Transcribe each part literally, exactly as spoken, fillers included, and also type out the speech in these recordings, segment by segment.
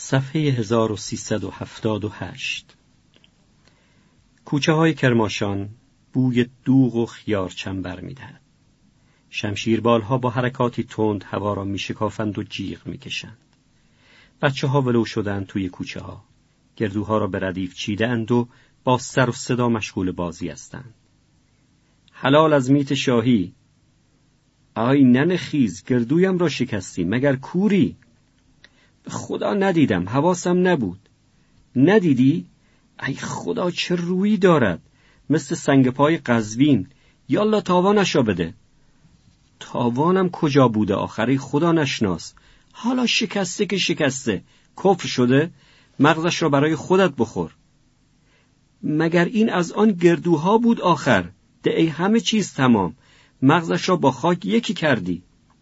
صفحه هزار و سیصد و هفتاد و هشت. کوچه های کرماشان بوی دوغ و خیار چنبر می دهد. شمشیربال ها با حرکاتی تند هوا را می شکافند و جیغ می کشند. بچه ها ولو شدند توی کوچه ها. گردوها را به ردیف چیده اند و با سر و صدا مشغول بازی هستند. حلال از میت شاهی. آی ننه خیز، گردویم را شکستی، مگر کوری؟ به خدا ندیدم، حواسم نبود. ندیدی؟ ای خدا چه رویی دارد، مثل سنگ پای قزوین. یالا تاوانشا بده. تاوانم کجا بوده آخری خدا نشناس. حالا شکسته که شکسته، کفر شده، مغزش را برای خودت بخور. مگر این از آن گردوها بود آخر؟ ده ای همه چیز تمام، مغزش را با خاک یکی کردی.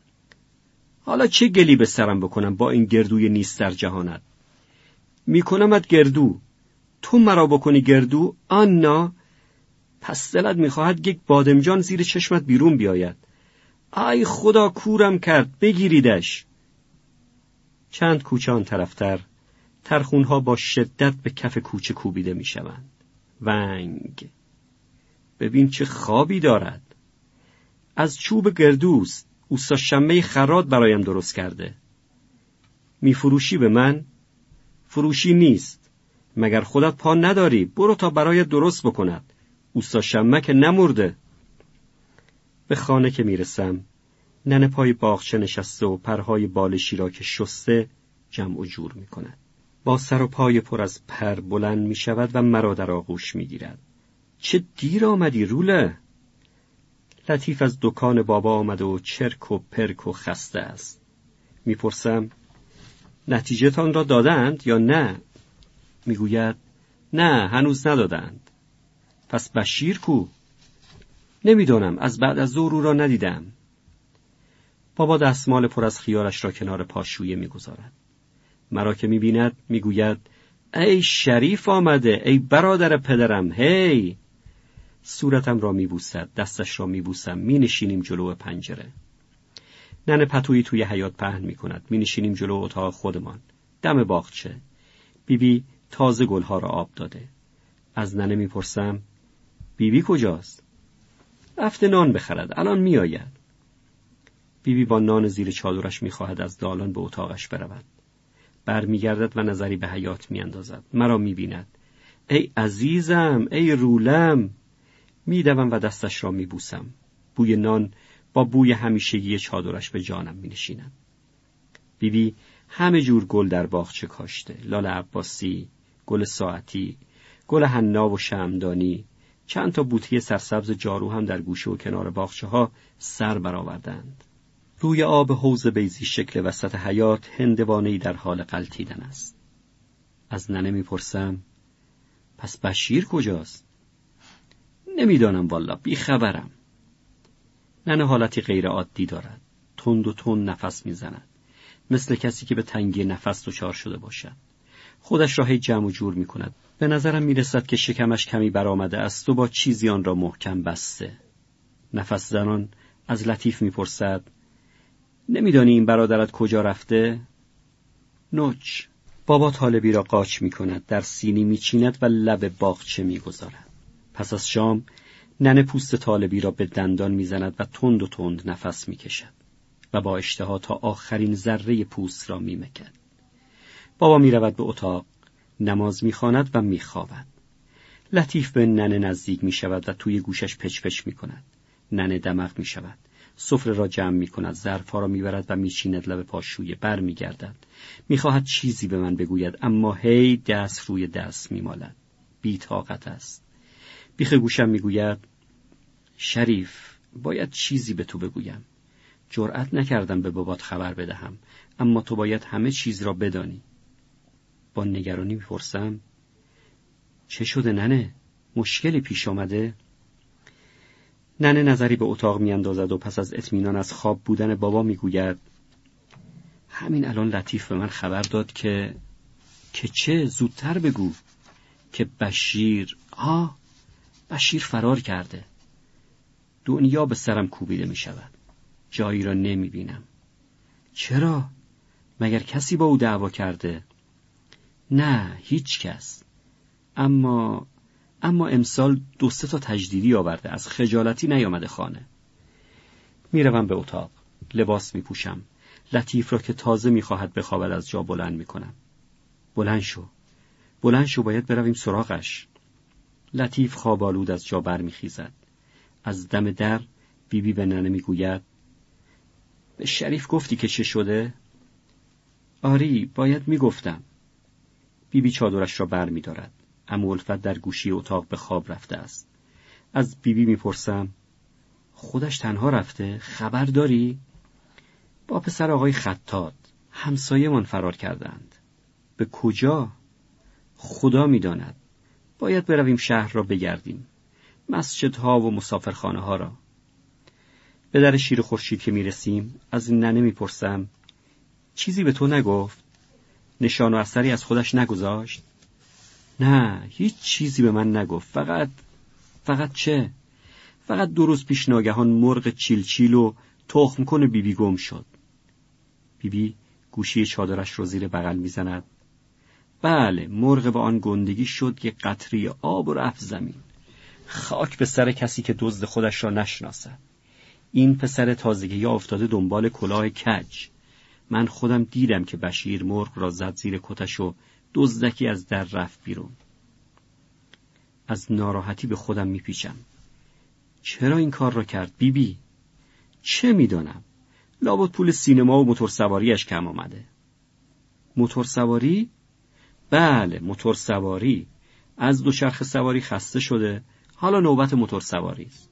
حالا چه گلی به سرم بکنم با این گردوی نیست در جهانت؟ میکنمت گردو، تو مرا بکنی گردو؟ آنا، پس دلت میخواهد یک بادمجان زیر چشمت بیرون بیاید. ای خدا کورم کرد، بگیریدش. چند کوچه آن طرفتر ترخونها با شدت به کف کوچه کوبیده میشوند. ونگ، ببین چه خوابی دارد. از چوب گردوست، اوستا شمه خراد برایم درست کرده. میفروشی به من؟ فروشی نیست. مگر خودت پا نداری؟ برو تا برایت درست بکند. اوستا شمه که نمرده. به خانه که میرسم ننه پای باغچه نشسته و پرهای بالشی را که شسته جمع و جور میکند. با سر و پای پر از پر بلند میشود و مرا در آغوش میگیرد. چه دیر آمدی روله؟ لطیف از دکان بابا آمده و چرک و پرک و خسته است. میپرسم نتیجه تان را دادند یا نه؟ میگوید نه، هنوز ندادند. پس بشیر کو؟ نمیدانم، از بعد از ظهر او را ندیدم. بابا دستمال پر از خیارش را کنار پاشویه میگذارد. مرا که میبیند میگوید ای شریف آمده، ای برادر پدرم، هی. صورتم را میبوسد، دستش را میبوسم، مینشینیم جلو پنجره. ننه پتویی توی حیاط پهن میکند، مینشینیم جلو اتاق خودمان، دم باغچه. بیبی تازه گلها را آب داده. از ننه میپرسم بیبی کجاست؟ رفته نان بخرد، الان میآید. بیبی با نان زیر چادرش میخواهد از دالان به اتاقش برود. برمیگردد و نظری به حیاط میاندازد. مرا میبیند. ای عزیزم، ای رولم. میدوم و دستش را میبوسم. بوی نان با بوی همیشگی چادرش به جانم مینشیند. بیبی همه جور گل در باغچه کاشته. لال عباسی، گل ساعتی، گل حنا و شمعدانی، چند تا بوته سرسبز جارو هم در گوشه و کنار باغچه ها سر برآوردند. روی آب حوض بیضی شکل وسط حیاط هندوانه‌ای در حال غلتیدن است. از ننه میپرسم پس بشیر کجاست؟ نمیدانم والا، بی خبرم. ننه حالتی غیر عادی دارد. تند و تند نفس میزند، مثل کسی که به تنگی نفس دچار شده باشد. خودش را هی جمع و جور میکند. به نظرم میرسد که شکمش کمی برآمده است و با چیزی آن را محکم بسته. نفس زنان از لطیف میپرسد نمیدانی این برادرت کجا رفته؟ نوچ. بابا طالبی را قاچ میکند، در سینی میچیند و لب باغچه میگذارد. پس از شام ننه پوست طالبی را به دندان میزند و تند و تند نفس میکشد و با اشتها تا آخرین ذره پوست را میمکد. بابا میرود به اتاق، نماز میخواند و میخوابد. لطیف به ننه نزدیک میشود و توی گوشش پچ پچ میکند. ننه دمق میشود، سفره را جمع میکند، ظرفها را میبرد و میچیند لب پاشویه. بر میگردد، میخواهد چیزی به من بگوید، اما هی دست روی دست میمالد. بی طاقت است. بیخ گوشم میگوید شریف، باید چیزی به تو بگویم. جرأت نکردم به بابات خبر بدهم، اما تو باید همه چیز را بدانی. با نگرانی میپرسم چه شده ننه؟ مشکلی پیش آمده؟ ننه نظری به اتاق میاندازد و پس از اطمینان از خواب بودن بابا میگوید همین الان لطیف به من خبر داد که که چه؟ زودتر بگو. که بشیر آه بشیر فرار کرده. دنیا به سرم کوبیده می شود. جایی را نمی بینم. چرا؟ مگر کسی با او دعوا کرده؟ نه، هیچ کس. اما اما امسال دو سه تا تجدیدی آورده، از خجالتی نیامده خانه. میروم به اتاق، لباس میپوشم. لطیف را که تازه میخواهد بخوابد از جا بلند میکنم. بلند شو، بلند شو، باید برویم سراغش. لطیف خوابالود از جا برمیخیزد. از دم در بیبی بی به ننه میگوید: به شریف گفتی که چه شده؟ آری، باید میگفتم. بیبی بی چادرش را بر می‌دارد. عمو الفت در گوشی اتاق به خواب رفته است. از بیبی بی میپرسم: خودش تنها رفته؟ خبر داری؟ با پسر آقای خطاط، همسایه من فرار کردند. به کجا؟ خدا میداند. باید برویم شهر را بگردیم، مسجدها و مسافرخانه ها را. به در شیر خورشید که میرسیم از ننه میپرسم: چیزی به تو نگفت؟ نشان و اثری از خودش نگذاشت؟ نه، هیچ چیزی به من نگفت. فقط فقط چه؟ فقط دو روز پیش ناگهان مرغ چیل چیل و تخم کن بیبی گم شد. بیبی گوشی چادرش رو زیر بغل میزند. بله، مرغ با آن گندگی شد که قطری آب و رفت زمین. خاک به سر کسی که دزد خودش را نشناسد. این پسر تازگی یا افتاده دنبال کلاه کج. من خودم دیدم که بشیر مرغ را زد زیر کتش و دزدکی از در رفت بیرون. از ناراحتی به خودم میپیچم. چرا این کار را کرد بیبی؟ بی؟ چه میدانم؟ لابد پول سینما و موتور سواریش کم آمده. موتور سواری؟ بله، موتور سواری. از دوچرخه سواری خسته شده، حالا نوبت موتور سواری است.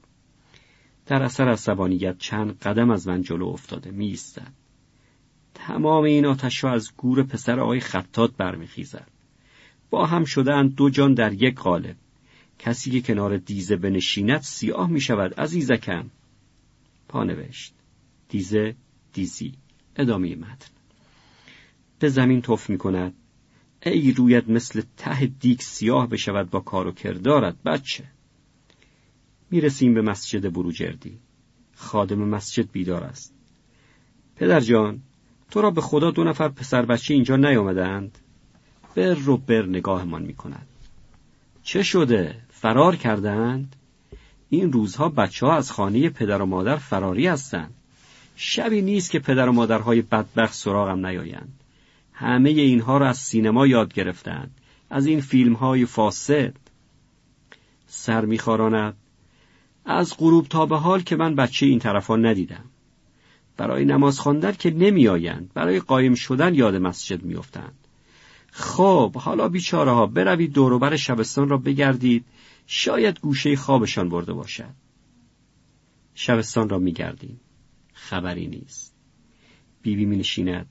در اثر عصبانیت چند قدم از من جلو افتاده می ایستد. تمام این آتش را از گور پسر آقای خطاط برمیخیزد. با هم شده‌اند دو جان در یک قالب. کسی که کنار دیزه بنشیند سیاه می شود عزیزکم. پانوشت: دیزه، دیزی. ادامه متن. به زمین تف می کند. ای رویت مثل ته دیگ سیاه بشود با کار و کردارت بچه. می رسیم به مسجد بروجردی. خادم مسجد بیدار است. پدر جان، تو را به خدا دو نفر پسر بچه اینجا نیامدند؟ بر رو بر نگاهمان می کند. چه شده؟ فرار کردند؟ این روزها بچه ها از خانه پدر و مادر فراری هستند. شبی نیست که پدر و مادرهای بدبخت سراغم نیایند. همه اینها را از سینما یاد گرفتند، از این فیلم های فاسد. سر می‌خاراند. از غروب تا به حال که من بچه این طرفا ندیدم. برای نماز خواندن که نمی آیند، برای قایم شدن یاد مسجد می افتند. خب حالا بیچاره ها بروید دور و بر شبستان را بگردید، شاید گوشه خوابشان برده باشد. شبستان را می گردیم. خبری نیست. بیبی می نشیند.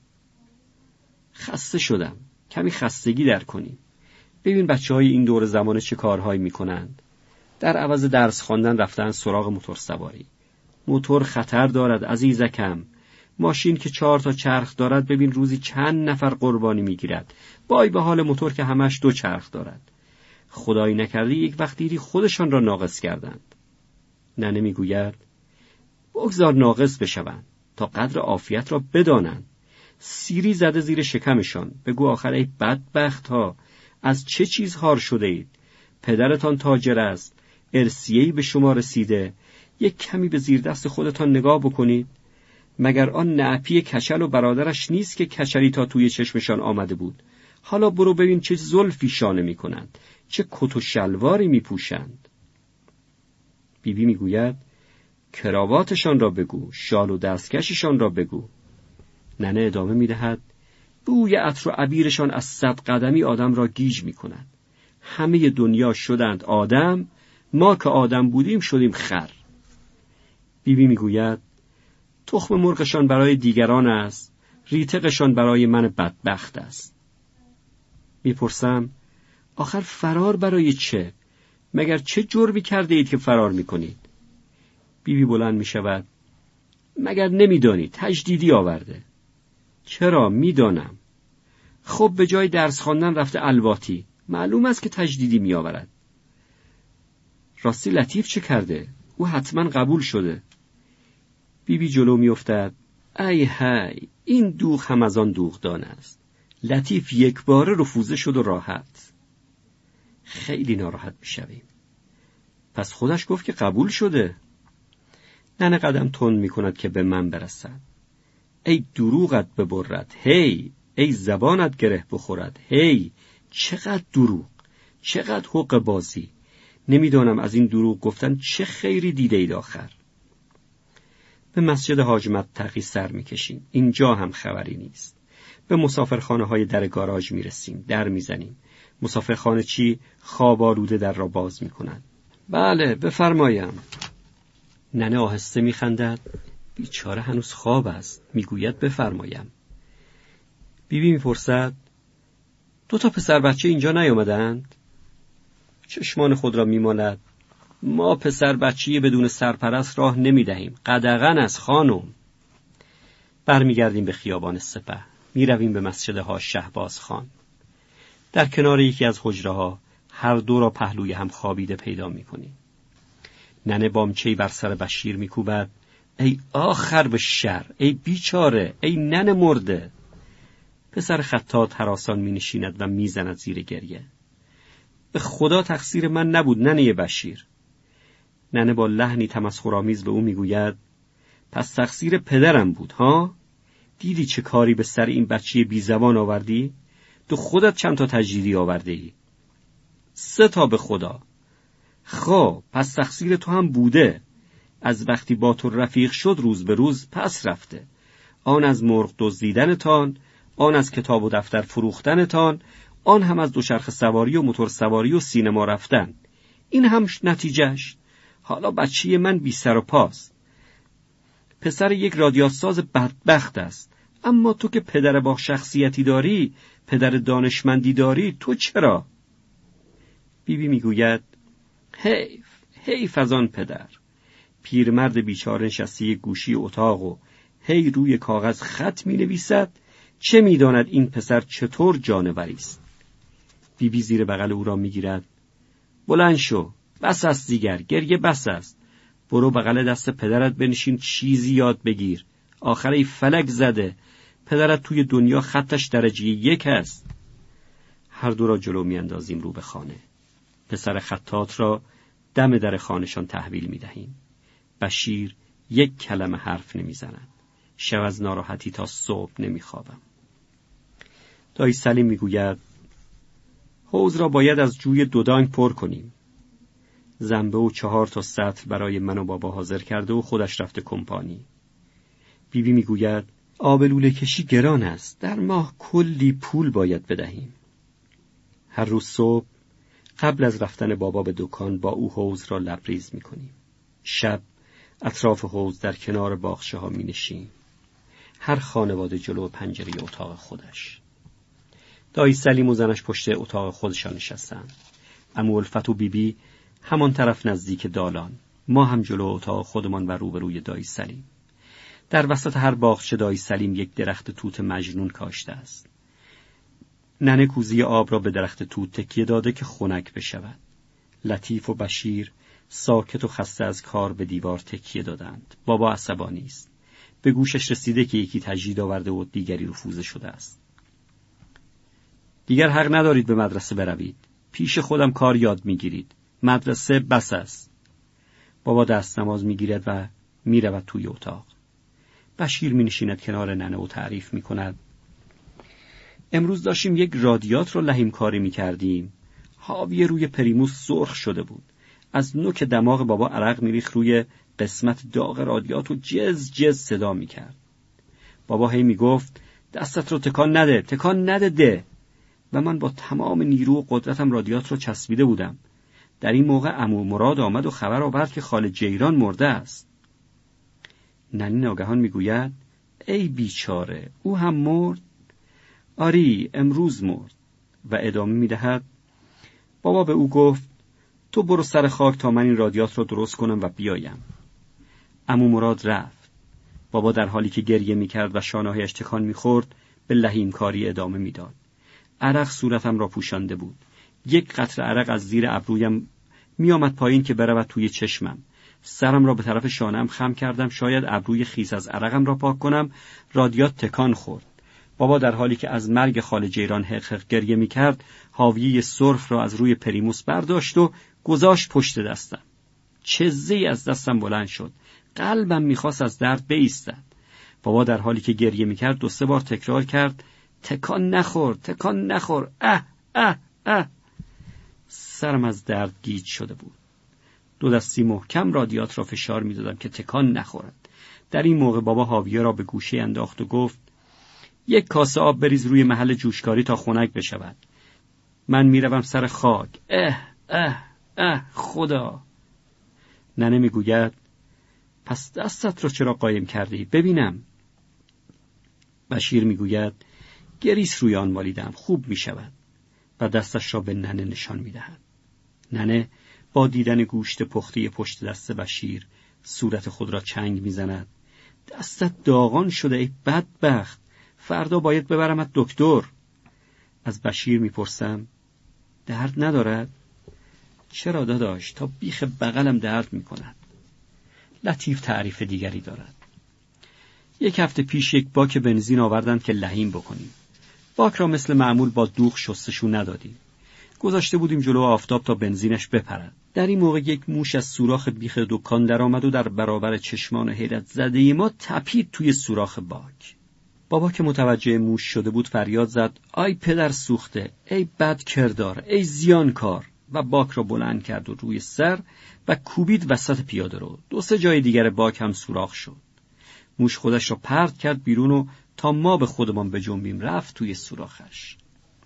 خسته شدم. کمی خستگی در کنیم. ببین بچه های این دور زمانه چه کارهایی می کنند. در عوض درس خواندن رفتن سراغ موتور سواری. موتور خطر دارد عزیزکم. ماشین که چهار تا چرخ دارد ببین روزی چند نفر قربانی میگیرد. وای به حال موتور که همش دو چرخ دارد. خدایی نکرده یک وقت دیدی خودشان را ناقص کردند. ننه میگوید بگذار ناقص بشوند تا قدر عافیت را بدانند. سیری زده زیر شکمشان. بگو آخر ای بدبخت ها از چه چیز هار شده اید؟ پدرتان تاجر است، ارثیه‌ای به شما رسیده. یک کمی به زیر دست خودتان نگاه بکنید. مگر آن نعپی کچل و برادرش نیست که کچلی تا توی چشمشان آمده بود؟ حالا برو ببین چه زلفی شانه می کنند، چه کت و شلواری می پوشند. بیبی می گوید کراواتشان را بگو، شال و دستکششان را بگو. ننه ادامه می دهد بوی عطر و عبیرشان از صد قدمی آدم را گیج می کند. همه دنیا شدند آدم، ما که آدم بودیم شدیم خر. بیبی می گوید تخم مرغشان برای دیگران است، ریتقشان برای من بدبخت است. میپرسم آخر فرار برای چه؟ مگر چه جرمی کرده اید که فرار میکنید؟ بیبی بلند میشود. مگر نمیدانی تجدیدی آورده؟ چرا؟ میدانم. خب به جای درس خواندن رفته الواتی، معلوم است که تجدیدی میآورد. راستی لطیف چه کرده؟ او حتما قبول شده. بیبی جلو می افتد. ای های، این دوغ هم از آن دوغدان است. لطیف یک باره رفوزه شد و راحت. خیلی ناراحت میشویم. پس خودش گفت که قبول شده. ننه قدم تند میکند که به من برسد. ای دروغت ببرد، هی، ای زبانت گره بخورد، هی، چقدر دروغ، چقدر حق بازی. نمیدانم از این دروغ گفتن چه خیری دیده اید آخر. به مسجد حاج متقی سر میکشیم. اینجا هم خبری نیست. به مسافرخانه های در گاراژ میرسیم. در میزنیم. مسافرخانه چی؟ خواب آلوده در را باز میکنند. بله بفرمایم. ننه آهسته میخندد. بیچاره هنوز خواب است. میگوید بفرمایم. بیبی میپرسد دو تا پسر بچه اینجا نیامدند؟ چشمان خود را میمالد. ما پسر بچه‌ای بدون سرپرست راه نمیدهیم. قدغن از خانم. برمیگردیم به خیابان سپه. میرویم به مسجد ها شهباز خان. در کنار یکی از حجره ها هر دو را پهلوی هم خوابیده پیدا میکنیم. ننه بامچه‌ای بر سر بشیر میکوبد. ای آخر به شر، ای بیچاره، ای ننه مرده. پسر خطاط هراسان می نشیند و می زند زیر گریه. به خدا تقصیر من نبود ننه بشیر. ننه با لحنی تمسخرآمیز به او می گوید پس تقصیر پدرم بود ها؟ دیدی چه کاری به سر این بچه بی زبان آوردی؟ تو خودت چند تا تجدیدی آورده ای؟ سه تا به خدا. خب پس تقصیر تو هم بوده. از وقتی با تو رفیق شد روز به روز پس رفته. آن از مرغ دزدیدنتان، آن از کتاب و دفتر فروختنتان، آن هم از دوچرخه سواری و موتور سواری و سینما رفتن. این هم نتیجهش. حالا بچه من بی سر و پاست. پسر یک رادیوساز بدبخت است. اما تو که پدر با شخصیتی داری، پدر دانشمندی داری، تو چرا؟ بیبی میگوید حیف، حیف از آن پدر. پیرمرد بیچاره نشسته یک گوشی اتاق و هی روی کاغذ خط می نویسد. چه می داند این پسر چطور جانوری است؟ بی بی زیر بغل او را می گیرد. بلند شو، بس است دیگر، گریه بس است. برو بغل دست پدرت بنشین، چیزی یاد بگیر. آخر ای فلک زده، پدرت توی دنیا خطش درجه یک است. هر دو را جلو می اندازیم رو به خانه. پسر خطاط را دم در خانه‌شان تحویل می دهیم. بشیر یک کلمه حرف نمی زند. شب از ناراحتی تا صبح نمی خوابم. دایی سلیم می گوید حوض را باید از جوی دودانگ پر کنیم. زنبه و چهار تا سطل برای من و بابا حاضر کرده و خودش رفته کمپانی. بیبی می گوید آب لوله کشی گران است. در ماه کلی پول باید بدهیم. هر روز صبح قبل از رفتن بابا به دکان با او حوض را لبریز می کنیم. شب اطراف حوض در کنار باغچه ها می نشیم. هر خانواده جلو پنجره اتاق خودش. دایی سلیم و زنش پشت اتاق خودشان نشستند. عمو الفت و بیبی همان طرف نزدیک دالان. ما هم جلو اتاق خودمان و روبروی دایی سلیم. در وسط هر باغچه دایی سلیم یک درخت توت مجنون کاشته است. ننه کوزی آب را به درخت توت تکیه داده که خنک بشود. لطیف و بشیر ساکت و خسته از کار به دیوار تکیه دادند. بابا عصبانی است. به گوشش رسیده که یکی تجدید آورده و دیگری رفوزه شده است. دیگر حق ندارید به مدرسه بروید. پیش خودم کار یاد میگیرید. مدرسه بس است. بابا دست نماز میگیرد و میرود توی اتاق. بشیر مینشیند کنار ننه و تعریف میکند. امروز داشتیم یک رادیات رو لحیم کاری میکردیم. حاوی روی پریموس سرخ شده بود. از نوک دماغ بابا عرق میریخت روی قسمت داغ رادیات و جز جز صدا میکرد. بابا هی میگفت دستت رو تکان نده، تکان نده ده. و من با تمام نیرو و قدرتم رادیات رو چسبیده بودم. در این موقع عمو مراد آمد و خبر آورد که خاله جیران مرده است. ننی ناگهان میگوید ای بیچاره، او هم مرد؟ آری، امروز مرد. و ادامه میدهد بابا به او گفت تو برو سر خاک تا من این رادیات رو درست کنم و بیایم. عمو مراد رفت. بابا در حالی که گریه میکرد و شانه‌هایش تکان میخورد به لحیم کاری ادامه میداد. عرق صورتم را پوشانده بود. یک قطره عرق از زیر ابرویم می آمد پایین که برود توی چشمم. سرم را به طرف شانه‌ام خم کردم شاید ابروی خیس از عرقم را پاک کنم. رادیات تکان خورد. بابا در حالی که از مرگ خاله جیران حق حق گریه می کرد، حاویه سرخ را از روی پریموس برداشت و گذاشت پشت دستم. چزه‌ای از دستم بلند شد. قلبم میخواست از درد بایستد. بابا در حالی که گریه می کرد دو سه بار تکرار کرد: تکان نخور، تکان نخور، اه اه اه. سرم از درد گیج شده بود. دو دستی محکم رادیات را فشار می دادم که تکان نخورد. در این موقع بابا حاویه را به گوشه انداخت و گفت: یک کاسه آب بریز روی محل جوشکاری تا خنک بشود. من می روم سر خاک. اه اه اه خدا. ننه می گوید: پس دستت را چرا قایم کردی؟ ببینم. بشیر می گوید: گریس روی آن مالیدم، خوب می شود. و دستش را به ننه نشان می دهد. ننه با دیدن گوشت پخته پشت دست بشیر صورت خود را چنگ می زند. دستت داغان شده ای بدبخت، فردا باید ببرمت دکتر. از بشیر می پرسم: درد ندارد؟ چرا داداش؟ تا بیخ بغلم درد می کند. لطیف تعریف دیگری دارد. یک هفته پیش یک باک بنزین آوردند که لحیم بکنیم. باک را مثل معمول با دوغ شستشو ندادیم. گذاشته بودیم جلو آفتاب تا بنزینش بپرد. در این موقع یک موش از سوراخ بیخ دکان در آمد و در برابر چشمان حیرت زده ما تپید توی سوراخ باک. بابا که متوجه موش شده بود فریاد زد: آی پدر سوخته، ای بد کردار، ای زیانکار، و باک را بلند کرد و روی سر و کوبید وسط پیاده رو. دو سه جای دیگر باک هم سوراخ شد. موش خودش را پرت کرد بیرون و تا ما به خودمان بجنبیم رفت توی سوراخش.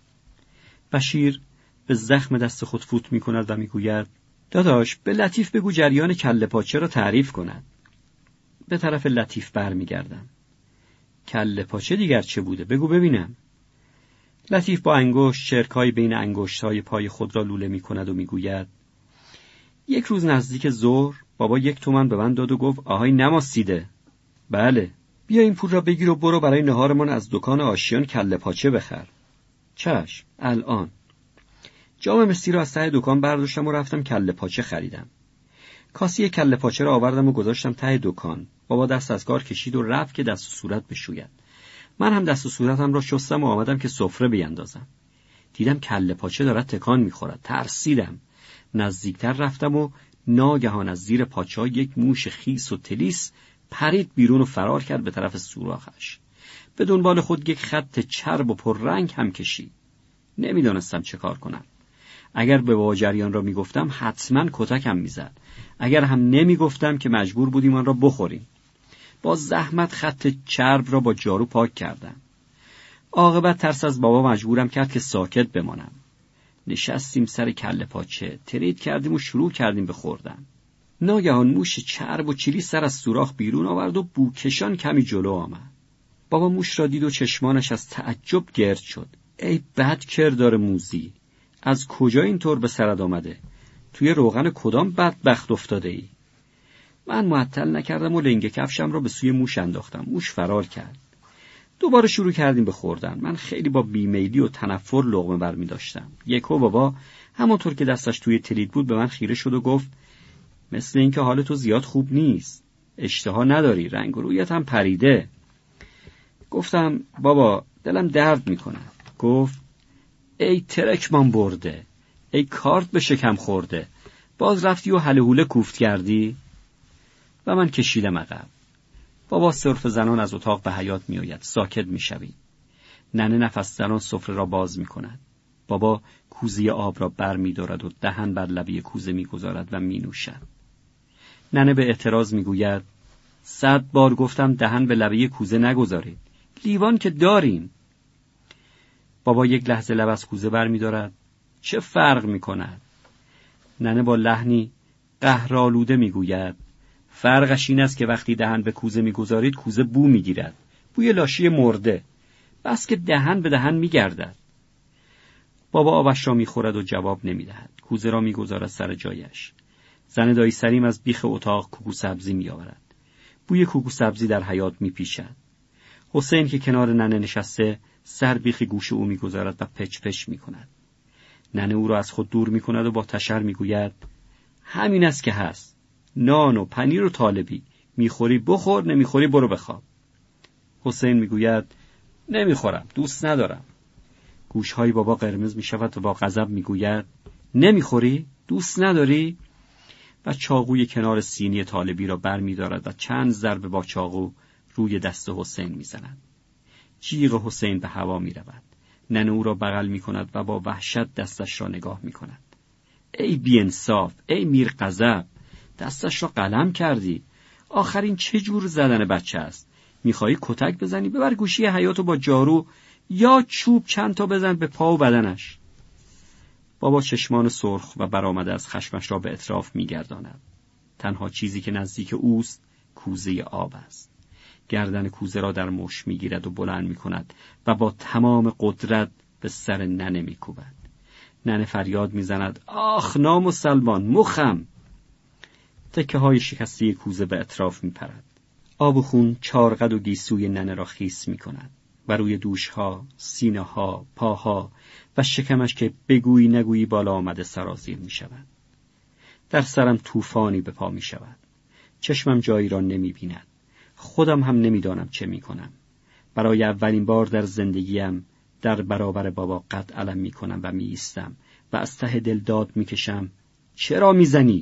بشیر به زخم دست خود فوت می کند و می گوید: داداش به لطیف بگو جریان کله پاچه را تعریف کند. به طرف لطیف بر می گردم. کله پاچه دیگر چه بوده؟ بگو ببینم. لطیف با انگشت چرکای بین انگشت‌های پای خود را لوله می کند و می گوید: یک روز نزدیک ظهر بابا یک تومن به من داد و گفت: آهای نماسیده. بله، بیا این پول را بگیر و برو برای نهارمان از دکان آشیان کله پاچه بخر. چشم، الان. جام مسی را از ته دکان برداشتم و رفتم کله پاچه خریدم. کاسه کله پاچه را آوردم و گذاشتم ته دکان. بابا دست از کار کشید و رفت که دست و صورت بشوید. من هم دست و صورتم را شستم و آمدم که سفره بیاندازم. دیدم کله پاچه دارد تکان می‌خورد. ترسیدم. نزدیکتر رفتم و ناگهان از زیر پاچه‌ها یک موش خیس و تلیس پرید بیرون و فرار کرد به طرف سوراخش. به دنبال خود یک خط چرب و پررنگ هم کشید. نمیدانستم چه کار کنم. اگر به بابا جریان را میگفتم حتما کتکم میزد. اگر هم نمیگفتم که مجبور بودیم آن را بخوریم. با زحمت خط چرب را با جارو پاک کردم. عاقبت ترس از بابا مجبورم کرد که ساکت بمانم. نشستیم سر کله پاچه، ترید کردیم و شروع کردیم به خوردن. ناگهان موش چرب و چیلی سر از سوراخ بیرون آورد و بوکشان کمی جلو آمد. بابا موش را دید و چشمانش از تعجب گرد شد. ای بد کردار موزی، از کجا اینطور به سرت آمده؟ توی روغن کدام بدبخت افتاده ای؟ من معطل نکردم و لنگه کفشم را به سوی موش انداختم. موش فرار کرد. دوباره شروع کردیم به خوردن. من خیلی با بیمیلی و تنفر لقمه برمی داشتم. یکو بابا همونطور که دستش توی تلید بود به من خیره شد و گفت: مثل اینکه حال تو زیاد خوب نیست. اشتها نداری، رنگ و رویت هم پریده. گفتم: بابا دلم درد میکنه. گفت: ای ترکمان برده، ای کارت به شکم خورده، باز رفتی و هله هوله کوفت کردی؟ و من کشیدم عقب. بابا صرف زنان از اتاق به حیاط می آید. ساکت می شوی. ننه نفس زنان سفره را باز می کند. بابا کوزه آب را بر می دارد و دهن بر لبه کوزه می گذارد و می نوشد. ننه به اعتراض می گوید: صد بار گفتم دهن به لبه کوزه نگذارید. لیوان که داریم. بابا یک لحظه لب از کوزه بر می دارد. چه فرق می کند؟ ننه با لحنی قهرآلوده می گوید: فرقش این است که وقتی دهن به کوزه می گذارید کوزه بو می گیرد. بوی لاشی مرده. بس که دهن به دهن می گردد. بابا آبش را می خورد و جواب نمی دهد. کوزه را می گذارد سر جایش. زن دایی سریم از بیخ اتاق کوکو سبزی می آورد. بوی کوکو سبزی در حیاط می پیشد. حسین که کنار ننه نشسته سر بیخ گوش او می گذارد و پچ پچ می کند. ننه او را از خود دور می کند و با تشر می گوید: همین است که هست. نان و پنیر و طالبی. میخوری بخور، نمیخوری برو بخواب. حسین میگوید: نمیخورم، دوست ندارم. گوشهای بابا قرمز میشود و با غضب میگوید نمیخوری؟ دوست نداری؟ و چاقوی کنار سینی طالبی را بر می‌دارد و چند ضربه با چاقو روی دست حسین می‌زند. جیغ حسین به هوا می‌رود. ننه او را بغل می‌کند و با وحشت دستش را نگاه می‌کند. ای بی‌انصاف، ای میر غضب، دستش را قلم کردی. آخرین چه جور زدن بچه است؟ می‌خوای کتک بزنی؟ ببر گوشی حیاطو با جارو یا چوب چند تا بزن به پا و بدنش. بابا چشمان سرخ و برآمده از خشمش را به اطراف می‌گرداند. تنها چیزی که نزدیک اوست کوزه آب است. گردن کوزه را در مشت می‌گیرد و بلند می‌کند و با تمام قدرت به سر ننه می‌کوبد. ننه فریاد می‌زند آخ نامسلمان، مخم. تکه‌های شکسته کوزه به اطراف می‌پرد. آب و خون چارقد و گیسوی ننه را خیس می‌کند و روی دوشها، سینه‌ها، پاها و شکمش که بگویی نگویی بالا آمده سرازیر می‌شود. در سرم طوفانی به پا می‌شود. چشمم جایی را نمی‌بیند. خودم هم نمی‌دانم چه می‌کنم. برای اولین بار در زندگیم در برابر بابا قد علم می‌کنم و می‌ایستم و از ته دل داد می‌کشم چرا می‌زنی؟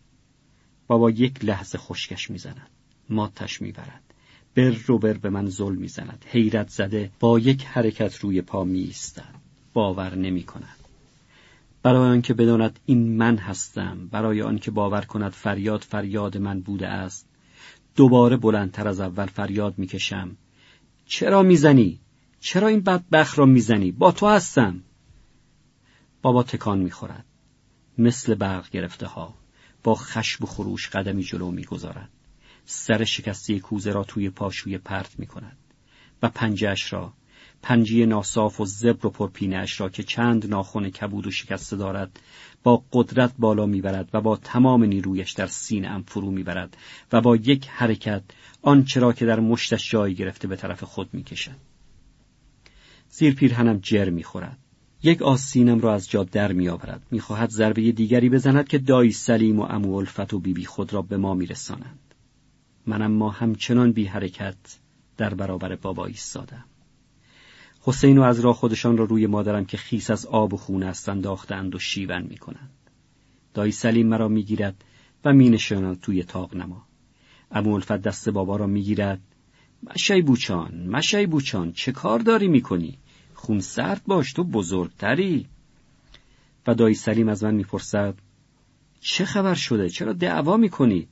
بابا یک لحظه خشکش می‌زند. ماتش می‌برد. بر رو بر به من ظلم می‌زند. حیرت زده با یک حرکت روی پا می‌ایستد. باور نمی‌کند. برای آنکه بداند این من هستم، برای آنکه باور کند فریاد فریاد من بوده است، دوباره بلندتر از اول فریاد می‌کشم چرا می‌زنی؟ چرا این بدبخت را می‌زنی؟ با تو هستم. بابا تکان می‌خورد. مثل برق گرفته ها با خشم و خروش قدمی جلو می‌گذارد. سر شکسته کوزه را توی پاشوی پرت می‌کند و پنجه‌اش را، پنجه ناصاف و زبر و پرپینه‌اش را که چند ناخن کبود و شکسته دارد با قدرت بالا میبرد و با تمام نیرویش در سینه‌ام فرو میبرد و با یک حرکت آنچه را که در مشتش جای گرفته به طرف خود میکشد. زیر پیرهنم جر میخورد. یک آستینم را از جا در میآورد. میخواهد ضربه دیگری بزند که دایی سلیم و عمو الفت و بیبی خود را به ما میرسانند. من اما همچنان بی حرکت در برابر بابا ایستادم. حسین و عذرا خودشان را روی مادرم که خیس از آب و خون است انداختند و شیون میکنند. دایی سلیم مرا میگیرد و مینشاند توی طاق نما. عمو الفت دست بابا را میگیرد. مشای بوچان، مشای بوچان، چه کار داری میکنی؟ خون سرد باش، تو بزرگتری. و دایی سلیم از من میپرسد چه خبر شده؟ چرا دعوا میکنی؟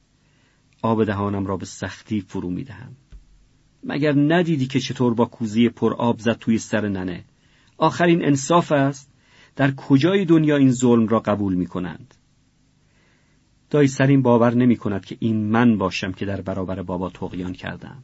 آب دهانم را به سختی فرو میدهم. مگر ندیدی که چطور با کوزه پر آب زد توی سر ننه؟ آخرین انصاف است؟ در کجای دنیا این ظلم را قبول می کنند؟ دایی سلیم باور نمی کند که این من باشم که در برابر بابا طغیان کردم.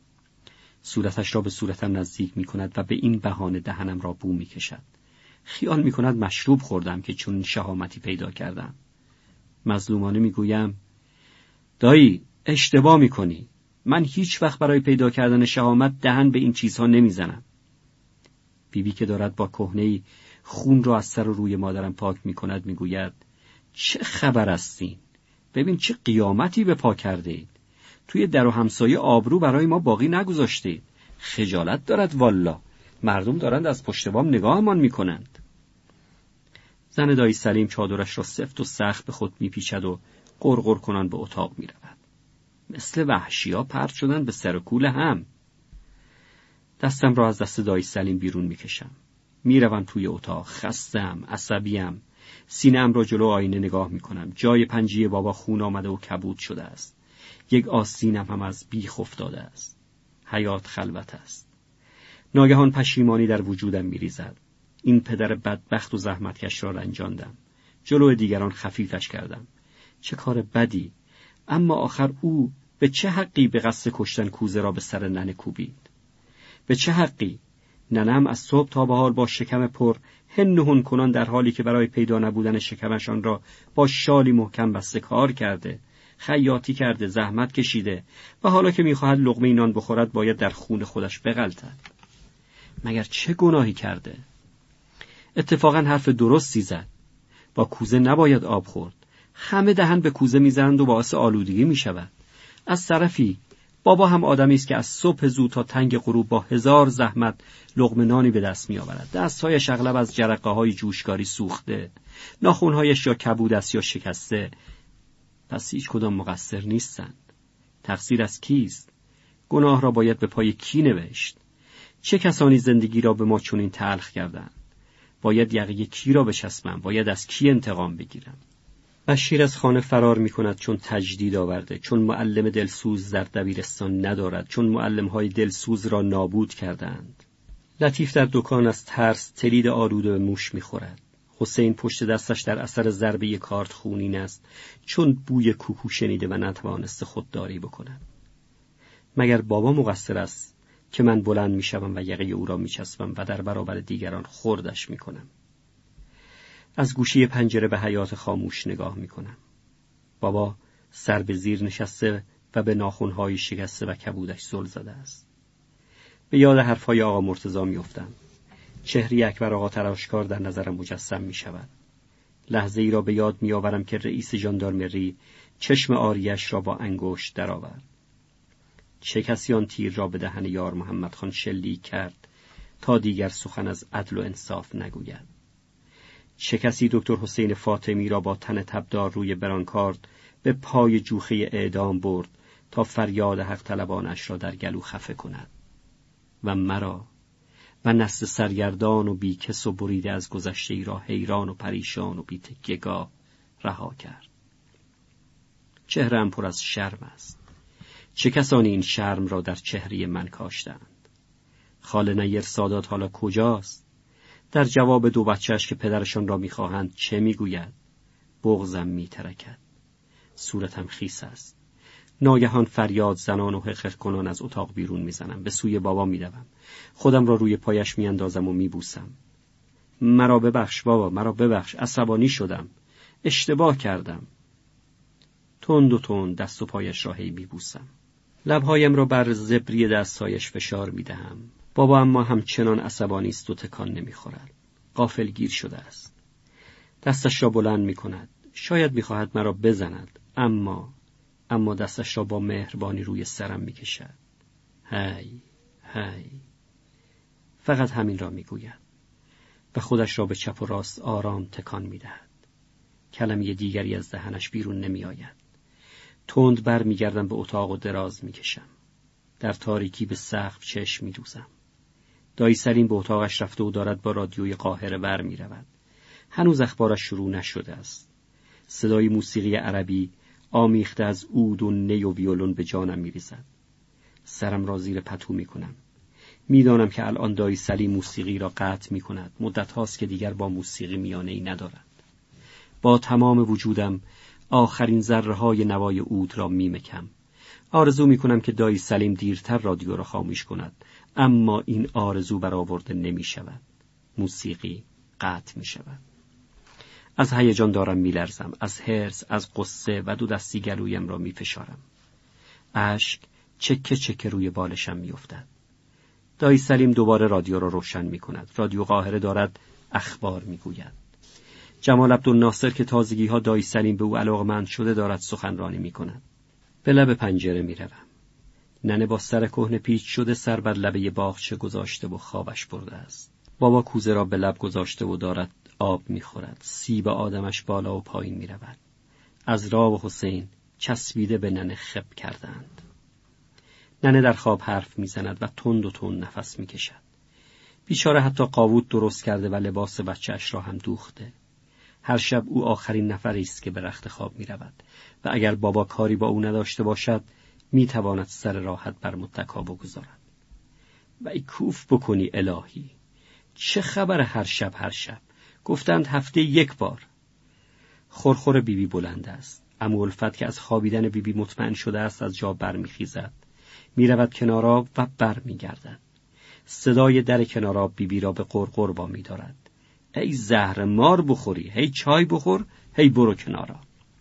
صورتش را به صورتم نزدیک می کند و به این بهانه دهنم را بو می کشد. خیال می کند مشروب خوردم که چون شهامتی پیدا کردم. مظلومانه می گویم دایی اشتباه می کنی. من هیچ وقت برای پیدا کردن شهامت دهن به این چیزها نمیزنم. بیبی که دارد با کهنه‌ای خون را از سر و روی مادرم پاک میکند میگوید چه خبر هستین؟ ببین چه قیامتی به پا کرده اید. توی در و همسایه آبرو برای ما باقی نگذاشتید. خجالت دارد والا. مردم دارند از پشت بام نگاهمان میکنند. زن دایی سلیم چادرش را سفت و سخت به خود میپیچد و قرقر کنان به اتاق میرود. مثل وحشی‌ها پرت شدن به سر و کول هم. دستم را از دست دایی سلیم بیرون میکشم. میروم توی اتاق. خستم، عصبیم. سینه‌ام را جلو آینه نگاه میکنم. جای پنجه بابا خون آمده و کبود شده است. یک آستینم هم از بیخ افتاده است. حیات خلوت است. ناگهان پشیمانی در وجودم میریزد. این پدر بدبخت و زحمتکش را رنجاندم. جلو دیگران خفیفش کردم. چه کار بدی. اما آخر او به چه حقی به قصد کشتن کوزه را به سر ننه کوبید؟ به چه حقی؟ ننم از صبح تا به حال با شکم پر هن و هن کنان در حالی که برای پیدا نبودن شکمشان را با شالی محکم بسته کار کرده، خیاطی کرده، زحمت کشیده و حالا که میخواهد لقمه نان بخورد باید در خون خودش بغلطد. مگر چه گناهی کرده؟ اتفاقا حرف درستی زد. با کوزه نباید آب خورد. همه دهن به کوزه میزنند و باعث آلودگی میشود. از طرفی بابا هم آدمی است که از صبح زود تا تنگ غروب با هزار زحمت لقمه نانی به دست می آورد. دستهایش اغلب از جرقه های جوشکاری سوخته، ناخنهایش یا کبود است یا شکسته. پس هیچ کدام مقصر نیستند. تقصیر از کیست؟ گناه را باید به پای کی نوشت؟ چه کسانی زندگی را به ما چنین تلخ کردند؟ باید یقه کی را بچسبم؟ باید از کی انتقام بگیرم؟ بشیر از خانه فرار می کند چون تجدید آورده، چون معلم دلسوز در دبیرستان ندارد، چون معلم‌های دلسوز را نابود کردند. لطیف در دکان از ترس تلید آلوده به موش می خورد. حسین پشت دستش در اثر ضربه کارت خونین است، چون بوی کوکو شنیده و نتوانسته خودداری بکند. مگر بابا مقصر است که من بلند می شوم و یقه او را می چسبم و در برابر دیگران خردش می کنم؟ از گوشه پنجره به حیات خاموش نگاه می کنم. بابا سر به زیر نشسته و به ناخنهای شکسته و کبودش زل زده است. به یاد حرفهای آقا مرتضی می افتم. چهره اکبر آقا تراشکار در نظرم مجسم می شود. لحظه ای را به یاد می آورم که رئیس ژاندارمری چشم آریش را با انگشت درآورد. چه کسی آن تیر را به دهن یار محمد خان شلیک کرد تا دیگر سخن از عدل و انصاف نگوید؟ چه کسی دکتر حسین فاطمی را با تن تبدار روی برانکارد به پای جوخه اعدام برد تا فریاد حق طلبانش را در گلو خفه کند؟ و مرا و نسل سرگردان و بیکس و بریده از گذشته ای را حیران و پریشان و بی تکیه‌گاه رها کرد. چهره‌ام پر از شرم است. چه کسانی این شرم را در چهره من کاشتند؟ خاله نیر سادات حالا کجاست؟ در جواب دو بچه‌اش که پدرشان را می‌خواهند چه می‌گوید؟ بغضم می‌ترکد. صورتم خیس است. ناگهان فریاد زنان و حقق کنان از اتاق بیرون می‌زنم. به سوی بابا می‌دوم. خودم را روی پایش می‌اندازم و می‌بوسم. مرا ببخش بابا، مرا ببخش. عصبانی شدم. اشتباه کردم. تند و تند دست و پایش را هی می‌بوسم. لب‌هایم را بر زبری دست‌هایش فشار می‌دهم. بابا اما همچنان عصبانی است و تکان نمی‌خورد. غافلگیر شده است. دستش را بلند می‌کند. شاید می‌خواهد مرا بزند، اما اما دستش را با مهربانی روی سرم می‌کشد. هی هی فقط همین را می‌گوید و خودش را به چپ و راست آرام تکان می‌دهد. کلمه دیگری از دهنش بیرون نمی‌آید. تند بر می‌گردم به اتاق و دراز می‌کشم. در تاریکی به سقف چشم می‌دوزم. دایی سلیم به اتاقش رفته و دارد با رادیوی قاهره بر می رود. هنوز اخبارش شروع نشده است. صدای موسیقی عربی آمیخته از عود و نی و ویولون به جانم می ریزد. سرم را زیر پتو می کنم. می دانم که الان دایی سلیم موسیقی را قطع می کند. مدت هاست که دیگر با موسیقی میانه ای ندارد. با تمام وجودم آخرین ذره های نوای عود را می مکم. آرزو می کنم که دایی سلیم دیرتر رادیو را خاموش کند، اما این آرزو برآورده نمی شود. موسیقی قطع می شود. از هیجان دارم می لرزم، از حرص، از غصه و دو دستی گلویم را می فشارم. اشک چکه چکه روی بالشم می افتد. دایی سلیم دوباره رادیو را روشن می کند. رادیو قاهره دارد اخبار می گوید. جمال عبدالناصر که تازگی ها دایی سلیم به او علاقمند شده دارد سخنرانی می کند. به لب پنجره می روم. ننه با سر کهنه پیچ شده سر بر لبه باغچه گذاشته و خوابش برده است. بابا کوزه را به لب گذاشته و دارد آب می خورد. سیب آدمش بالا و پایین می رود. از راه و حسین چسبیده به ننه خب کردند. ننه در خواب حرف می زند و تند و تند نفس می کشد. بیچاره حتی قاووت درست کرده و لباس بچه‌اش را هم دوخته. هر شب او آخرین نفری است که به رخت خواب می رود و اگر بابا کاری با او نداشته باشد می تواند سر راحت بر متکا بگذارد. و ای کوف بکنی الهی، چه خبر هر شب هر شب؟ گفتند هفته یک بار. خورخور بیبی بلند است. عمو الفت که از خوابیدن بیبی مطمئن شده است از جا برمیخیزد، میرود کنارا و برمیگردد. صدای در کنارا بیبی را به قرقر وامی دارد. ای زهر مار بخوری، هی چای بخور، هی برو کنارا.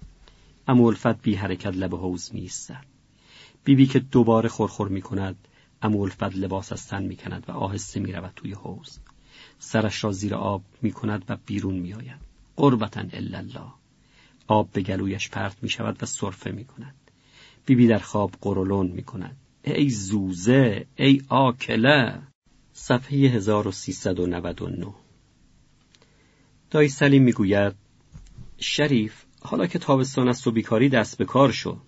عمو الفت بی حرکت لب حوض می ایستد. بیبی که دوباره خورخور می کند، عمو الفت لباس از تن می کند و آهسته می رود توی حوض. سرش را زیر آب می کند و بیرون می آید. قربتاً الا الله. آب به گلویش پرت می شود و سرفه می کند. بیبی در خواب قرولون می کند. ای زوزه، ای آکله. صفحه هزار و سیصد و نود و نه. دایی سلیم میگوید شریف، حالا که تابستان است و بیکاری، دست به کار شو.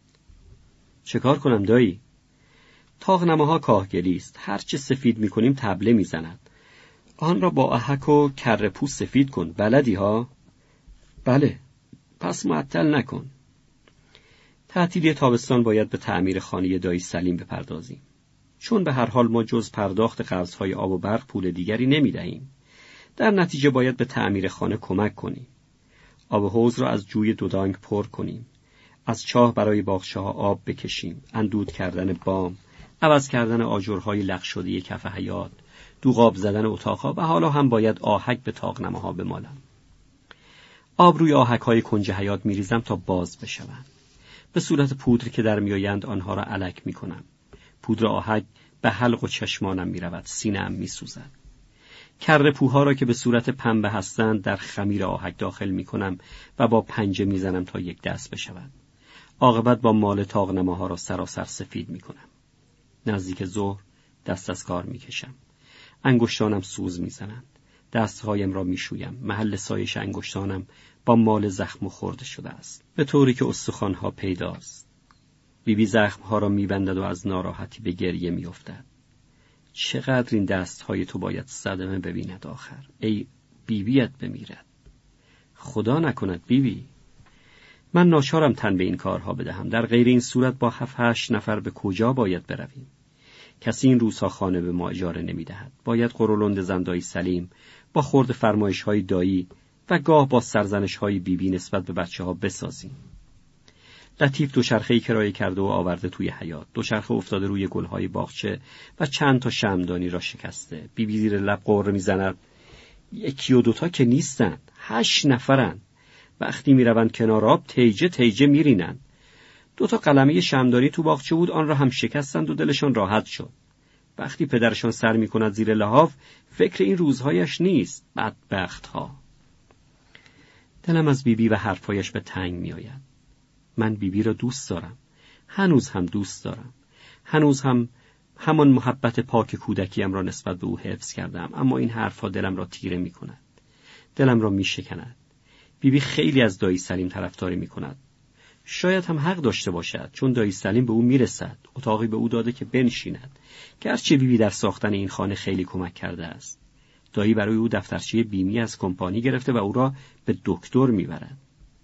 چه کار کنم دایی؟ تاغنمه‌ها کاهگلی است. هر چه سفید میکنیم تبله میزند. آن را با احک و کره پوست سفید کن. بلدی ها؟ بله. پس معطل نکن. تعطیلی تابستان باید به تعمیر خانه دایی سلیم بپردازیم. چون به هر حال ما جز پرداخت قرضهای آب و برق پول دیگری نمیدهیم. در نتیجه باید به تعمیر خانه کمک کنیم. آب حوض را از جوی دودانگ پر کنیم. از چاه برای باغچه‌ها آب بکشیم. اندود کردن بام، عوض کردن آجرهای لق شده کف حیاط، دوغاب زدن اتاقها و حالا هم باید آهک به طاقنمه‌ها بمالم. آب روی آهک‌های کنج حیاط می‌ریزم تا باز بشوند. به صورت پودر که در میآیند آنها را الک می‌کنم. پودر آهک به حلق و چشمانم می‌رود، سینه‌ام می‌سوزد. کره پوها را که به صورت پنبه هستند در خمیر آهک داخل می‌کنم و با پنجه می‌زنم تا یک دست بشود. عاقبت با مال طاقنمه‌ها را سراسر سفید می‌کنم. نزدیک ظهر دست از کار می‌کشم. انگشتانم سوز می‌زنند. دستهایم را می‌شویم. محل سایش انگشتانم با مال زخم خورده شده است، به طوری که استخوان‌ها پیداست. بی بی زخم‌ها را می‌بندد و از ناراحتی به گریه می‌افتد. چقدر این دست‌های تو باید صدمه ببیند آخر. ای بی بیت بمیرد. خدا نکند بی بی. من ناچارم تن به این کارها بدهم. در غیر این صورت با هفت هشت نفر به کجا باید برویم؟ کسی این روزها خانه به ما اجاره نمی‌دهد. باید قرولند زندایی سلیم با خرد فرمایش‌های دایی و گاه با سرزنش‌های بیبی نسبت به بچه‌ها بسازیم. لطیف دوچرخه‌ای کرایه کرده و آورده توی حیاط. دوچرخه افتاده روی گل‌های باغچه و چند تا شمعدانی را شکسته. بیبی زیر لب قره می‌زند. یکی و دوتا که نیستند، هشت نفرند. وقتی می‌روند کنار آب تیجه تیجه می‌رینند. دو تا قلمه شمعدانی تو باغچه بود، آن را هم شکستند و دلشان راحت شد. وقتی پدرشان سر می‌کند زیر لحاف، فکر این روزهایش نیست. بدبخت‌ها. دلم از بیبی و حرفایش به تنگ می‌آید. من بیبی را دوست دارم. هنوز هم دوست دارم. هنوز هم همان محبت پاک کودکیم را نسبت به او حفظ کردم، اما این حرفها دلم را تیره می‌کند. دلم را می‌شکند. بیبی خیلی از دایی سلیم طرفداری می‌کند. شاید هم حق داشته باشد، چون دایی سلیم به او میرسد. اتاقی به او داده که بنشیند. گرچه بیبی در ساختن این خانه خیلی کمک کرده است. دایی برای او دفترچه بیمی از کمپانی گرفته و او را به دکتر میبرد.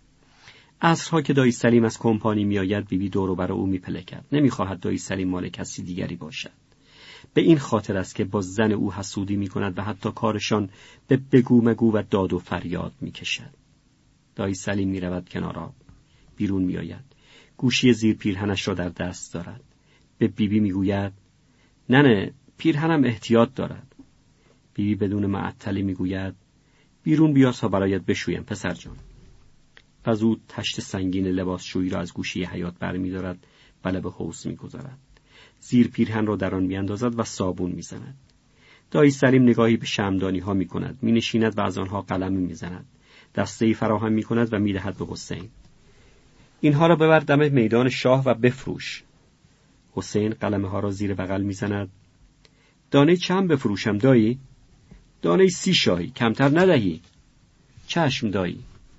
عصرها که دایی سلیم از کمپانی میآید، بیبی دور و بر او میپلکد. نمیخواهد دایی سلیم مال کسی دیگری باشد. به این خاطر است که با زن او حسودی میکند و حتی کارشان به بگو مگو و داد و فریاد میکشد. دایی سلیم میرود کنار آب. بیرون میآید. گوشی زیر پیرهنش را در دست دارد. به بیبی میگوید نه نه، پیرهنم احتیاط دارد. بیبی بدون معطلی میگوید بیرون بیا تا برایت بشویم پسر جان. پس او تشت سنگین لباسشویی را از گوشه حیاط برمی‌دارد و لب حوض می‌گذارد. زیر پیرهن را در آن می‌اندازد و صابون می‌زند. دایی سلیم نگاهی به شمعدانی‌ها می‌کند، می‌نشیند و از آنها قلمی می‌زند. دسته‌ای فراهم می‌کند و می‌دهد به حسین. اینها را ببر دم میدان شاه و بفروش. حسین قلم‌ها را زیر بغل می‌زند. دانه چند بفروشم دایی؟ دانه سی شاهی، کمتر ندهی. چشم دایی.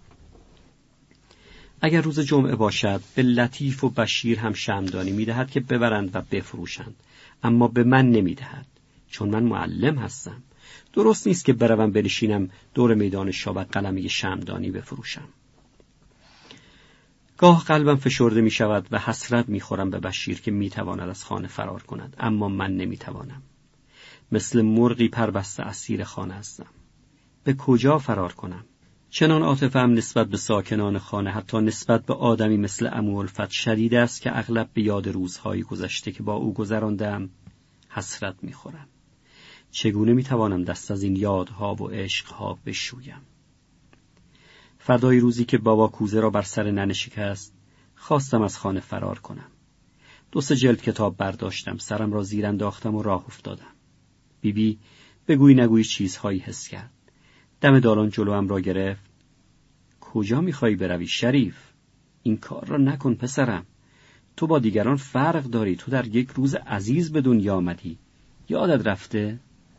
اگر روز جمعه باشد به لطیف و بشیر هم شمعدانی می‌دهد که ببرند و بفروشند، اما به من نمی‌دهد، چون من معلم هستم. درست نیست که بروم بنشینم دور میدان شاه و قلمه شمعدانی بفروشم. گاه قلبم فشرده می شود و حسرت می خورم به بشیر که می تواند از خانه فرار کند، اما من نمی توانم. مثل مرغی پربسته اسیر خانه هستم. به کجا فرار کنم؟ چنان عاطفه‌ام نسبت به ساکنان خانه، حتی نسبت به آدمی مثل عمو الفت شدید است که اغلب به یاد روزهای گذشته که با او گذراندم حسرت می خورم. چگونه می توانم دست از این یادها و عشقها بشویم؟ فردای روزی که بابا کوزه را بر سر ننه شکست، خواستم از خانه فرار کنم. دو سه جلد کتاب برداشتم، سرم را زیر انداختم و راه افتادم. بیبی بگوی نگوی چیزهایی حس کرد. دم دالان جلوام را گرفت. کجا میخوایی بروی شریف؟ این کار را نکن پسرم. تو با دیگران فرق داری. تو در یک روز عزیز به دنیا آمدی. یادت رفته؟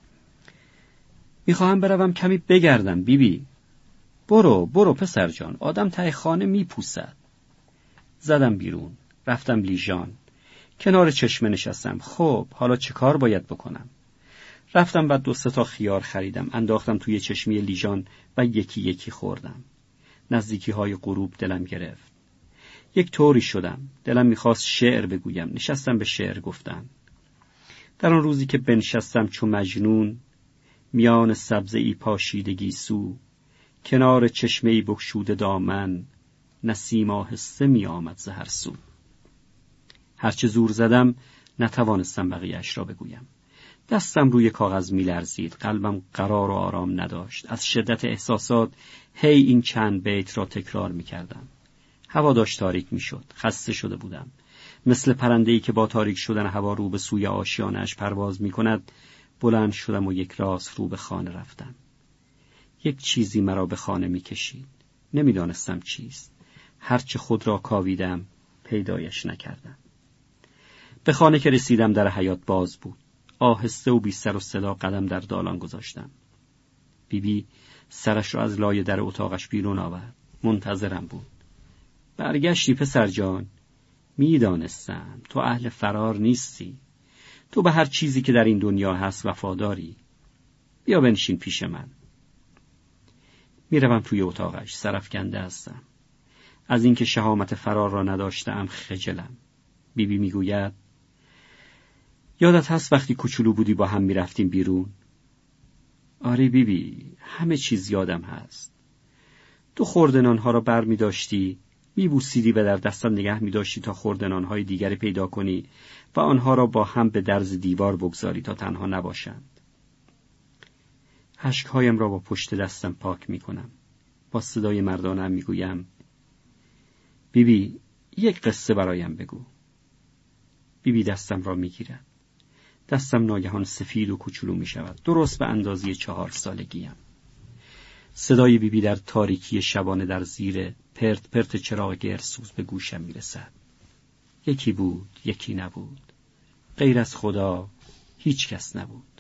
میخواهم بروم کمی بگردم بیبی. بی. برو برو پسر جان، آدم ته خانه میپوسد. زدم بیرون، رفتم لیژان، کنار چشمه نشستم. خب حالا چه کار باید بکنم؟ رفتم و دو سه تا خیار خریدم، انداختم توی چشمه لیژان و یکی یکی خوردم. نزدیکی های غروب دلم گرفت. یک طوری شدم، دلم میخواست شعر بگویم. نشستم به شعر گفتم. در آن روزی که بنشستم چو مجنون، میان سبزه ای پاشیدگی سو، کنار چشمه ای بگشوده دامن، نسیم آهسته می آمد ز هر سو. هرچه زور زدم نتوانستم بقیه‌اش را بگویم. دستم روی کاغذ می لرزید، قلبم قرار و آرام نداشت. از شدت احساسات هی این چند بیت را تکرار می کردم. هوا داشت تاریک می شد، خسته شده بودم. مثل پرنده‌ای که با تاریک شدن هوا رو به سوی آشیانه‌اش پرواز می کند، بلند شدم و یک راست رو به خانه رفتم. یک چیزی مرا به خانه می کشید. نمی دانستم چیست. هرچه خود را کاویدم پیدایش نکردم. به خانه که رسیدم در حیاط باز بود. آهسته و بی سر و صدا قدم در دالان گذاشتم. بیبی بی سرش را از لای در اتاقش بیرون آورد. منتظرم بود. برگشتی پسر جان؟ می دانستم تو اهل فرار نیستی. تو به هر چیزی که در این دنیا هست وفاداری. بیا بنشین پیش من. می روم توی اتاقش، سرفکنده هستم. از اینکه شهامت فرار را نداشتم خجلم. بیبی می گوید یادت هست وقتی کوچولو بودی با هم می رفتیم بیرون؟ آره بیبی، همه چیز یادم هست. تو خوردنانها را بر می داشتی، می بوسیدی و در دستت نگه می داشتی تا خوردنانهای دیگری پیدا کنی و آنها را با هم به درز دیوار بگذاری تا تنها نباشند. اشکهایم را با پشت دستم پاک می کنم. با صدای مردانه‌ام می گویم بیبی یک قصه برایم بگو. بیبی دستم را می گیرد. دستم ناگهان سفید و کوچولو می شود، درست به اندازه چهار سالگیم. صدای بیبی در تاریکی شبانه در زیر پرت پرت چراغ گرسوز به گوشم می رسد. یکی بود، یکی نبود. غیر از خدا هیچ کس نبود.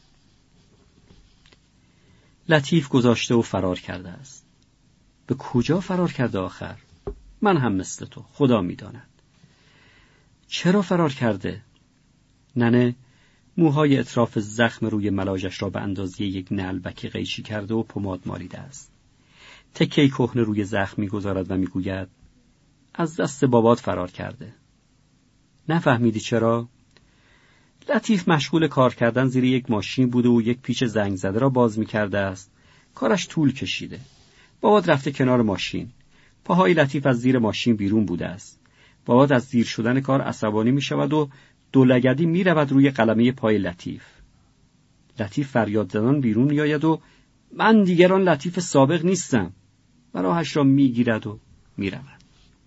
لطیف گذاشته و فرار کرده است. به کجا فرار کرده آخر؟ من هم مثل تو، خدا می داند. چرا فرار کرده؟ ننه موهای اطراف زخم روی ملاجش را به اندازه یک نعلبکی قیچی کرده و پماد مالیده است. تکه‌ای کهنه روی زخم می‌گذارد و می‌گوید از دست بابات فرار کرده. نفهمیدی چرا؟ لطیف مشغول کار کردن زیر یک ماشین بوده و یک پیچ زنگ زده را باز می‌کرده است. کارش طول کشیده. بابات رفته کنار ماشین. پاهای لطیف از زیر ماشین بیرون بوده است. بابات از دیر شدن کار عصبانی می‌شود و دو لگدی می رود روی قلمه پای لطیف. لطیف فریاد زدن بیرون می آید و من دیگران لطیف سابق نیستم و راهش را می گیرد و می رود.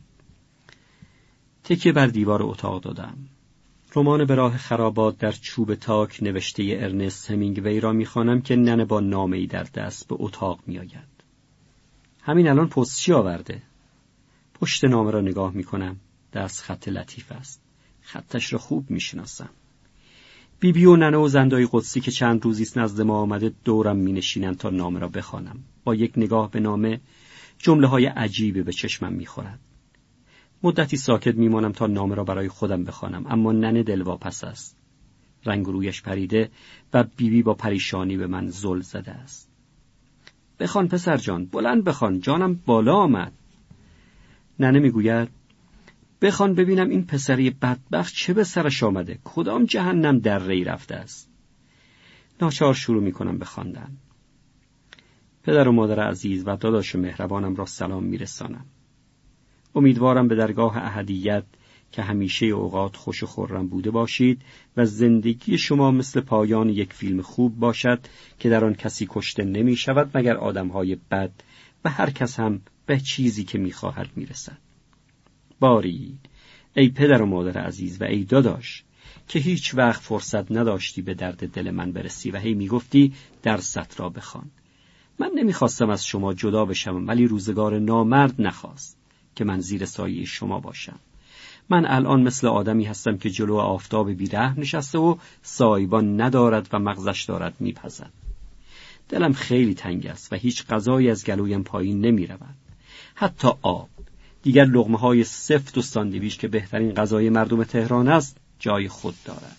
تکیه بر دیوار اتاق دادم. رمان به راه خرابات در چوب تاک نوشته ارنست همینگوی را می خوانم که ننه با نامه‌ای در دست به اتاق می آید. همین الان پستچی آورده. پشت نامه را نگاه می کنم. دست خط لطیف است. خطش را خوب میشناسم. بیبی و ننه و زندای قدسی که چند روزی است نزد ما آمده دورم مینشینند تا نامه را بخوانم. با یک نگاه به نامه جمله های عجیبی به چشمم میخورد. مدتی ساکت میمانم تا نامه را برای خودم بخوانم، اما ننه دلواپس است. رنگ رویش پریده و بیبی با پریشانی به من زل زده است. بخوان پسر جان، بلند بخوان، جانم بالا آمد. ننه میگوید بخوان ببینم این پسری بدبخت چه به سرش آمده، کدام جهنم در ری رفته است. ناچار شروع می کنم به خواندن. پدر و مادر عزیز و داداش مهربانم را سلام می رسانم. امیدوارم به درگاه احدیت که همیشه اوقات خوش و خرم بوده باشید و زندگی شما مثل پایان یک فیلم خوب باشد که در آن کسی کشته نمی شود مگر آدمهای بد و هر کس هم به چیزی که می خواهد می رسد. باری ای پدر و مادر عزیز و ای داداش که هیچ وقت فرصت نداشتی به درد دل من برسی و هی میگفتی درست را بخوان. من نمیخواستم از شما جدا بشم، ولی روزگار نامرد نخواست که من زیر سایه شما باشم. من الان مثل آدمی هستم که جلو آفتاب بیرحم نشسته و سایبان ندارد و مغزش دارد میپزد. دلم خیلی تنگ است و هیچ غذایی از گلویم پایین نمی رود. حتی آب. دیگر لقمه های سفت و ساندویچ که بهترین غذای مردم تهران است جای خود دارد.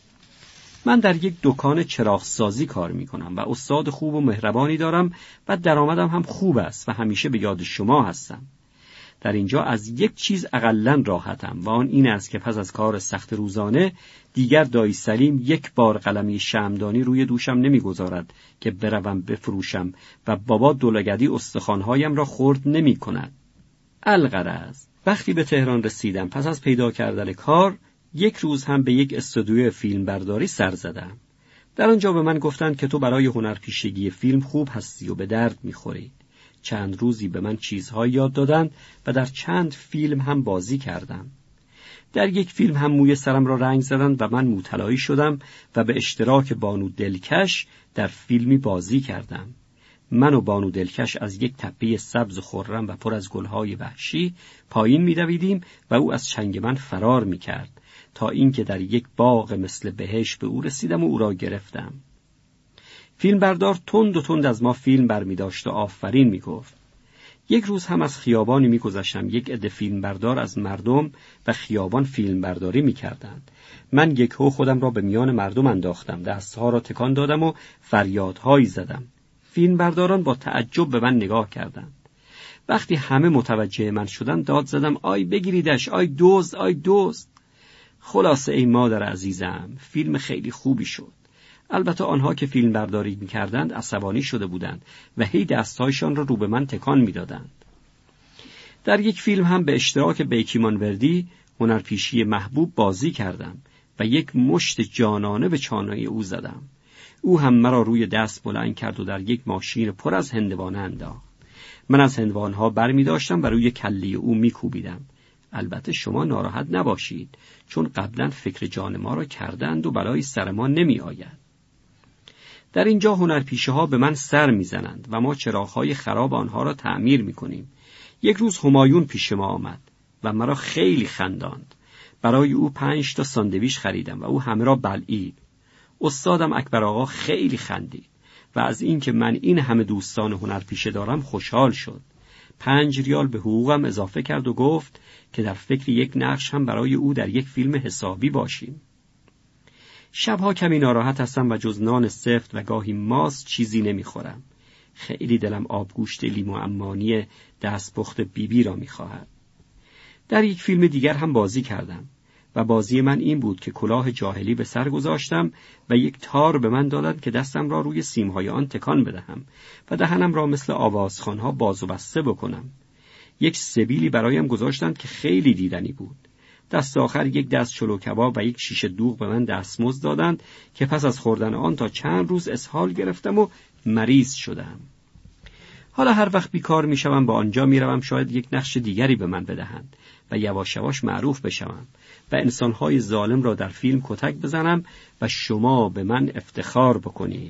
من در یک دکان چراغسازی کار می کنم و استاد خوب و مهربانی دارم و درآمدم هم خوب است و همیشه به یاد شما هستم. در اینجا از یک چیز اقلن راحتم و آن این است که پس از کار سخت روزانه دیگر دایی سلیم یک بار قلمی شمعدانی روی دوشم نمیگذارد که بروم بفروشم و بابا دولگدی استخوانهایم را خرد نمی کند. الغرض وقتی به تهران رسیدم پس از پیدا کردن کار، یک روز هم به یک استودیو فیلم برداری سر زدم. در آنجا به من گفتند که تو برای هنرپیشگی فیلم خوب هستی و به درد می‌خوری. چند روزی به من چیزهای یاد دادند و در چند فیلم هم بازی کردم. در یک فیلم هم موی سرم را رنگ زدند و من موطلایی شدم و به اشتراک بانو دلکش در فیلمی بازی کردم. من و بانو دلکش از یک تپه سبز و خرم و پر از گلهای وحشی پایین می‌دویدیم و او از چنگ من فرار می‌کرد تا اینکه در یک باغ مثل بهشت به او رسیدم و او را گرفتم. فیلم بردار تند و تند از ما فیلم برمی داشت و آفرین می گفت. یک روز هم از خیابانی می گذشتم، یک عده فیلم بردار از مردم و خیابان فیلم برداری می کردند. من یک هو خودم را به میان مردم انداختم، دستها را تکان دادم و فریادهایی زدم. فیلم برداران با تعجب به من نگاه کردند. وقتی همه متوجه من شدند داد زدم آی بگیریدش، آی دزد، آی دزد. خلاصه ای مادر عزیزم، فیلم خیلی خوبی شد. البته آنها که فیلم برداری می‌کردند عصبانی شده بودند و هی دستهایشان را رو به من تکان می‌دادند. در یک فیلم هم به اشتراک بیکی مانوردی هنرپیشی محبوب بازی کردم و یک مشت جانانه به چانه او زدم. او هم مرا روی دست بلند کرد و در یک ماشین پر از هندوانه انداخت. من از هندوانه‌ها برمی‌داشتم و روی کله او می‌کوبیدم. البته شما ناراحت نباشید، چون قبلا فکر جان ما را کردند و بلای سر ما نمی آید. در اینجا هنرپیشه ها به من سر می زنند و ما چراغ‌های خراب آنها را تعمیر می کنیم. یک روز همایون پیش ما آمد و مرا خیلی خنداند. برای او پنج تا ساندویچ خریدم و او همه را بلعید. استادم اکبر آقا خیلی خندید و از اینکه من این همه دوستان هنرپیشه دارم خوشحال شد. پنج ریال به حقوقم اضافه کرد و گفت که در فکر یک نقش هم برای او در یک فیلم حسابی باشیم. شبها کمی ناراحت هستم و جز نان سفت و گاهی ماست چیزی نمیخورم. خیلی دلم آبگوشت لیمو عمانی دستپخت بیبی را میخواهد. در یک فیلم دیگر هم بازی کردم و بازی من این بود که کلاه جاهلی به سر گذاشتم و یک تار به من دادند که دستم را روی سیمهای آن تکان بدهم و دهنم را مثل آوازخوانها باز و بسته بکنم. یک سبیلی برایم گذاشتند که خیلی دیدنی بود. دست آخر یک دست چلو کباب و یک شیشه دوغ به من دستمزد دادند که پس از خوردن آن تا چند روز اسهال گرفتم و مریض شدم. حالا هر وقت بیکار میشوم با آنجا میروم شاید یک نقش دیگری به من بدهند و یواش یواش معروف بشوم و انسانهای ظالم را در فیلم کتک بزنم و شما به من افتخار بکنید.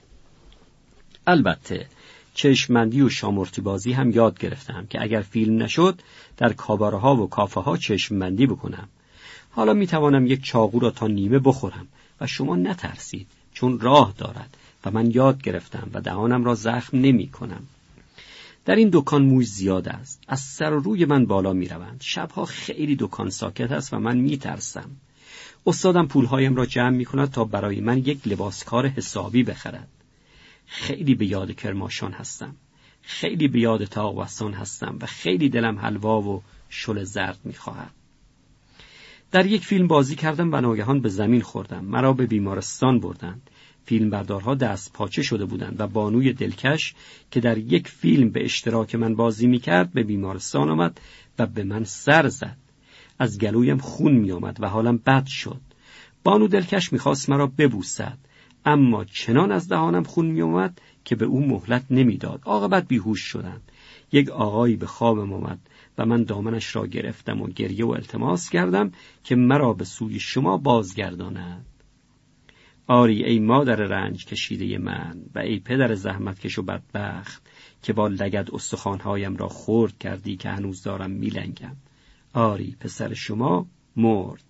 البته چشمندی و شامورتی بازی هم یاد گرفتم که اگر فیلم نشد در کابارها و کافه ها چشمبندی بکنم. حالا می توانم یک چاقو را تا نیمه بخورم و شما نترسید، چون راه دارد و من یاد گرفتم و دهانم را زخم نمی کنم. در این دکان موش زیاد است، از سر و روی من بالا می روند. شبها خیلی دکان ساکت است و من می ترسم. استادم پولهایم را جمع می کند تا برای من یک لباسکار حسابی بخرد. خیلی به یاد کرماشان هستم، خیلی به یاد تاق بستان هستم و خیلی دلم حلوا و شل زرد می‌خواهد. در یک فیلم بازی کردم و ناگهان به زمین خوردم. مرا به بیمارستان بردند. فیلمبردارها دست پاچه شده بودند و بانوی دلکش که در یک فیلم به اشتراک من بازی می‌کرد به بیمارستان آمد و به من سر زد. از گلویم خون می‌آمد و حالم بد شد. بانو دلکش می‌خواست مرا ببوسد، اما چنان از دهانم خون می اومد که به او مهلت نمیداد. عاقبت بیهوش شدم. یک آقایی به خوابم آمد و من دامنش را گرفتم و گریه و التماس کردم که مرا به سوی شما بازگرداند. آری ای مادر رنج کشیده من و ای پدر زحمتکش و بدبخت که با لگد استخوانهایم را خرد کردی که هنوز دارم میلنگم. آری پسر شما مرد.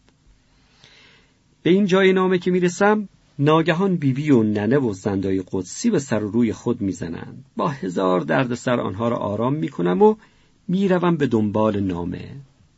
به این جای نامه که میرسم ناگهان بیبی و ننه و زندای قدسی به سر و روی خود میزنند. با هزار دردسر آنها را آرام میکنم و میروم به دنبال نامه.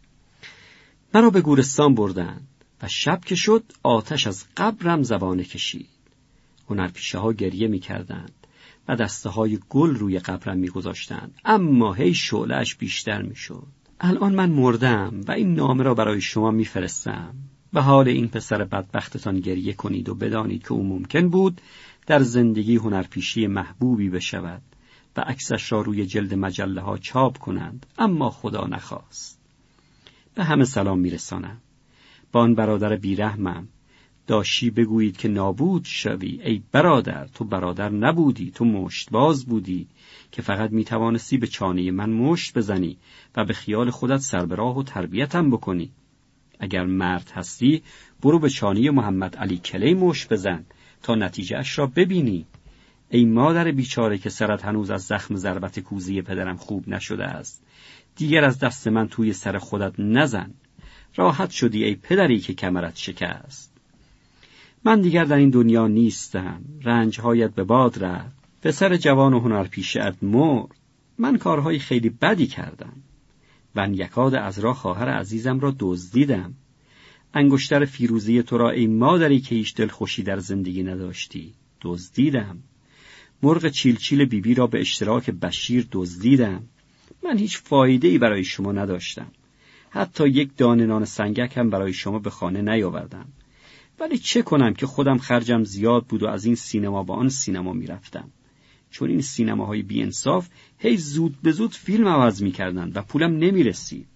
مرا به گورستان بردند و شب که شد آتش از قبرم زبانه کشید. هنرپیشه ها گریه میکردند و دسته های گل روی قبرم میگذاشتند، اما هی شعله‌اش بیشتر میشد. الان من مردم و این نامه را برای شما میفرستم. به حال این پسر بدبختتان گریه کنید و بدانید که او ممکن بود در زندگی هنرپیشی محبوبی بشود و عکسش را روی جلد مجله ها چاپ کنند، اما خدا نخواست. به همه سلام میرسانم. با آن برادر بیرحمم داشی بگویید که نابود شوی. ای برادر، تو برادر نبودی، تو مشتباز بودی که فقط میتوانستی به چانه من مشت بزنی و به خیال خودت سربراه و تربیتم بکنی. اگر مرد هستی برو به چانه محمد علی کلی مشت بزن تا نتیجه اش را ببینی. ای مادر بیچاره که سرت هنوز از زخم ضربت کوزی پدرم خوب نشده است، دیگر از دست من توی سر خودت نزن. راحت شدی ای پدری که کمرت شکست. من دیگر در این دنیا نیستم، رنجهایت به باد رفت، پسر جوان و هنرپیشه‌ات مرد. من کارهای خیلی بدی کردم. من یکاد عذرا خواهر عزیزم را دزدیدم. انگشتر فیروزی تو را ای مادری که هیچ دلخوشی در زندگی نداشتی دزدیدم. مرغ چیلچیل بیبی را به اشتراک بشیر دزدیدم. من هیچ فایده‌ای برای شما نداشتم. حتی یک دانه نان سنگک هم برای شما به خانه نیاوردم. ولی چه کنم که خودم خرجم زیاد بود و از این سینما با آن سینما میرفتم. چون این سینماهای بی انصاف هی زود به زود فیلم عوض میکردند و پولم نمیرسید.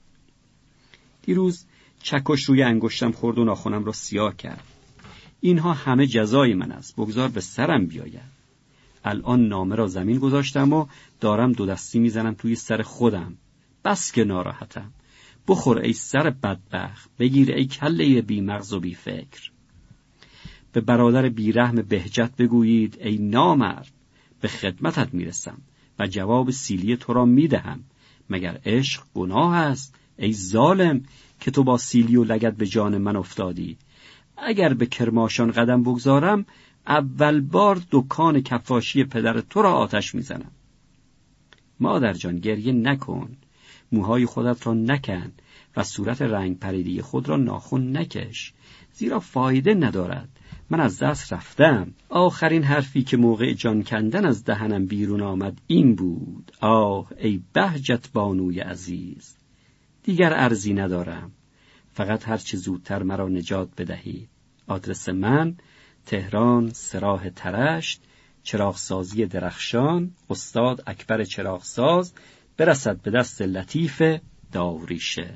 دیروز چکش روی انگشتم خورد و ناخنم را سیاه کرد. اینها همه جزای من است. بگذار به سرم بیاید. الان نامه را زمین گذاشتم و دارم دو دستی میزنم توی سر خودم. بس که ناراحتم. بخور ای سر بدبخت، بگیر ای کله بی مغز و بی فکر. به برادر بیرحم بهجت بگویید ای نامرد، به خدمتت میرسم و جواب سیلی تو را میدهم. مگر عشق گناه است ای ظالم که تو با سیلی و لگد به جان من افتادی؟ اگر به کرماشان قدم بگذارم اول بار دکان کفاشی پدر تو را آتش میزنم. مادر جان گریه نکن، موهای خودت را نکن و صورت رنگ پریدی خود را ناخن نکش، زیرا فایده ندارد. من از دست رفتم. آخرین حرفی که موقع جان کندن از دهنم بیرون آمد این بود: آه ای بهجت بانوی عزیز. دیگر عرضی ندارم، فقط هر چه زودتر مرا نجات بدهید. آدرس من تهران، سراح ترشت، چراغسازی درخشان، استاد اکبر چراغساز، برسد به دست لطیف داوریشه.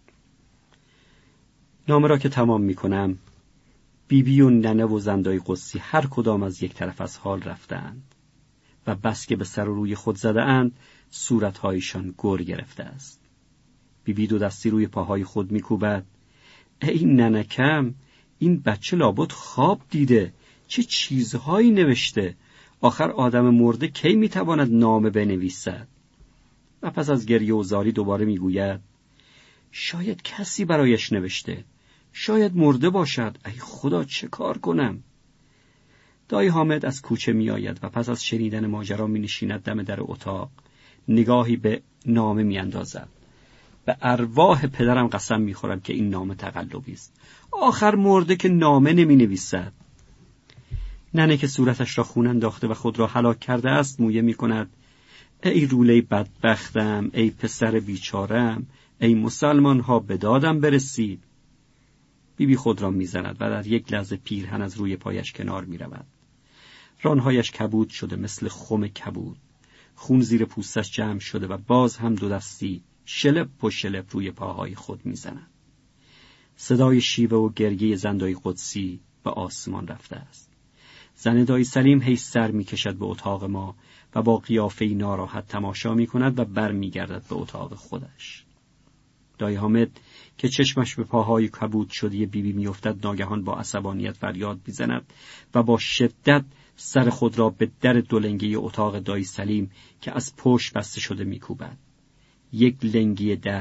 نامه را که تمام می کنم، بیبی و ننه و زندای قدسی هر کدام از یک طرف از حال رفتند و بس که به سر و روی خود زده اند صورتهایشان گر گرفته است. بیبی دو دستی روی پاهای خود می کوبد. ای ننکم، این بچه لابد خواب دیده، چه چیزهایی نوشته. آخر آدم مرده کی می تواند نامه بنویسد؟ و پس از گریه و زاری دوباره می گوید شاید کسی برایش نوشته، شاید مرده باشد. ای خدا چه کار کنم؟ دایی حامد از کوچه می آید و پس از شنیدن ماجرا می نشیند دم در اتاق، نگاهی به نامه می اندازد. به ارواح پدرم قسم می خورم که این نامه تقلبی است. آخر مرده که نامه نمی نویسد. ننه که صورتش را خون انداخته و خود را هلاک کرده است مویه می کند ای روله بدبختم، ای پسر بیچارم، ای مسلمان ها به دادم برسید. بی بی خود را می زند و در یک لحظه پیرهن از روی پایش کنار می رود. رانهایش کبود شده مثل خم کبود. خون زیر پوستش جمع شده و باز هم دو دستی شلپ و شلپ روی پاهای خود می زند. صدای شیوه و گریه زندای قدسی به آسمان رفته است. زن دایی سلیم هی سر می کشد به اتاق ما و با قیافه‌ای ناراحت تماشا می کند و بر می گردد به اتاق خودش. دایی حامد که چشمش به پاهای کبود شده بیبی می افتد ناگهان با عصبانیت فریاد می زند و با شدت سر خود را به در دولنگی اتاق دایی سلیم که از پشت بسته شده می کوبد. یک لنگی در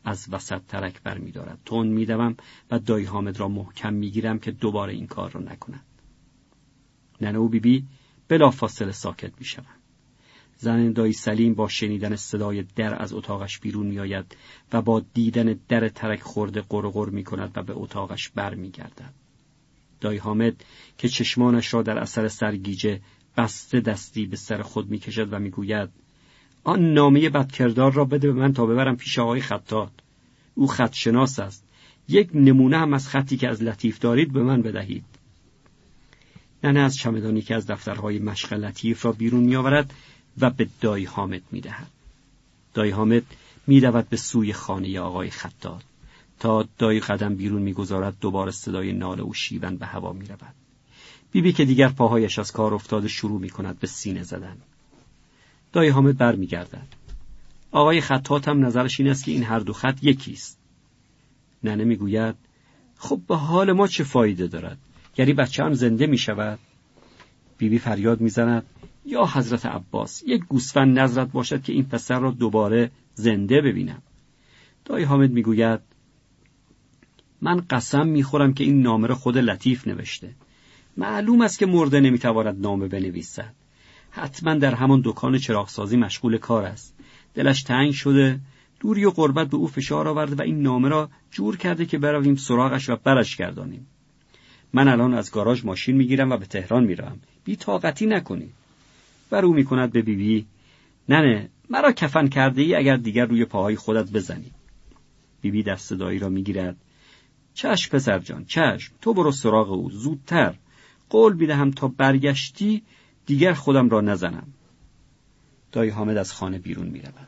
از وسط ترک بر می دارد. تون می دوم و دایی حامد را محکم می گیرم که دوباره این کار را نکند. ننه و بیبی بلا فاصله ساکت می شوند. زن دایی سلیم با شنیدن صدای در از اتاقش بیرون می آید و با دیدن در ترک خورده قرقر می کند و به اتاقش بر می گردد. دایی حامد که چشمانش را در اثر سرگیجه بسته دستی به سر خود می کشد و می گوید آن نامه بدکردار را بده به من تا ببرم پیش آقای خطاط. او خطشناس است. یک نمونه هم از خطی که از لطیف دارید به من بدهید. ننه از چمدانی که از دفترهای مشق لطیف را بیرون می آورد و به دایی حامد می دهد. دایی حامد می دود به سوی خانه آقای خطاط. تا دایی قدم بیرون می گذارد دوباره صدای ناله و شیون به هوا می رود. بیبی که دیگر پاهایش از کار افتاده شروع می کند به سینه زدن. دایی حامد بر می گردد. آقای خطاط هم نظرش این است که این هر دو خط یکیست. ننه می گوید خب به حال ما چه فایده دارد؟ یعنی بچه هم زنده می شود؟ بیبی فریاد می زند یا حضرت عباس یک گوسفند نظرت باشد که این پسر را دوباره زنده ببینم. دایی حامد می گوید من قسم می خورم که این نامه را خود لطیف نوشته. معلوم است که مرده نمی تواند نامه بنویسد. حتما در همان دکان چراغسازی مشغول کار است. دلش تنگ شده، دوری و غربت به او فشار آورده و این نامه را جور کرده که برویم سراغش و برش گردانیم. من الان از گاراژ ماشین میگیرم و به تهران میروم. بی طاقتی نکنی. بر او میکند به بیبی بی ننه مرا کفن کرده ای اگر دیگر روی پاهای خودت بزنی. بیبی بی دست دایی را میگیرد. چشم پسر جان، چشم. تو برو سراغ او زودتر. قول میدهم تا برگشتی دیگر خودم را نزنم. دایی حامد از خانه بیرون میرود.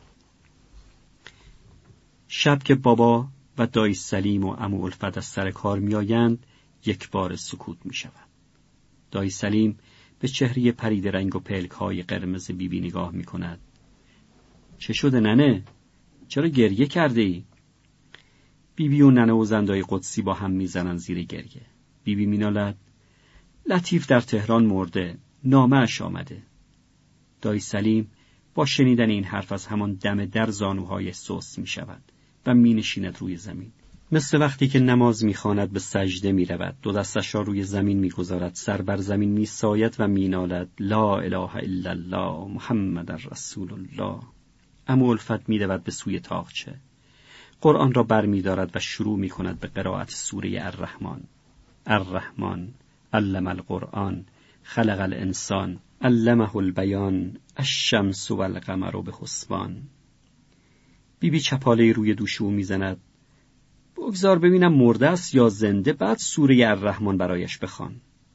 شب که بابا و دایی سلیم و عمو الفت از سر کار میآیند یک بار سکوت می شود. دایی سلیم به چهره پرید رنگ و پلک های قرمز بیبی نگاه می کند. چه شده ننه؟ چرا گریه کرده ای؟ بیبی و ننه و زندای قدسی با هم می زنن زیر گریه. بیبی می نالد لطیف در تهران مرده، نامه اش آمده. دایی سلیم با شنیدن این حرف از همان دم در زانوهای سوس می شود و می نشیند روی زمین. مثل وقتی که نماز می‌خواند به سجده می‌رود، دو دستش را روی زمین می‌گذارد، سر بر زمین می‌ساید و می‌نالد لا اله الا الله محمد رسول الله. عمو الفت می‌دود به سوی تاقچه. قرآن را برمی‌دارد و شروع می‌کند به قرائت سوره الرحمن. الرحمن علم القرآن خلق الانسان علمه البیان الشمس والقمر بحسبان. بیبی چپاله روی دوش او می‌زند. بگذار ببینم مرده است یا زنده، بعد سوره الرحمن برایش بخوان.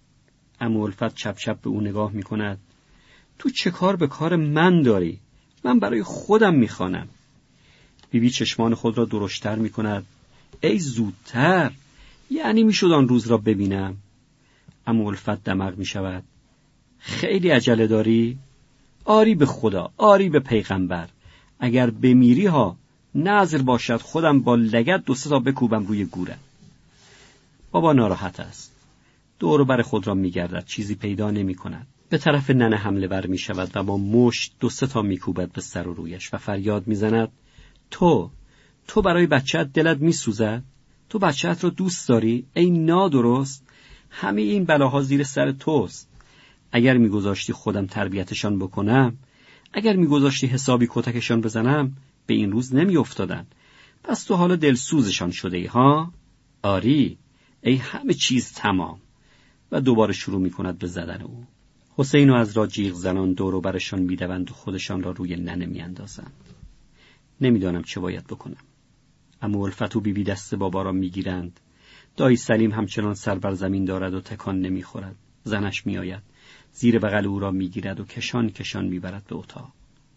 عمو الفت چپ چپ به او نگاه می کند. تو چه کار به کار من داری؟ من برای خودم می خوانم. بیبی چشمان خود را درشتر می کند. ای زودتر، یعنی می شد آن روز را ببینم. عمو الفت دمق می شود. خیلی عجله داری؟ آری به خدا، آری به پیغمبر. اگر بمیری ها نظر باشد خودم با لگد دو سه تا بکوبم روی گوره. بابا ناراحت است. دور و بر خود را میگردد، چیزی پیدا نمی کند. به طرف ننه حمله ور می شود و با مشت دو سه تا میکوبد به سر و رویش و فریاد میزند تو تو برای بچه‌ت دلت میسوزد؟ تو بچه‌ت را دوست داری؟ ای نادرست، همه این بلاها زیر سر توست. اگر میگذاشتی خودم تربیتشان بکنم، اگر میگذاشتی حسابی کتکشان بزنم، به این روز نمی افتادن. پس تو حالا دلسوزشان شده ای ها؟ آری، ای همه چیز تمام. و دوباره شروع می کند به زدن او. حسین و از را جیغ زنان دور و برشان می دوند و خودشان را روی ننه می اندازند. نمیدانم چه باید بکنم. عمو الفت و بیبی دست بابا را می گیرند. دایی سلیم همچنان سر بر زمین دارد و تکان نمی خورد. زنش می آید. زیر بغل او را می گیرد و کشان کشان می برد به اتاق.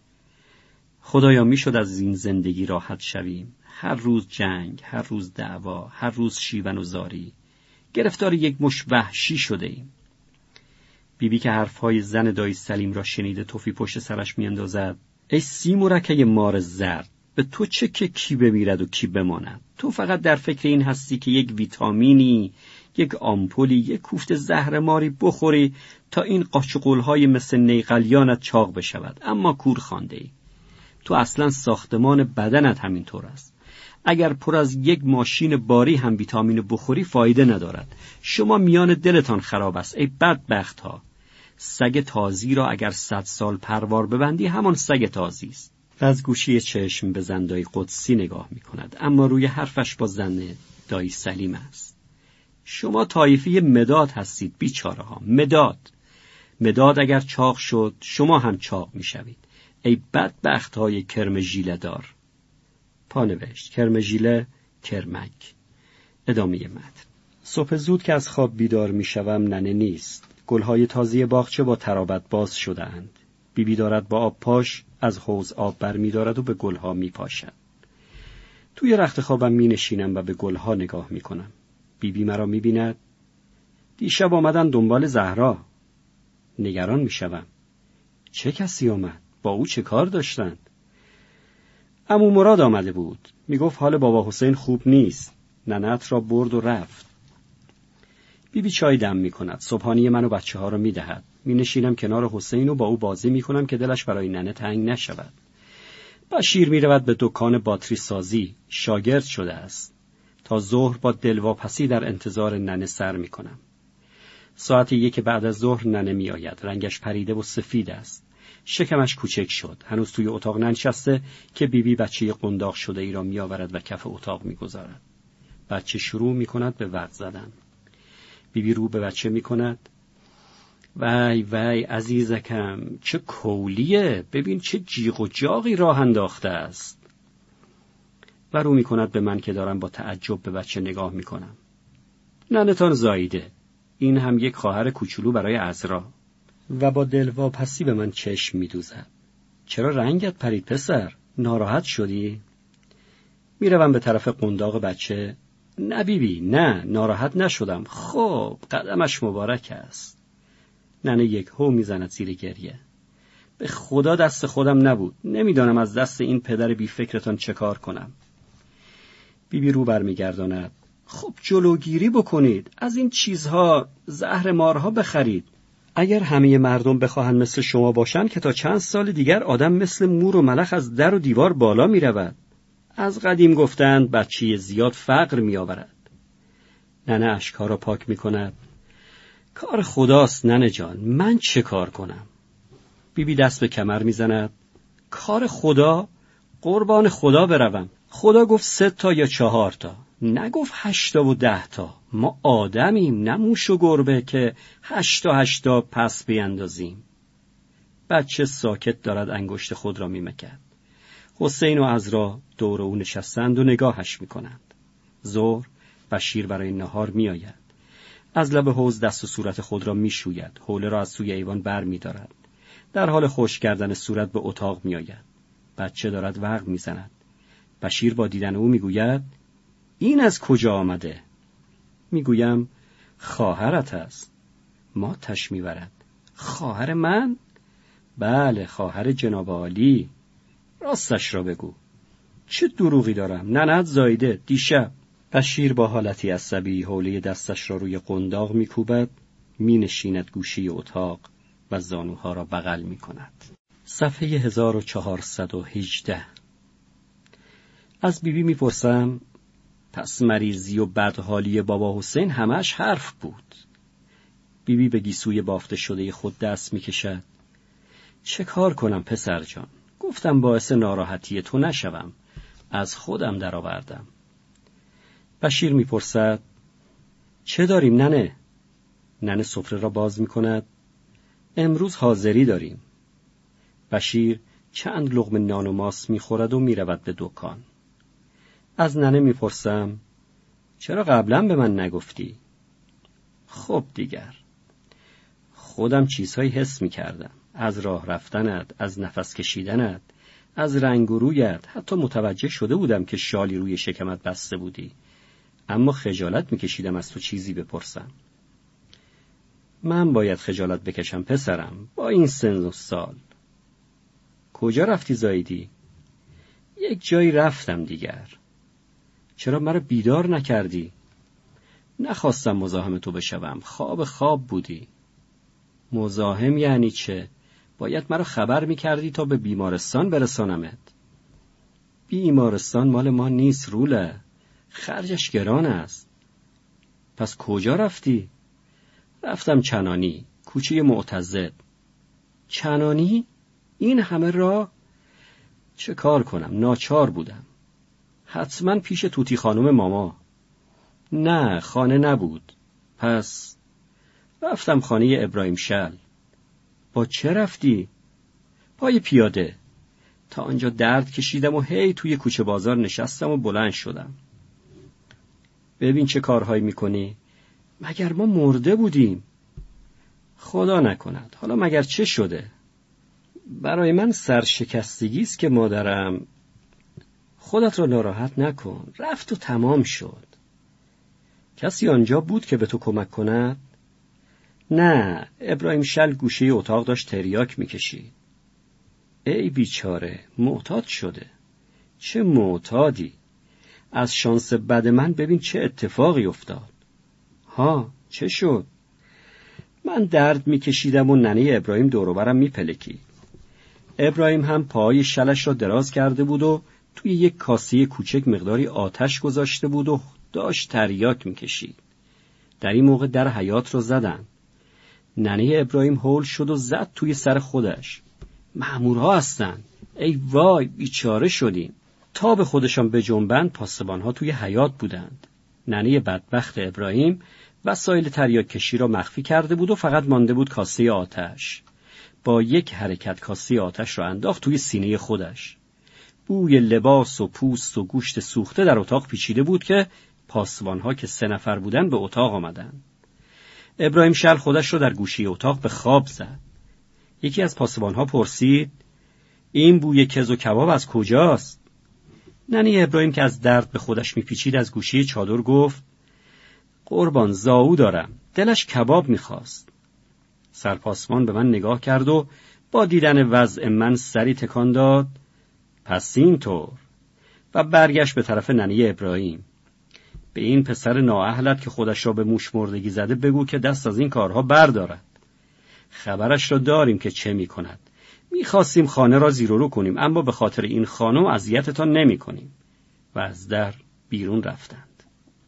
خدایا میشد از این زندگی راحت شویم. هر روز جنگ، هر روز دعوا، هر روز شیون و زاری. گرفتار یک مش وحشی شده ایم. بیبی که حرفهای زن دایی سلیم را شنیده توفی پشت سرش میاندازد. ای سیمورکه مار زرد، به تو چه که کی بمیرد و کی بماند؟ تو فقط در فکر این هستی که یک ویتامینی، یک آمپولی، یک کوفت زهر ماری بخوری تا این قاچقولهای مثل نیقلیانت چاق بشود. اما کور خوانده ای. تو اصلا ساختمان بدنت همین طور است. اگر پر از یک ماشین باری هم ویتامین بخوری فایده ندارد. شما میان دلتان خراب است ای بدبخت ها. سگ تازی را اگر صد سال پروار ببندی همان سگ تازی است. و از گوشی چشم به زندای قدسی نگاه می کند، اما روی حرفش با زن دایی سلیم است. شما طایفه مداد هستید بیچاره ها. مداد مداد اگر چاق شد شما هم چاق می شوید ای بدبخت های کرم ژیله دار. پانوشت کرم ژیله کرمک. ادامه متن. صبح زود که از خواب بیدار می شوم ننه نیست. گلهای تازی باغچه با ترابت باز شده اند. بیبی دارد با آب پاش از حوض آب بر می دارد و به گلها می پاشد. توی رخت خوابم می نشینم و به گلها نگاه می کنم. بیبی مرا می بیند. دیشب آمدن دنبال زهرا. نگران می شوم. چه کسی آمد؟ با او چه کار داشتند؟ عمو مراد آمده بود. می گفت حال بابا حسین خوب نیست. ننت را برد و رفت. بیبی چای دم می کند. صبحانی من و بچه ها را می دهد. می نشینم کنار حسین و با او بازی می کنم که دلش برای ننه تنگ نشود. بشیر می رود به دکان باتری سازی. شاگرد شده است. تا ظهر با دلواپسی در انتظار ننه سر می کنم. ساعت یک بعد از ظهر ننه می آید. رنگش پریده و سفید است. شکمش کوچک شد. هنوز توی اتاق ننشسته که بیبی بچه قنداق شده ای را می آورد و کف اتاق می گذارد. بچه شروع می کند به ورد زدن. بیبی رو به بچه می کند. وای وای عزیزکم چه کولیه، ببین چه جیغ و جاغی راه انداخته است. و رو می کند به من که دارم با تعجب به بچه نگاه می کنم. ننتان زاییده. این هم یک خواهر کوچولو برای عذرا. و با دلواپسی به من چشم می دوزد. چرا رنگت پرید پسر؟ ناراحت شدی؟ می روم به طرف قنداق بچه. نه بیبی نه، ناراحت نشدم. خب قدمش مبارک است. ننه یک هو می زند زیر گریه. به خدا دست خودم نبود. نمیدانم از دست این پدر بی فکرتان چه کار کنم. بیبی رو بر می گرداند. خب جلوگیری بکنید. از این چیزها زهر مارها بخرید. اگر همه مردم بخواهند مثل شما باشند که تا چند سال دیگر آدم مثل مور و ملخ از در و دیوار بالا می رود. از قدیم گفتند بچه زیاد فقر می آورد. ننه اشکها را پاک می کند. کار خداست ننه جان، من چه کار کنم؟ بیبی دست به کمر می زند. کار خدا؟ قربان خدا بروم. خدا گفت سه تا یا چهار تا، نگفت هشتا و ده تا. ما آدمیم نه موش و گربه که هشتا هشتا پس بیندازیم. بچه ساکت دارد انگشت خود را می مکد. حسین و عذرا دور او نشستند و نگاهش می کنند. ظهر بشیر برای نهار می آید. از لب حوض دست و صورت خود را می شوید. حوله را از سوی ایوان بر می دارد. در حال خشک کردن صورت به اتاق می آید. بچه دارد وقت می زند. بشیر با دیدن او می گوید این از کجا آمده؟ می گویم خواهرت است. ماتش می برد. خواهر من؟ بله خواهر جناب عالی. راستش را بگو. چه دروغی دارم؟ ننت زایده دیشب. بشیر با حالتی عصبی حوله دستش را روی قنداق می کوبد. می نشیند گوشی اتاق و زانوها را بغل می کند. صفحه هزار و چهارصد و هجده. از بیبی می پرسم پس مریضی و بدحالی بابا حسین همش حرف بود. بیبی به گیسوی بافته شده خود دست می کشد. چه کار کنم پسر جان؟ گفتم باعث ناراحتی تو نشوم. از خودم درآوردم. بشیر می پرسد چه داریم ننه؟ ننه سفره را باز می کند. امروز حاضری داریم. بشیر چند لقمه نان و ماست می خورد و می رود به دکان. از ننه می پرسم چرا قبلا به من نگفتی؟ خب دیگر خودم چیزهایی حس می کردم. از راه رفتنت، از نفس کشیدنت، از رنگ و رویت. حتی متوجه شده بودم که شالی روی شکمت بسته بودی. اما خجالت می کشیدم از تو چیزی بپرسم. من باید خجالت بکشم پسرم با این سن و سال. کجا رفتی زایدی؟ یک جایی رفتم دیگر. چرا مرا بیدار نکردی؟ نخواستم مزاحم تو بشوم. خواب خواب بودی. مزاحم یعنی چه؟ باید مرا خبر میکردی تا به بیمارستان برسانمت. بیمارستان مال ما نیست روله، خرجش گران است. پس کجا رفتی؟ رفتم چنانی، کوچه معتضد. چنانی؟ این همه راه؟ چه کار کنم، ناچار بودم. حتما پیش توتی خانم ماما. نه، خانه نبود. پس رفتم خانه ابراهیم شل. با چه رفتی؟ پای پیاده. تا آنجا درد کشیدم و هی توی کوچه بازار نشستم و بلند شدم. ببین چه کارهایی میکنی؟ مگر ما مرده بودیم؟ خدا نکند. حالا مگر چه شده؟ برای من سرشکستگی است که مادرم. خودت را ناراحت نکن، رفت و تمام شد. کسی آنجا بود که به تو کمک کند؟ نه، ابراهیم شل گوشه اتاق داشت تریاک میکشید. ای بیچاره، معتاد شده. چه معتادی؟ از شانس بد من ببین چه اتفاقی افتاد. ها، چه شد؟ من درد میکشیدم و ننه ابراهیم دور و برم میپلکید. ابراهیم هم پای شلش را دراز کرده بود و توی یک کاسه کوچک مقداری آتش گذاشته بود و داشت تریاک میکشید. در این موقع در حیاط را زدن. ننه ابراهیم هول شد و زد توی سر خودش. مأمورها هستن. ای وای، بیچاره شدیم. تا به خودشان بجنبند پاسبانها توی حیاط بودند. ننه بدبخت ابراهیم وسایل تریاک کشی را مخفی کرده بود و فقط مانده بود کاسه آتش. با یک حرکت کاسه آتش را انداخت توی سینه خودش. بوی لباس و پوست و گوشت سوخته در اتاق پیچیده بود که پاسبانها که سه نفر بودن به اتاق آمدند. ابراهیم شل خودش را در گوشه اتاق به خواب زد. یکی از پاسبانها پرسید: این بوی کز و کباب از کجاست؟ ننه ابراهیم که از درد به خودش میپیچید از گوشه چادر گفت: قربان زاو دارم، دلش کباب میخواست. سرپاسبان به من نگاه کرد و با دیدن وضع من سری تکان داد: پس اینطور، و برگشت به طرف ننه ابراهیم. به این پسر نااهلت که خودش را به موش مردگی زده بگو که دست از این کارها بردارد. خبرش را داریم که چه می کند. می خواستیم خانه را زیر و رو کنیم، اما به خاطر این خانم اذیتتان نمی کنیم. و از در بیرون رفتند.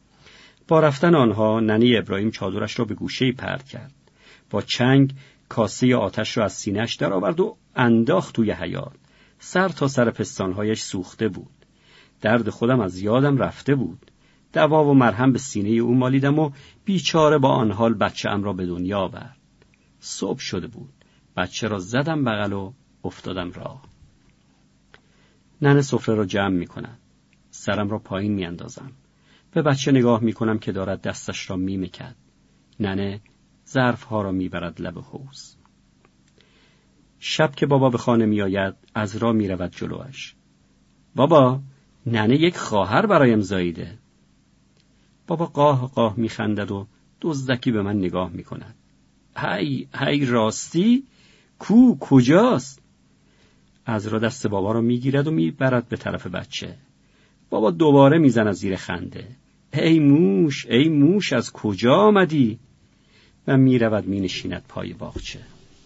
با رفتن آنها ننه ابراهیم چادرش را به گوشه‌ای پرت کرد. با چنگ کاسه آتش را از سینه‌اش در آورد و انداخت توی حیاط. سر تا سر پستانهایش سوخته بود. درد خودم از یادم رفته بود. دوا و مرهم به سینه او مالیدم و بیچاره با آن حال بچه‌ام را به دنیا آورد. صبح شده بود. بچه را زدم بغل و افتادم راه. ننه سفره را جمع می کند. سرم را پایین می اندازم. به بچه نگاه می کنم که دارد دستش را می مکد. ننه ظرف ها را می برد لب حوض. شب که بابا به خانه می آید از راه می رود جلوش. بابا، ننه یک خواهر برایم زاییده. بابا قاه قاه می خندد و دزدکی به من نگاه می کند. هی هی راستی؟ کو کجاست؟ از را دست بابا را می گیرد و می برد به طرف بچه. بابا دوباره می زند زیر خنده. ای موش ای موش از کجا آمدی؟ و می رود می نشیند پای باغچه.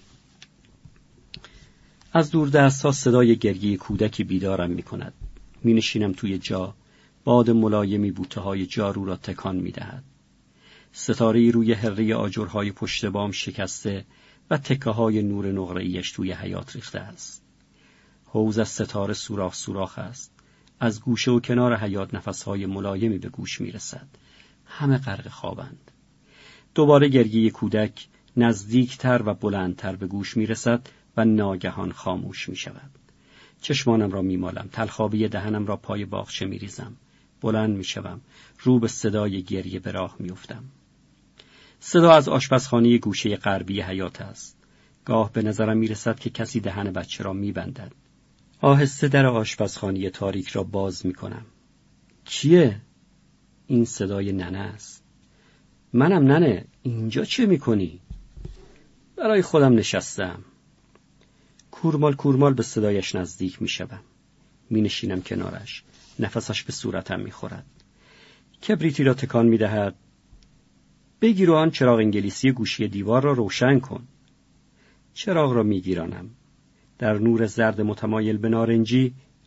از دور دست ها صدای گریه کودکی بیدارم می کند. می نشینم توی جا. باد ملایمی بوته های جارو را تکان می دهد. ستاره‌ای روی هره آجرهای پشت بام شکسته و تکه های نور نقره‌ایش توی حیاط ریخته است. حوض از ستاره سوراخ سوراخ است. از گوشه و کنار حیاط نفسهای ملایمی به گوش می رسد. همه غرق خوابند. دوباره گریه کودک نزدیکتر و بلندتر به گوش می رسد و ناگهان خاموش می شود. چشمانم را می مالم. تلخابی دهنم را پای باغچه می ریزم. بلند می شوم. رو به صدای گریه به راه می افتم. صدا از آشپزخانه گوشه غربی حیاط است. گاه به نظرم می رسد که کسی دهن بچه را می بندد. آهسته در آشپزخانه تاریک را باز می کنم. کیه؟ این صدای ننه است. منم ننه، اینجا چه می کنی؟ برای خودم نشستم. کورمال کورمال به صدایش نزدیک می شدم. می نشینم کنارش. نفسش به صورتم می خورد. کبریتی را تکان می دهد. بگیر و آن چراغ انگلیسی گوشی دیوار را روشن کن. چراغ را می گیرانم. در نور زرد متمایل به نارنجی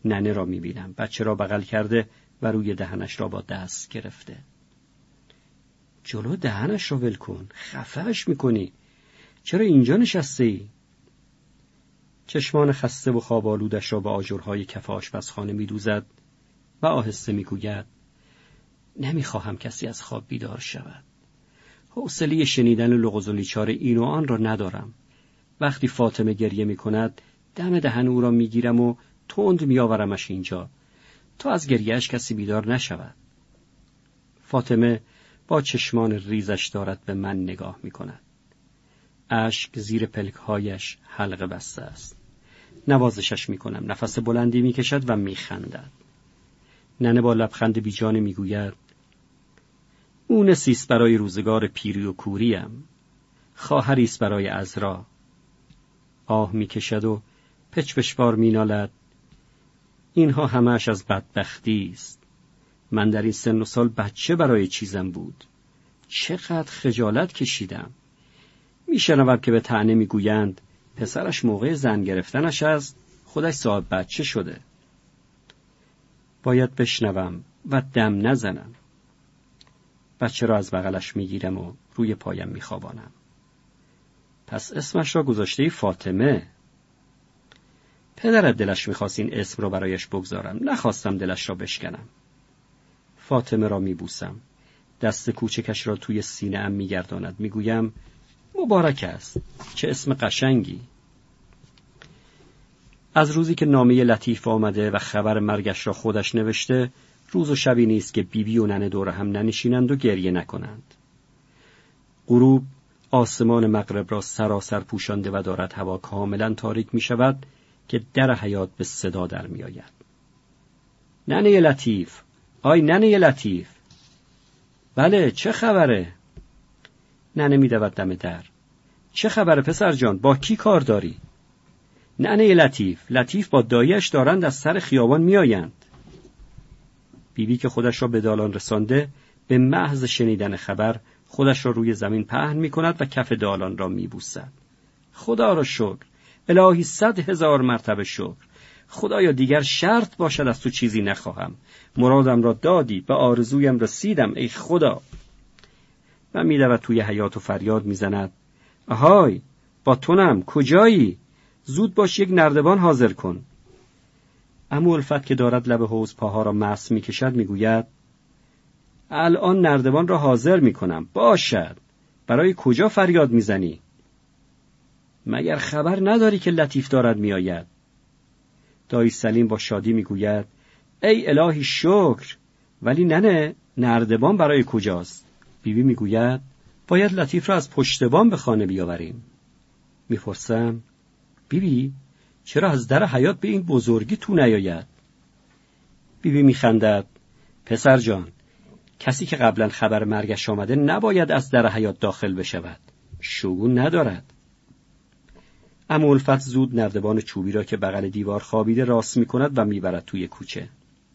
ننه را میبینم. بچه را بغل کرده و روی دهنش را با دست گرفته. جلو دهنش را ول کن، خفهش میکنی. چرا اینجا نشسته ای؟ چشمان خسته و خواب آلودش را به آجرهای کف آشپزخانه میدوزد و آهسته میگوید نمیخواهم کسی از خواب بیدار شود. حوصله شنیدن لغز و لیچار این و آن را ندارم. وقتی فاطمه گریه میکند دم دهن او را میگیرم و تند میآورمش اینجا تا از گریهش کسی بیدار نشود. فاطمه با چشمان ریزش دارد به من نگاه میکند. اشک زیر پلکهایش حلقه بسته است. نوازشش میکنم. نفس بلندی میکشد و میخندد. ننه با لبخند بیجانه میگوید مونسیست برای روزگار پیری و کوریم، خواهریست برای عذرا. آه میکشد و پچ پچبار مینالد اینها همه‌اش از بدبختی است. من در این سن و سال بچه برای چیزم بود. چقدر خجالت کشیدم. میشنوم که به طعنه میگویند پسرش موقع زن گرفتنش است، خودش صاحب بچه شده. باید بشنوم و دم نزنم. بچه را از بغلش میگیرم و روی پایم میخوابانم. پس اسمش را گذاشته فاطمه. پدرت دلش میخواست این اسم را برایش بگذارم، نخواستم دلش را بشکنم. فاطمه را میبوسم. دست کوچکش را توی سینه ام میگرداند. میگویم مبارک است، چه اسم قشنگی. از روزی که نامه لطیف آمده و خبر مرگش را خودش نوشته، روز و شبی نیست که بیبی بی و ننه دور هم ننشینند و گریه نکنند. غروب آسمان مغرب را سراسر پوشانده و دارد هوا کاملا تاریک می شود که در حیاط به صدا در می آید. ننه لطیف، آی ننه لطیف. بله، چه خبره؟ ننه می دود دم در. چه خبره پسر جان، با کی کار داری؟ ننه لطیف، لطیف با داییش دارند از سر خیابان می آیند. بیبی بی که خودش را به دالان رسانده، به محض شنیدن خبر خودش را روی زمین پهن می کند و کف دالان را می بوسد. خدا را شکر، الهی صد هزار مرتبه شکر. خدایا دیگر شرط باشد از تو چیزی نخواهم. مرادم را دادی، به آرزویم رسیدم ای خدا. و می دود توی حیاط و فریاد می زند اهای، با تونم، کجایی؟ زود باش یک نردبان حاضر کن. عمو الفت که دارد لب حوض پاها را مس می کشد می گوید الان نردبان را حاضر می کنم. باشد. برای کجا فریاد می زنی؟ مگر خبر نداری که لطیف دارد می آید؟ دایی سلیم با شادی می گوید ای الهی شکر. ولی ننه، نردبان برای کجاست؟ بیبی می گوید باید لطیف را از پشت بام به خانه بیاوریم. می پرسم بیبی چرا از در حیاط به این بزرگی تو نیاید؟ بیبی می خندد پسر جان، کسی که قبلا خبر مرگش آمده نباید از در حیاط داخل بشود. شگون ندارد. عمو الفت زود نردبان چوبی را که بغل دیوار خوابیده راست می کند و می برد توی کوچه.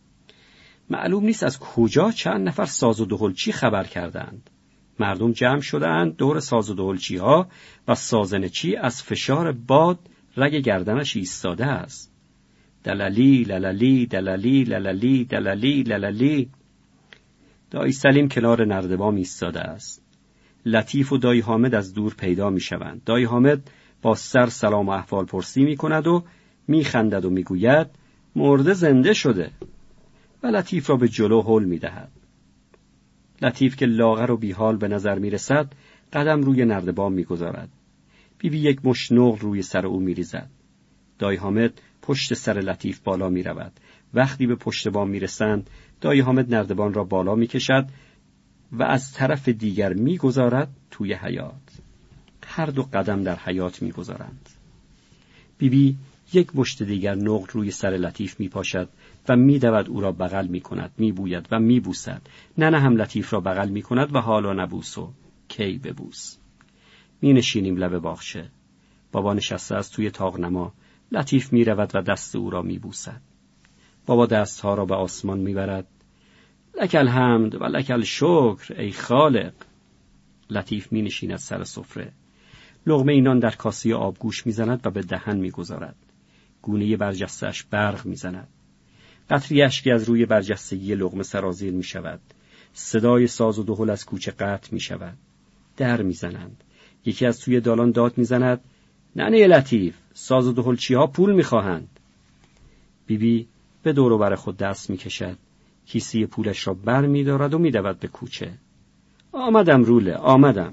معلوم نیست از کجا چند نفر ساز و دهلچی خبر کردند. مردم جمع شدند دور ساز و دهلچی ها و سازنچی از فشار باد رگ گردنش ایستاده است. دلالی للالی دلالی للالی دلالی للالی. دایی سلیم کنار نردبان ایستاده است. لطیف و دایی حامد از دور پیدا می شوند. دایی حامد با سر سلام و احوال پرسی می کند و می خندد و می گوید مرده زنده شده و لطیف را به جلو هل می دهد. لطیف که لاغر و بیحال به نظر می رسد قدم روی نردبان می گذارد. بیبی بی یک مشت نقل روی سر او می ریزد. دایی حامد پشت سر لطیف بالا می رود. وقتی به پشت بام می رسند دایی حامد نردبان را بالا می کشد و از طرف دیگر می گذارد توی حیاط. هر دو قدم در حیاط می گذارند. بیبی یک مشت دیگر نقل روی سر لطیف می پاشد و می دود او را بغل می کند، می بوید و می بوسد. ننه هم لطیف را بغل می کند و حالا نبوس و کی ببوس. می نشینیم لب باغچه. بابا نشسته است توی طاقنما. لطیف می رود و دست او را می بوسد. بابا دستها را به آسمان می برد. لک الحمد و لک الشکر ای خالق. لطیف می نشیند سر سفره. لقمه اینان در کاسه آبگوش می زند و به دهن می گذارد. گونه برجسته‌اش برق می زند. قطری اشکی از روی برجستگی لقمه سرازیر می شود. صدای ساز و دهل از کوچه قطع می شود. در می زنند. یکی از توی دالان داد می زند: ننه لطیف، ساز و دهلچی ها پول می خواهند. بیبی به دور و بر خود دست می کشد. کیسه پولش را بر می دارد و می دود به کوچه. آمدم روله، آمدم.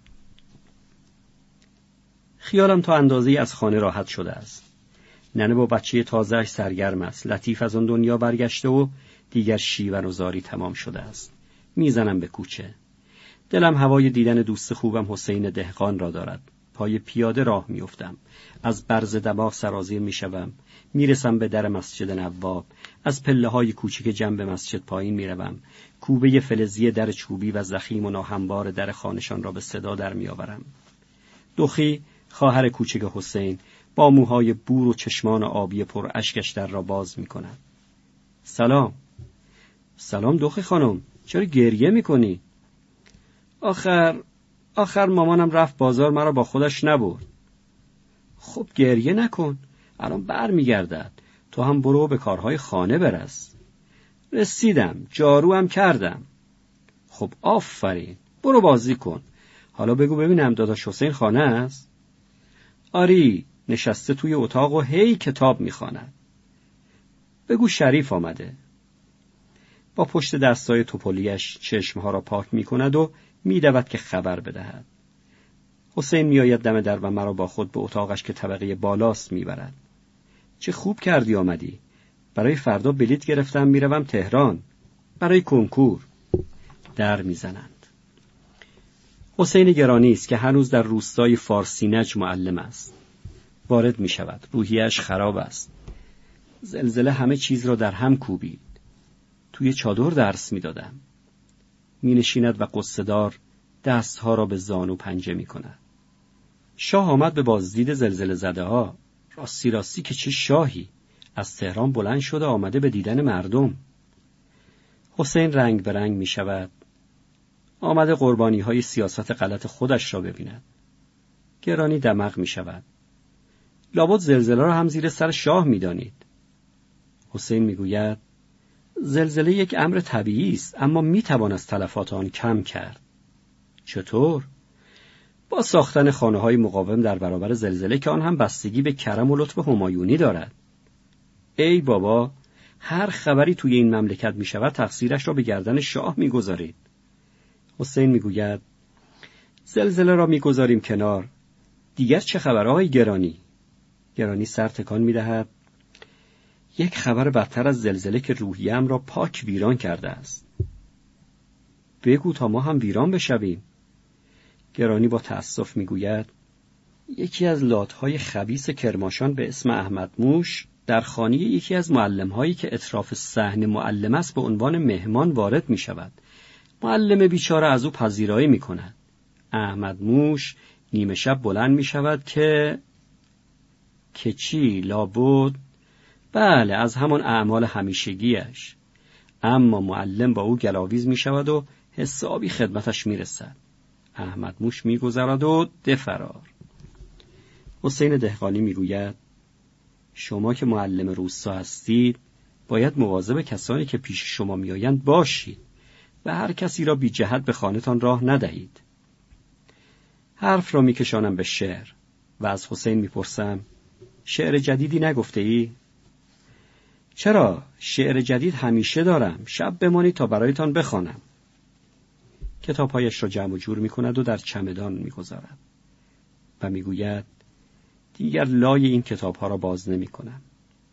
خیالم تا اندازه‌ای از خانه راحت شده است. ننه با بچه تازه‌اش سرگرم است. لطیف از آن دنیا برگشته و دیگر شیون و زاری تمام شده است. میزنم به کوچه. دلم هوای دیدن دوست خوبم حسین دهقان را دارد. پای پیاده راه میافتم. از برز دماغ سرازیر میشوم. میرسم به در مسجد نواب. از پله‌های کوچک جنب مسجد پایین میروم. کوبه فلزی در چوبی و ضخیم و ناهموار در خانه‌شان را به صدا در میآورم. دخی، خواهر کوچک حسین، با موهای بور و چشمان آبی پر اشکش در را باز می‌کند. سلام. سلام دخی خانم، چرا گریه می‌کنی؟ آخر آخر مامانم رفت بازار، مرا با خودش نبرد. خب گریه نکن، الان بر میگردد. تو هم برو به کارهای خانه برس. رسیدم، جارو هم کردم. خب آفرین، برو بازی کن. حالا بگو ببینم داداش حسین خانه است؟ آری، نشسته توی اتاق و هی کتاب میخواند. بگو شریف آمده. با پشت دستای توپلیش چشمها را پاک میکند و میدود که خبر بدهد. حسین میآید دم در و مرا با خود به اتاقش که طبقه بالاست میبرد. چه خوب کردی آمدی. برای فردا بلیط گرفتم، میروم تهران برای کنکور. در میزنند. حسین گرانی است که هنوز در روستای فارسینج معلم است. وارد می شود. روحیش خراب است. زلزله همه چیز را در هم کوبید. توی چادر درس می دادم. می نشیند و قصه‌دار دستها را به زانو پنجه می کند. شاه آمد به بازدید زلزله زده ها. راستی راستی که چه شاهی. از تهران بلند شده آمده به دیدن مردم. حسین رنگ به رنگ می شود. آمده قربانی های سیاست غلط خودش را ببیند. گرانی دمق می شود. لابد زلزله را هم زیر سر شاه می دانید. حسین می گوید زلزله یک امر طبیعی است، اما می توان از تلفات آن کم کرد. چطور؟ با ساختن خانه های مقاوم در برابر زلزله که آن هم بستگی به کرم و لطف همایونی دارد. ای بابا، هر خبری توی این مملکت می شود تقصیرش را به گردن شاه می گذارید. حسین می گوید زلزله را می گذاریم کنار. دیگر چه خبرهای گرانی؟ گرانی سر تکان می دهد. یک خبر بدتر از زلزله که روحیه‌ام را پاک ویران کرده است. بگو تا ما هم ویران بشویم. گرانی با تأسف می گوید یکی از لاتهای خبیث کرماشان به اسم احمد موش در خانه یکی از معلم‌هایی که اطراف صحن معلم است به عنوان مهمان وارد می شود. معلم بیچاره از او پذیرایی می کند. احمد موش نیمه شب بلند می شود که که چی؟ لابد؟ بله، از همان اعمال همیشگیش. اما معلم با او گلاویز می شود و حسابی خدمتش می رسد. احمد موش می گذرد و دفرار. حسین دهقانی می گوید شما که معلم روستا هستید باید مواظب کسانی که پیش شما می آیند باشید و هر کسی را بی جهت به خانه‌تان راه ندهید. حرف را می کشانم به شعر و از حسین می پرسم شعر جدیدی نگفته ای؟ چرا؟ شعر جدید همیشه دارم. شب بمانید تا برایتان بخوانم. کتابهایش را جمع و جور می کند و در چمدان می گذارد و می گوید دیگر لای این کتابها را باز نمی کنم.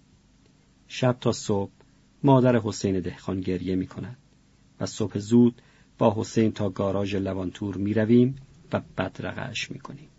شب تا صبح مادر حسین دهقان گریه می کند و صبح زود با حسین تا گاراژ لوانتور می رویم و بدرقه‌اش می کنیم.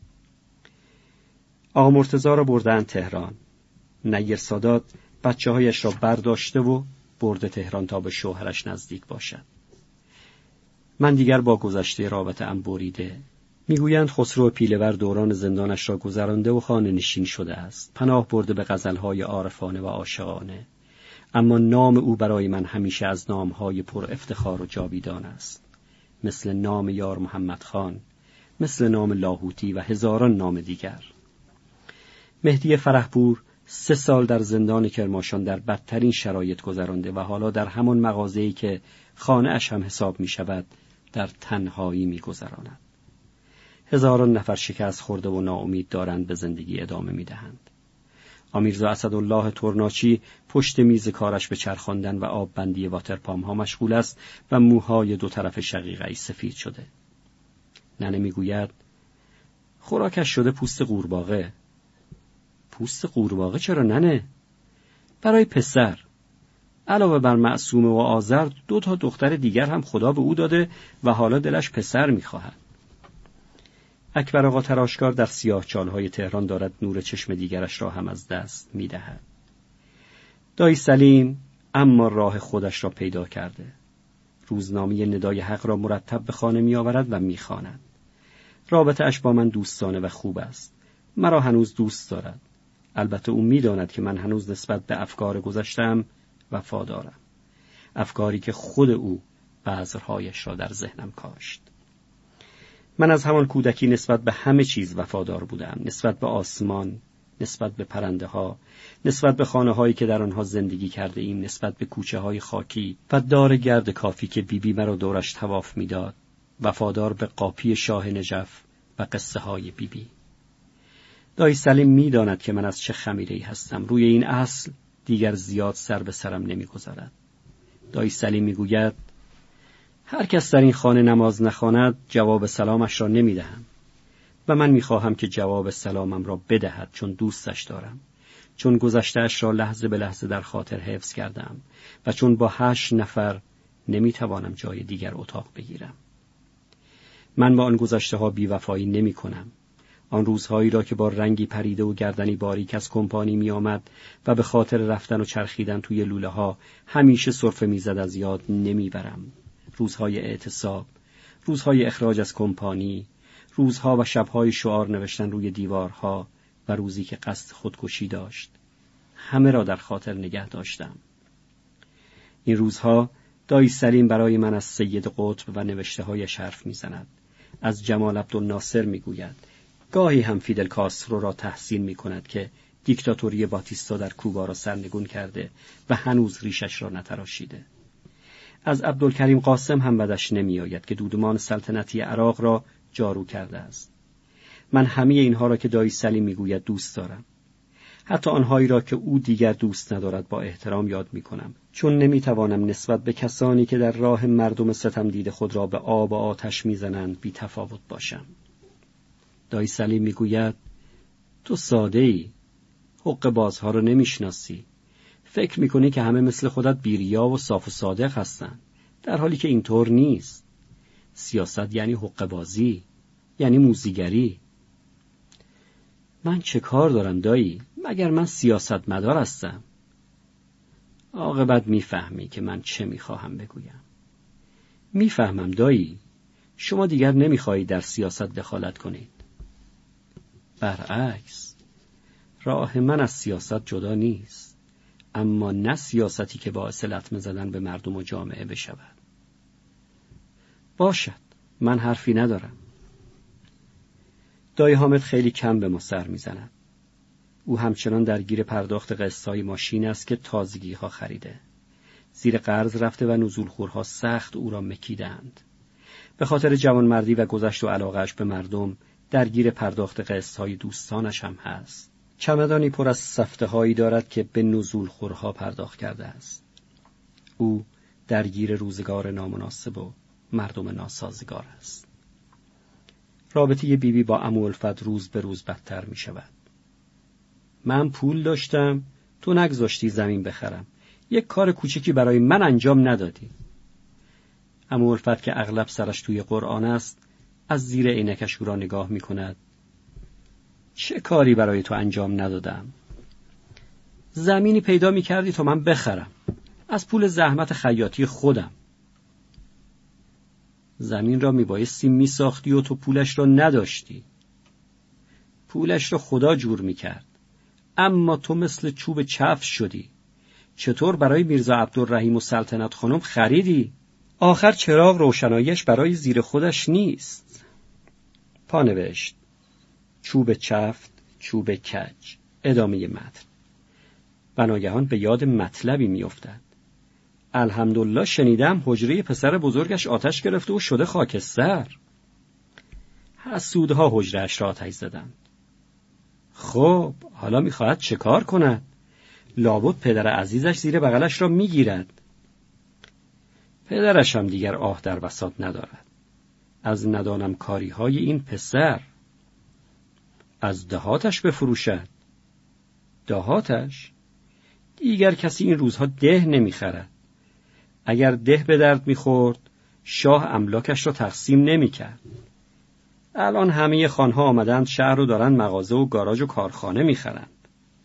آقا مرتضی را بردن تهران. نیر سادات بچه هایش را برداشته و برده تهران تا به شوهرش نزدیک باشد. من دیگر با گذشته رابطه ام بریده. میگویند خسرو پیله‌ور دوران زندانش را گذرانده و خانه نشین شده است. پناه برده به غزل‌های عارفانه و عاشقانه. اما نام او برای من همیشه از نام‌های پر افتخار و جاویدان است. مثل نام یار محمد خان، مثل نام لاهوتی و هزاران نام دیگر. مهدی فرحپور سه سال در زندان کرماشان در بدترین شرایط گذرانده و حالا در همان مغازه‌ای که خانه اش هم حساب می شود در تنهایی می گذراند. هزاران نفر شکست خورده و ناامید دارند به زندگی ادامه می دهند. آمیرزا اسدالله ترناچی پشت میز کارش به چرخاندن و آب بندی واترپام ها مشغول است و موهای دو طرف شقیقه‌اش سفید شده. ننه می گوید خوراکش شده پوست قورباغه. پوست قورباغه چرا ننه؟ برای پسر. علاوه بر معصومه و آذر دو تا دختر دیگر هم خدا به او داده و حالا دلش پسر می خواهد. اکبر آقا تراشکار در سیاه چالهای تهران دارد نور چشم دیگرش را هم از دست می دهد. دایی سلیم اما راه خودش را پیدا کرده. روزنامه ندای حق را مرتب به خانه می آورد و می خواند. رابطه اش با من دوستانه و خوب است. مرا هنوز دوست دارد. البته او می داند که من هنوز نسبت به افکار گذشتم وفادارم. افکاری که خود او بذرهایش را در ذهنم کاشت. من از همان کودکی نسبت به همه چیز وفادار بودم. نسبت به آسمان، نسبت به پرنده ها، نسبت به خانه هایی که در آنها زندگی کرده ایم، نسبت به کوچه های خاکی و دار گرد کافی که بیبی مرا دورش طواف میداد، وفادار به قاپی شاه نجف و قصه های بیبی. دایی سلیم می داند که من از چه خمیره‌ای هستم. روی این اصل دیگر زیاد سر به سرم نمی گذارد. دایی سلیم می گوید هر کس در این خانه نماز نخواند جواب سلامش را نمی دهم و من می خواهم که جواب سلامم را بدهد، چون دوستش دارم، چون گذشته‌اش را لحظه به لحظه در خاطر حفظ کردم و چون با هشت نفر نمی توانم جای دیگر اتاق بگیرم. من با آن گذشته ها بی‌وفایی نمی کنم. آن روزهایی را که با رنگی پریده و گردنی باریک از کمپانی می آمد و به خاطر رفتن و چرخیدن توی لوله ها همیشه سرفه می زد از یاد نمی برم. روزهای اعتصاب، روزهای اخراج از کمپانی، روزها و شبهای شعار نوشتن روی دیوارها و روزی که قصد خودکشی داشت. همه را در خاطر نگه داشتم. این روزها دایی سلیم برای من از سید قطب و نوشته هایش حرف می زند. از جمال عبدالناصر می گوید. گاهی هم فیدل کاسترو را تحسین می کند که دیکتاتوری باتیستا در کوبا را سرنگون کرده و هنوز ریشش را نتراشیده. از عبدالکریم قاسم هم بدش نمی آید که دودمان سلطنتی عراق را جارو کرده است. من همه اینها را که دایی سلیم می گوید دوست دارم. حتی آنهایی را که او دیگر دوست ندارد با احترام یاد می کنم، چون نمی توانم نسبت به کسانی که در راه مردم ستم دیده خود را به آب و آتش می زنند بی تفاوت باشم. دایی سلیم می گوید تو ساده ای، حق بازها را نمی شناسی. فکر می کنی که همه مثل خودت بیریا و صاف و صادق هستند، در حالی که اینطور نیست. سیاست یعنی حق بازی، یعنی موزیگری. من چه کار دارم دایی؟ مگر من سیاست مدار هستم؟ عاقبت میفهمی که من چه میخواهم بگویم. میفهمم دایی، شما دیگر نمیخواهید در سیاست دخالت کنید. برعکس، راه من از سیاست جدا نیست، اما نه سیاستی که باعث لطمه زدن به مردم و جامعه بشود. باشد، من حرفی ندارم. دایی حامد خیلی کم به ما سر میزند. او همچنان درگیر پرداخت قسطای ماشین است که تازگی ها خریده. زیر قرض رفته و نزولخورها سخت او را مکیدند. به خاطر جوانمردی و گذشت و علاقه‌اش به مردم درگیر پرداخت قسطهای دوستانش هم هست. چمدانی پر از سفته هایی دارد که به نزولخورها پرداخت کرده است. او درگیر روزگار نامناسب و مردم ناسازگار است. رابطه بیبی بی با عمو الفت روز به روز بدتر می شود. من پول داشتم، تو نگذاشتی زمین بخرم. یک کار کوچکی برای من انجام ندادی. عمو الفت که اغلب سرش توی قرآن است، از زیر عینکش او را نگاه می کند. چه کاری برای تو انجام ندادم؟ زمینی پیدا می کردی تا من بخرم، از پول زحمت خیاطی خودم. زمین را می بایستی می ساختی و تو پولش را نداشتی. پولش را خدا جور می کرد، اما تو مثل چوب چفش شدی. چطور برای میرزا عبدالرحیم و سلطنت خانم خریدی؟ آخر چراغ روشناییش برای زیر خودش نیست. پا نوشت: چوب چفت، چوب کج. ادامه متن. و ناگهان به یاد مطلبی میافتد. الحمدلله شنیدم حجره پسر بزرگش آتش گرفته و شده خاکستر. حسودها حجره‌اش را آتش زدند. خب حالا میخواهد چه کار کند؟ لابد پدر عزیزش زیر بغلش را میگیرد. پدرش هم دیگر آه در بساط ندارد. از ندانم کاری های این پسر. از دهاتش بفروشد. دهاتش؟ دیگر کسی این روزها ده نمیخرد. اگر ده به درد میخورد شاه املاکش را تقسیم نمیکرد. الان همه خانها آمدند شهر رو دارند مغازه و گاراژ و کارخانه میخرند.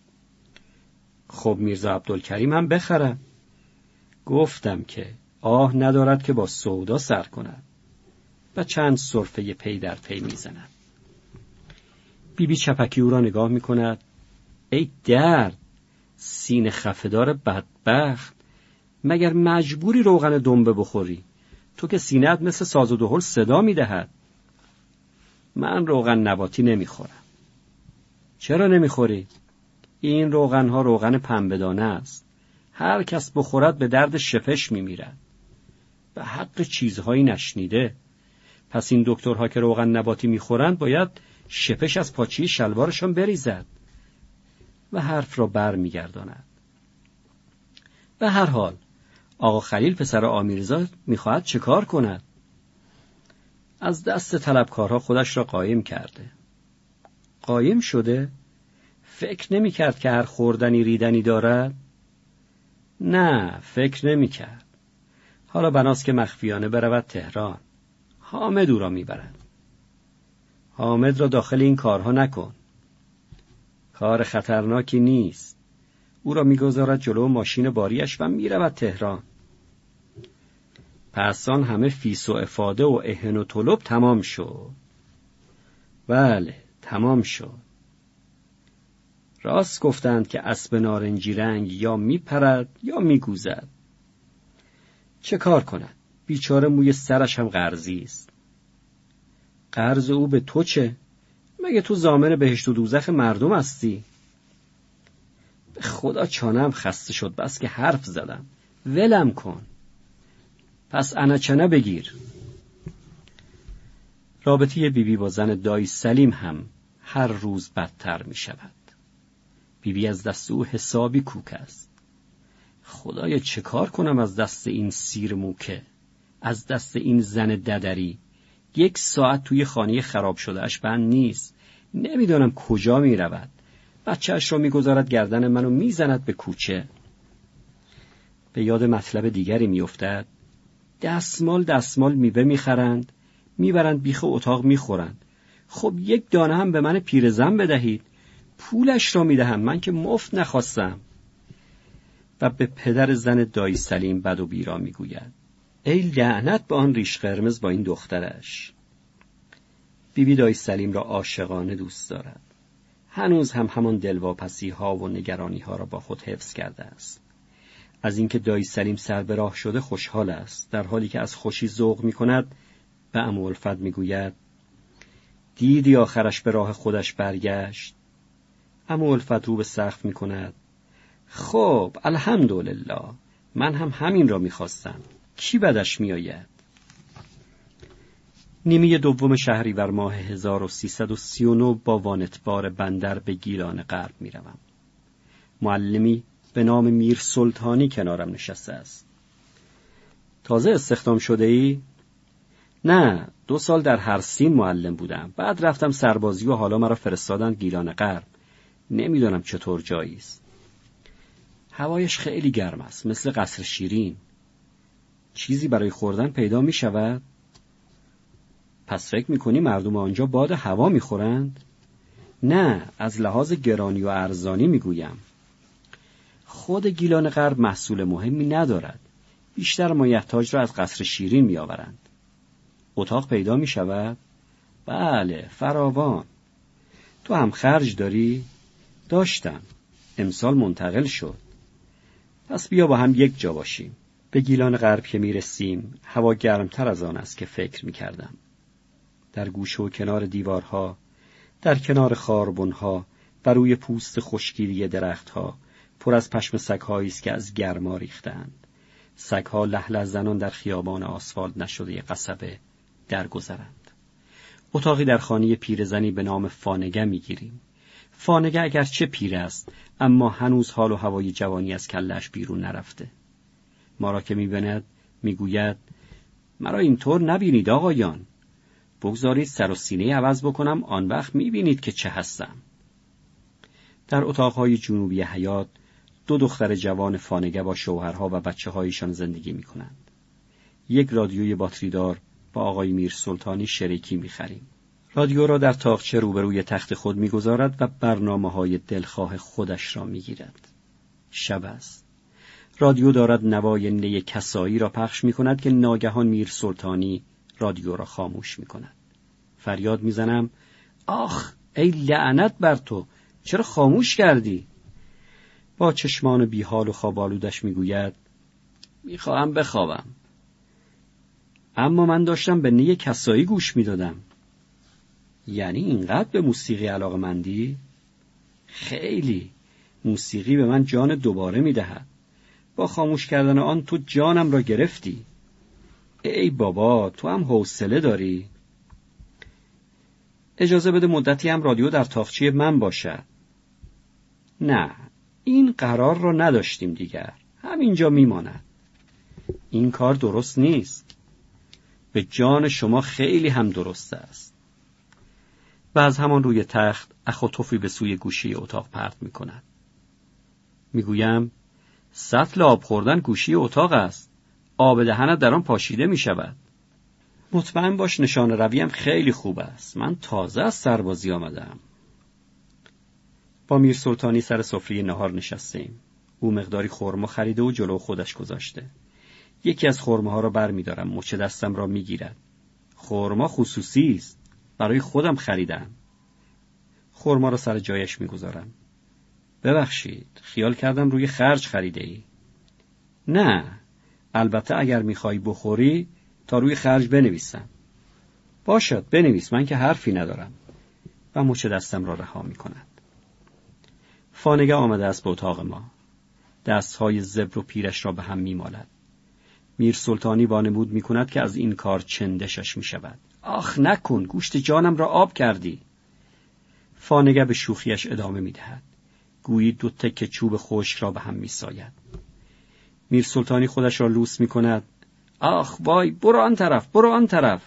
خب میرزا عبدالکریم هم بخرد. گفتم که آه ندارد که با سودا سر کند و چند سرفه پی در پی میزند. بی بی چپکی او را نگاه میکند. ای درد، سینه خفه‌دار بدبخت، مگر مجبوری روغن دنبه بخوری؟ تو که سینه‌ات مثل ساز و دهل صدا میدهد. من روغن نباتی نمیخورم. چرا نمیخوری؟ این روغنها روغن پنبه‌دانه است. هر کس بخورد به درد شپش میمیرد. به حق چیزهایی نشنیده. پس این دکترها که روغن نباتی میخورند باید شپش از پاچه شلوارشان بریزد. و حرف را بر میگرداند. به هر حال آقا خلیل پسر آمیرزا میخواهد چه کار کند؟ از دست طلبکارها خودش را قایم کرده. قایم شده؟ فکر نمی کرد که هر خوردنی ریدنی دارد؟ نه، فکر نمی کرد. حالا بناست که مخفیانه برود تهران. حامد او را می برد. حامد را داخل این کارها نکن. کار خطرناکی نیست. او را می گذارد جلو ماشین باریش و می رود تهران. پس آن همه فیس و افاده و اهن و طلب تمام شد. بله، تمام شد. راست گفتند که اسب نارنجی رنگ یا می پرد یا می گوزد. چه کار کند؟ بیچاره موی سرش هم قرضی است. قرض او به تو چه؟ مگه تو ضامن بهشت و دوزخ مردم هستی؟ به خدا چانم خسته شد، بس که حرف زدم. ولم کن. پس انچنه بگیر. رابطه بیبی بی با زن دایی سلیم هم هر روز بدتر می شود. بیبی بی از دست او حسابی کوک است. خدایا چه کار کنم از دست این سیر موکه، از دست این زن ددری. یک ساعت توی خانه خراب شده اش بند نیست. نمیدانم کجا می رود. بچه اش را می گذارد گردن منو می زند به کوچه. به یاد مطلب دیگری می افتد. دستمال دستمال میوه میخرند، میبرند بیخ اتاق میخورند. خب یک دانه هم به من پیرزن بدهید، پولش را میدهم، من که مفت نخواستم. و به پدر زن دایی سلیم بد و بیرا میگوید. ای لعنت به آن ریش قرمز با این دخترش. بیبی بی دایی سلیم را عاشقانه دوست دارد. هنوز هم همان دلواپسی ها و نگرانی ها را با خود حفظ کرده است. از اینکه دایی سلیم سر به راه شده خوشحال است، در حالی که از خوشی ذوق می کند. به عمو الفت می گوید دیدی آخرش به راه خودش برگشت. عمو الفت رو به سقف می کند. خب الحمدلله، من هم همین را می خواستم. کی بدش می آید؟ نیمه دوم شهریور ماه هزار و سیصد و سی و نه با وانتبار بندر به گیلان غرب می روم. معلمی به نام میر سلطانی کنارم نشسته است. تازه استخدام شده ای؟ نه، دو سال در هرسین معلم بودم. بعد رفتم سربازی و حالا مرا فرستادن گیلان غرب. نمیدونم چطور جایی است. هوایش خیلی گرم است، مثل قصر شیرین. چیزی برای خوردن پیدا می شود؟ پس فکر می کنی مردم آنجا باد هوا می خورند؟ نه، از لحاظ گرانی و ارزانی می گویم. خود گیلان غرب محصول مهمی ندارد. بیشتر مایحتاج را از قصر شیرین می آورند. اتاق پیدا می شود؟ بله، فراوان. تو هم خرج داری؟ داشتم. امسال منتقل شد. پس بیا با هم یک جا باشیم. به گیلان غرب که می رسیم، هوا گرمتر از آن است که فکر می کردم. در گوشه و کنار دیوارها، در کنار خاربنها و روی پوست خشکیده درختها، پر از پشم سگ‌هایی است که از گرما ریختند. سگ‌ها لهله زنان در خیابان آسفالت نشده قصبه درگذرند. اتاقی در خانه پیرزنی به نام فانگه می‌گیریم. فانگه اگرچه پیر است، اما هنوز حال و هوای جوانی از کله‌اش بیرون نرفته. ما را که می‌بیند می‌گوید: مرا اینطور نبینید آقایان. بگذارید سر و سینه عوض بکنم، آن وقت می‌بینید که چه هستم. در اتاق‌های جنوبی حیاط دو دختر جوان فانگه با شوهرها و بچه‌هایشان زندگی می‌کنند. یک رادیوی باتریدار با آقای میر سلطانی شریکی می‌خریم. رادیو را در تاقچه روبروی تخت خود می‌گذارد و برنامه‌های دلخواه خودش را می‌گیرد. شب است. رادیو دارد نوای نی کسایی را پخش می‌کند که ناگهان میر سلطانی رادیو را خاموش می‌کند. فریاد می‌زنم: آخ، ای لعنت بر تو! چرا خاموش کردی؟ با چشمان بیحال و خواب‌آلودش می‌گوید: می‌خواهم بخوابم. اما من داشتم به نی کسایی گوش می‌دادم. یعنی اینقدر به موسیقی علاقه‌مندی؟ خیلی. موسیقی به من جان دوباره می‌دهد. با خاموش کردن آن تو جانم را گرفتی. ای بابا، تو هم حوصله داری؟ اجازه بده مدتی هم رادیو در تاقچه من باشد. نه، این قرار را نداشتیم دیگر. همینجا میماند. این کار درست نیست. به جان شما خیلی هم درست است. و از همان روی تخت اخ و تفی به سوی گوشی اتاق پرت می کند. می گویم: سطل آب خوردن گوشی اتاق است. آب دهنت در آن پاشیده می شود. مطمئن باش نشان رویم خیلی خوب است. من تازه از سربازی آمدم. با میر سلطانی سر سفره نهار نشستیم. او مقداری خرما خریده و جلو خودش گذاشته. یکی از خرماها را بر می دارم. مچ دستم را می گیرد. خرما خصوصی است. برای خودم خریدم. خرما را سر جایش می گذارم. ببخشید، خیال کردم روی خرج خریده ای. نه، البته اگر می خواهی بخوری تا روی خرج بنویسم. باشد بنویس، من که حرفی ندارم. و مچ دستم را رها می کند. فانگه آمده است به اتاق ما. دستهای زبر و پیرش را به هم می مالد. میر سلطانی وانمود می کند که از این کار چندشش می شود. آخ نکن، گوشت جانم را آب کردی. فانگه به شوخیش ادامه می دهد. گویی دو تکه چوب خشک را به هم می ساید. میر سلطانی خودش را لوس می کند. آخ وای، برو آن طرف، برو آن طرف.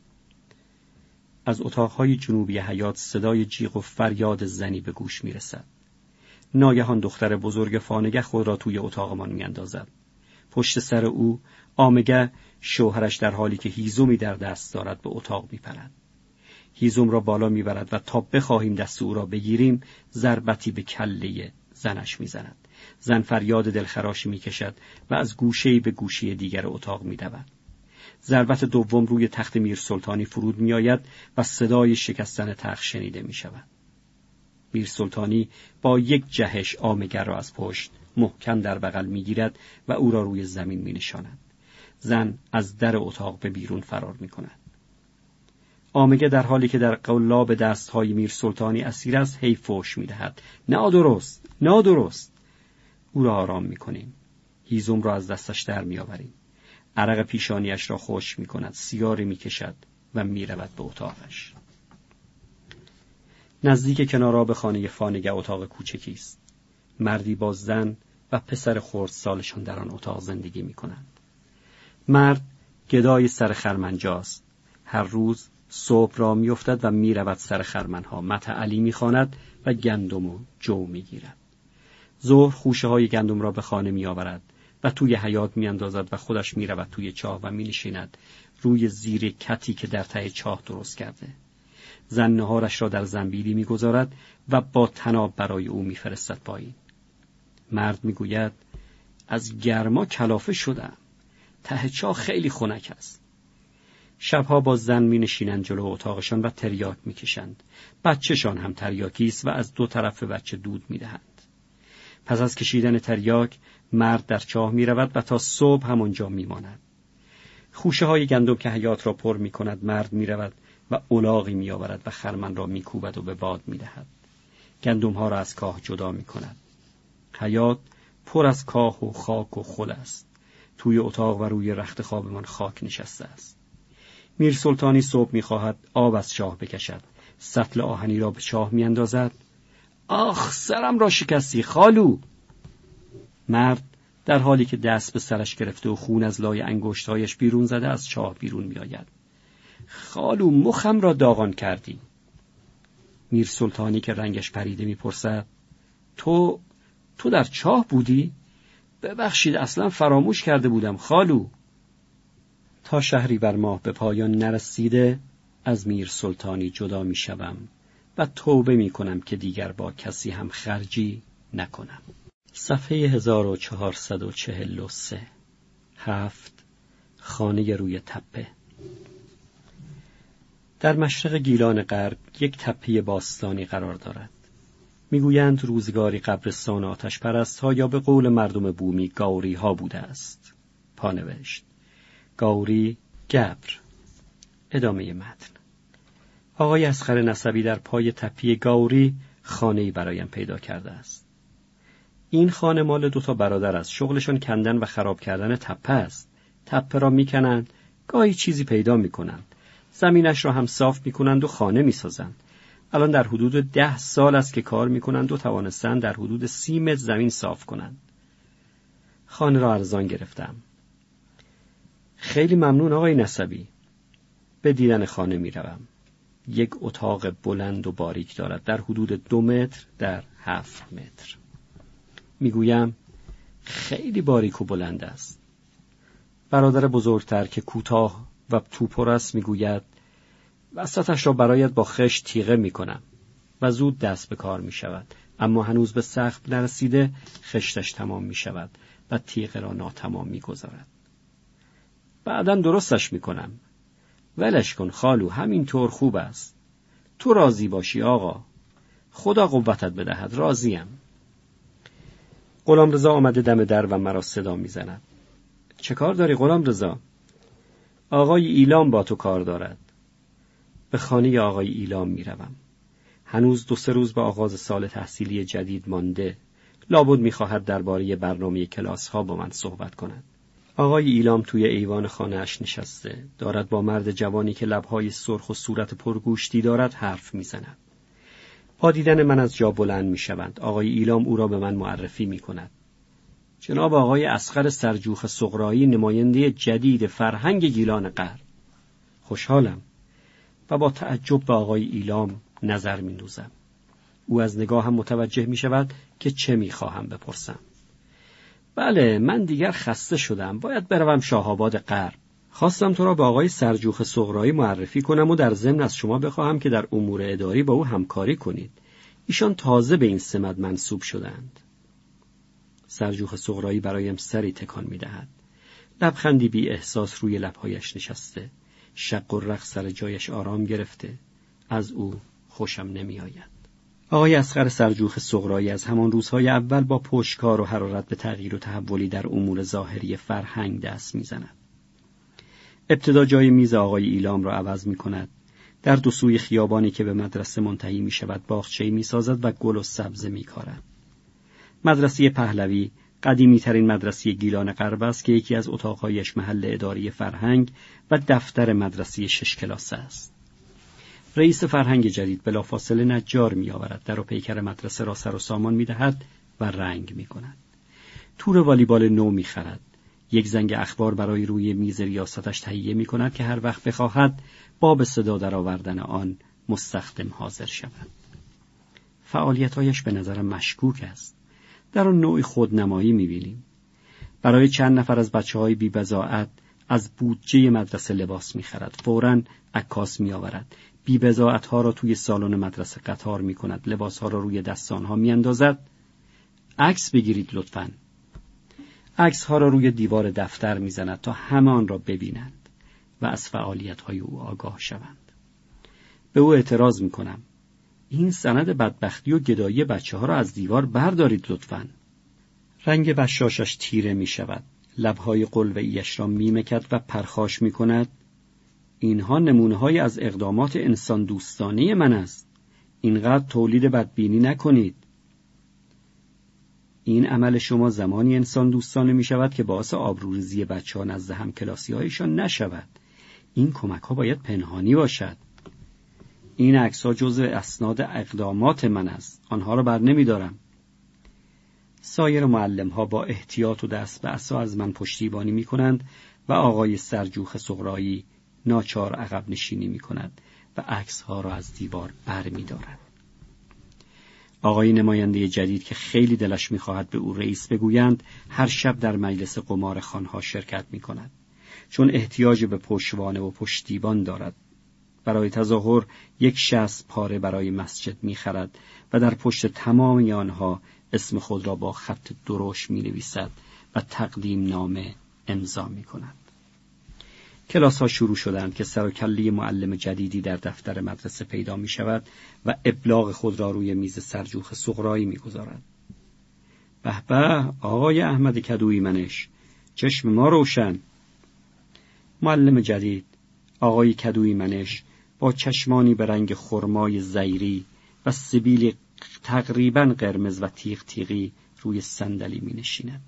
از اتاقهای جنوبی حیاط صدای جیغ و فریاد زنی به گوش می رسد. ناگهان دختر بزرگ فانگه خود را توی اتاقمان می اندازد. پشت سر او عامگه شوهرش در حالی که هیزمی در دست دارد به اتاق می پرد. هیزم را بالا می برد و تا بخواهیم دست او را بگیریم ضربتی به کله زنش می زند. زن فریاد دلخراشی می کشد و از گوشه‌ای به گوشه دیگر اتاق می دود. ضربت دوم روی تخت میر سلطانی فرود می آید و صدای شکستن تخت شنیده می شود. میر سلطانی با یک جهش عامگر را از پشت محکم در بغل می گیرد و او را روی زمین می نشاند. زن از در اتاق به بیرون فرار می کند. عامگه در حالی که در قلاب دستهای میر سلطانی اسیر است هی فحش می دهد. نادرست، نادرست. او را آرام می کنیم. هیزم را از دستش در می آوریم. عرق پیشانیش را خشک می کند. سیگاری می کشد و می رود به اتاقش. نزدیک کناراب خانه فانگه اتاق کوچکی است. مردی با زن و پسر خردسالشان در آن اتاق زندگی می کنند. مرد گدای سر خرمنجاست. هر روز صبح را می افتد و می رود سر خرمنها. متعلی می خواند و گندم و جو می گیرد. ظهر خوشه های گندم را به خانه می آورد و توی حیاط می اندازد و خودش می رود توی چاه و می نشیند روی زیر کتی که در ته چاه درست کرده. زن نهارش را در زنبیلی می گذارد و با طناب برای او می فرستد پایین. مرد می گوید: از گرما کلافه شدم. ته چاه خیلی خنک است. شبها با زن می نشینند جلو اتاقشان و تریاک می کشند. بچهشان هم تریاکی است و از دو طرف بچه دود می دهند. پس از کشیدن تریاک مرد در چاه می رود و تا صبح همانجا می ماند. خوشه های گندم که حیاط را پر می کند مرد می رود و الاغی می آورد و خرمن را می کوبد و به باد می دهد. گندم ها را از کاه جدا می کند. حیاط پر از کاه و خاک و خل است. توی اتاق و روی رخت خوابمان خاک نشسته است. میر سلطانی صبح می‌خواهد آب از چاه بکشد. سطل آهنی را به چاه می‌اندازد. آخ سرم را شکستی خالو. مرد در حالی که دست به سرش گرفته و خون از لای انگشت‌هایش بیرون زده از چاه بیرون می‌آید. خالو مخم را داغان کردی. میر سلطانی که رنگش پریده می‌پرسد تو تو در چاه بودی؟ ببخشید اصلا فراموش کرده بودم خالو. تا شهریور ماه به پایان نرسیده از میر سلطانی جدا می‌شوم و توبه می‌کنم که دیگر با کسی هم خرجی نکنم. صفحه هزار و چهارصد و چهل و سه. هفت. خانه روی تپه. در مشرق گیلان غرب یک تپه باستانی قرار دارد. میگویند روزگاری قبرستان آتش پرست‌ها یا به قول مردم بومی گاوری ها بوده است. پانوشت: گاوری گبر. ادامه متن. آقای اصغر نسبی در پای تپه گاوری خانه‌ای برایم پیدا کرده است. این خانه مال دو تا برادر است. شغلشون کندن و خراب کردن تپه است. تپه را میکنند، گاهی چیزی پیدا میکنند. زمینش را هم صاف میکنند و خانه میسازند. الان در حدود ده سال است که کار میکنند و توانستند در حدود سی متر زمین صاف کنند. خانه را ارزان گرفتم. خیلی ممنون آقای نسبی. به دیدن خانه میروم. یک اتاق بلند و باریک دارد در حدود دو متر در هفت متر. میگویم خیلی باریک و بلند است. برادر بزرگتر که کوتاه و توپر است میگوید وسطش را برایت با خشت تیغه میکنم و زود دست به کار میشود، اما هنوز به سقف نرسیده خشتش تمام میشود و تیغه را ناتمام میگذارد. بعداً درستش میکنم. ولش کن خالو، همین طور خوب است. تو راضی باشی آقا. خدا قوتت بدهد. راضیم. غلامرضا آمده دم در و مرا صدا میزند. چه کار داری غلامرضا؟ آقای ایلام با تو کار دارد. به خانه آقای ایلام میروم. هنوز دو سه روز به آغاز سال تحصیلی جدید مانده. لابد میخواهد درباره برنامه کلاس ها با من صحبت کند. آقای ایلام توی ایوان خانه‌اش نشسته، دارد با مرد جوانی که لبهای سرخ و صورت پرگوشتی دارد حرف میزند. با دیدن من از جا بلند میشوند. آقای ایلام او را به من معرفی میکند. جناب آقای اصغر سرجوخ صغرایی، نماینده جدید فرهنگ گیلان غرب. خوشحالم و با تعجب به آقای ایلام نظر می‌اندازم. او از نگاهم متوجه می‌شود که چه می‌خواهم بپرسم. بله، من دیگر خسته شدم. باید بروم شاه‌آباد غرب. خواستم تو را به آقای سرجوخ صغرایی معرفی کنم و در ضمن از شما بخواهم که در امور اداری با او همکاری کنید. ایشان تازه به این سمت منصوب شدند. سرجوخ صغرایی برایم سری تکان می‌دهد. لبخندی بی احساس روی لب‌هایش نشسته. شق و رق سر جایش آرام گرفته. از او خوشم نمی‌آید. آقای اصغر سرجوخ صغرایی از همان روزهای اول با پشتکار و حرارت به تغییر و تحولی در امور ظاهری فرهنگ دست می‌زند. ابتدا جای میز آقای ایلام را عوض می‌کند. در دو سوی خیابانی که به مدرسه منتهی می‌شود باغچه‌ای می‌سازد و گل و سبزه می‌کارد. مدرسه پهلوی قدیمی‌ترین مدرسه گیلان غرب است که یکی از اتاق‌هایش محل اداری فرهنگ و دفتر مدرسه شش کلاسه است. رئیس فرهنگ جدید بلافاصله نجار می‌آورد، در و پیکر مدرسه را سر و سامان می‌دهد و رنگ می‌کند. تور والیبال نو می‌خرد. یک زنگ اخبار برای روی میز ریاستش تهیه می‌کند که هر وقت بخواهد با به صدا درآوردن آن مستخدم حاضر شود. فعالیت‌هایش به نظرم مشکوک است. در آن نوعی خودنمایی می‌بینیم. برای چند نفر از بچه‌های بی‌بضاعت از بودجه مدرسه لباس می‌خرد. فوراً عکاس می‌آورد. بی‌بضاعت‌ها را توی سالن مدرسه قطار می‌کند. لباس‌ها را روی دستان‌ها می‌اندازد. عکس بگیرید لطفاً. عکس‌ها را روی دیوار دفتر می‌زند تا همه آن را ببینند و از فعالیت‌های او آگاه شوند. به او اعتراض می‌کنم. این سند بدبختی و گدایی بچه‌ها را از دیوار بردارید لطفاً. رنگ بشاشش تیره می‌شود. لب‌های قلوه‌ایش را می‌مکد و پرخاش می‌کند. اینها نمونه‌های از اقدامات انسان دوستانه من است. اینقدر تولید بدبینی نکنید. این عمل شما زمانی انسان دوستانه می شود که باعث آبروریزی بچه ها نزد هم کلاسی هایشان نشود. این کمک ها باید پنهانی باشد. این عکس ها جزء اسناد اقدامات من است. آنها را بر نمی دارم. سایر معلم ها با احتیاط و دست به عصا از من پشتیبانی می کنند و آقای سرجوخ صغرایی ناچار عقب نشینی می کند و عکس ها را از دیوار بر می دارد. آقای نماینده جدید که خیلی دلش می خواهد به او رئیس بگویند، هر شب در مجلس قمار خانها شرکت می کند، چون احتیاج به پشتوانه و پشتیبان دارد. برای تظاهر یک شصت پاره برای مسجد می خرد و در پشت تمام آنها اسم خود را با خط درشت می نویسد و تقدیم نامه امضا می کند. کلاس ها شروع شدند که سر و کله معلم جدیدی در دفتر مدرسه پیدا می شود و ابلاغ خود را روی میز سرجوخ صغرایی می گذارد. به به آقای احمد کدویی منش، چشم ما روشن. معلم جدید آقای کدویی منش با چشمانی به رنگ خرمای زیری و سبیل تقریباً قرمز و تیغ تیغی روی صندلی می نشیند.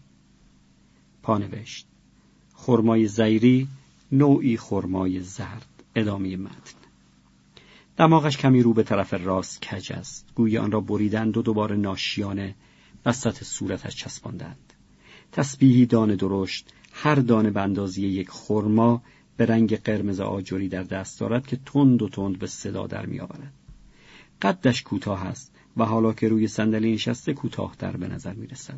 پانوشت: خرمای زیری نوعی خرمای زرد. ادامه متن. دماغش کمی رو به طرف راست کج است، گویی آن را بریدند و دوباره ناشیانه وسط صورتش چسباندند. تسبیحی دانه درشت، هر دانه به اندازه یک خرما، به رنگ قرمز آجری در دست دارد که تند و تند به صدا در می آورد. قدش کوتاه است و حالا که روی صندلی نشسته کوتاه‌تر به نظر می رسد.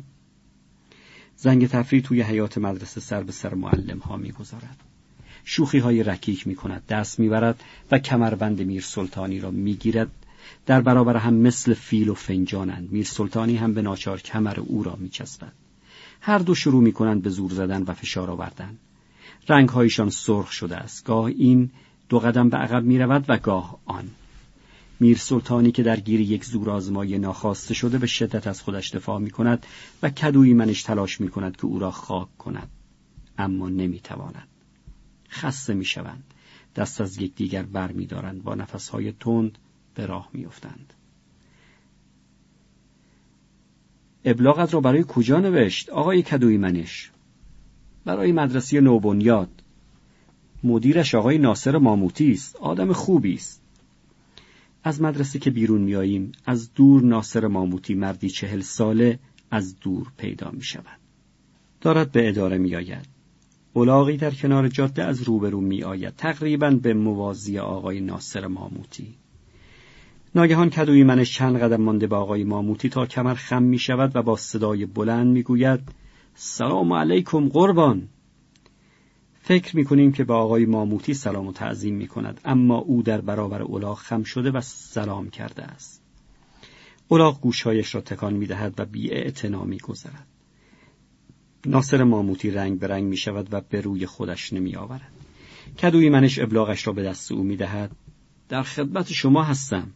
زنگ تفریح توی حیاط مدرسه سر به سر معلم ها می گذارد. شوخی های رکیک می کند، دست می برد و کمربند میر سلطانی را می گیرد. در برابر هم مثل فیل و فنجانند. میر سلطانی هم به ناچار کمر او را می چسبد. هر دو شروع می کنند به زور زدن و فشار آوردن. رنگ هایشان سرخ شده است. گاه این دو قدم به عقب می رود و گاه آن. میر سلطانی که در گیر یک زورآزمایی ناخواسته شده به شدت از خودش دفاع می کند و کدویی منش تلاش می کند که او را خاک کند، اما نمی تواند. خسته می شوند. دست از یک دیگر بر می دارند. با نفسهای تند به راه می افتند. ابلاغت را برای کجا نوشت آقای کدویی منش؟ برای مدرسه نوبنیاد. مدیرش آقای ناصر ماموتی است. آدم خوبی است. از مدرسه که بیرون می آییم از دور ناصر ماموتی، مردی چهل ساله، از دور پیدا می شود. دارد به اداره می آید. الاغی در کنار جاده از روبرو می آید، تقریباً به موازی آقای ناصر ماموتی. ناگهان کدویی منش چند قدم مانده به آقای ماموتی تا کمر خم می شود و با صدای بلند می گوید: سلام علیکم قربان. فکر می کنیم که به آقای ماموتی سلام و تعظیم می کند، اما او در برابر الاغ خم شده و سلام کرده است. الاغ گوشهایش را تکان می دهد و بی اعتنا می گذرد. ناصر ماموتی رنگ به رنگ می شود و به روی خودش نمی آورد. کدویی منش ابلاغش را به دست او می دهد. در خدمت شما هستم.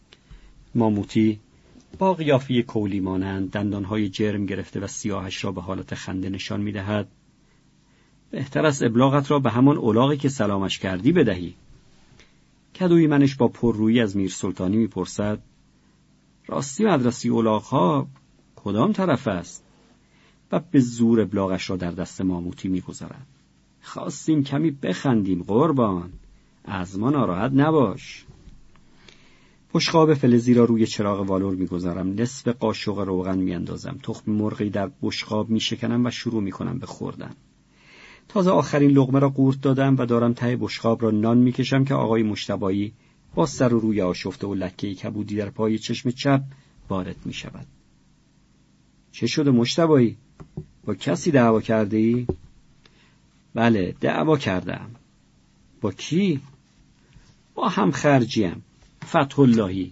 ماموتی با قیافه کولی مانند، دندانهای جرم گرفته و سیاهش را به حالت خنده نشان می دهد. بهتر است ابلاغت را به همان الاغی که سلامش کردی بدهی. کدویی منش با پررویی از میر سلطانی می پرسد: راستی مدرسه الاغ‌ها کدام طرف است؟ و به زور ابلاغش را در دست ماموتی می گذارد. خواستیم کمی بخندیم قربان، از ما ناراحت نباش. بشقاب فلزی را روی چراغ والور می گذارم. نصف قاشق روغن می اندازم. تخم مرغی در بشقاب می شکنم و شروع می کنم به خوردن. تازه آخرین لقمه را قورت دادم و دارم ته بشقاب را نان می کشم که آقای مجتبایی با سر و روی آشفته و لکه کبودی در پای چشم چپ وارد می شود. چه شده مجتبایی؟ با کسی دعوا کرده ای؟ بله دعوا کردم. با کی؟ با هم خرجیم، فتح اللهی.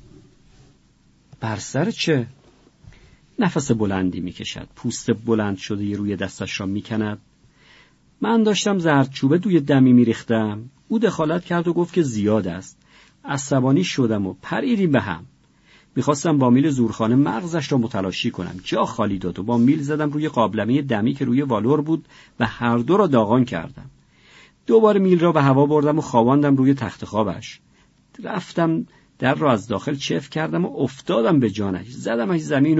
بر سر چه؟ نفس بلندی می کشد. پوست بلند شده روی دستش را می کند. من داشتم زردچوبه دوی دمی می ریختم. او دخالت کرد و گفت که زیاد است. عصبانی شدم و پریدیم به هم. میخواستم با میل زورخانه مغزش را متلاشی کنم. جا خالی داد و با میل زدم روی قابلمه دمی که روی والور بود و هر دو را داغان کردم. دوباره میل را به هوا بردم و خواباندم روی تخت خوابش. رفتم در را از داخل چفت کردم و افتادم به جانش. زدمش زمین و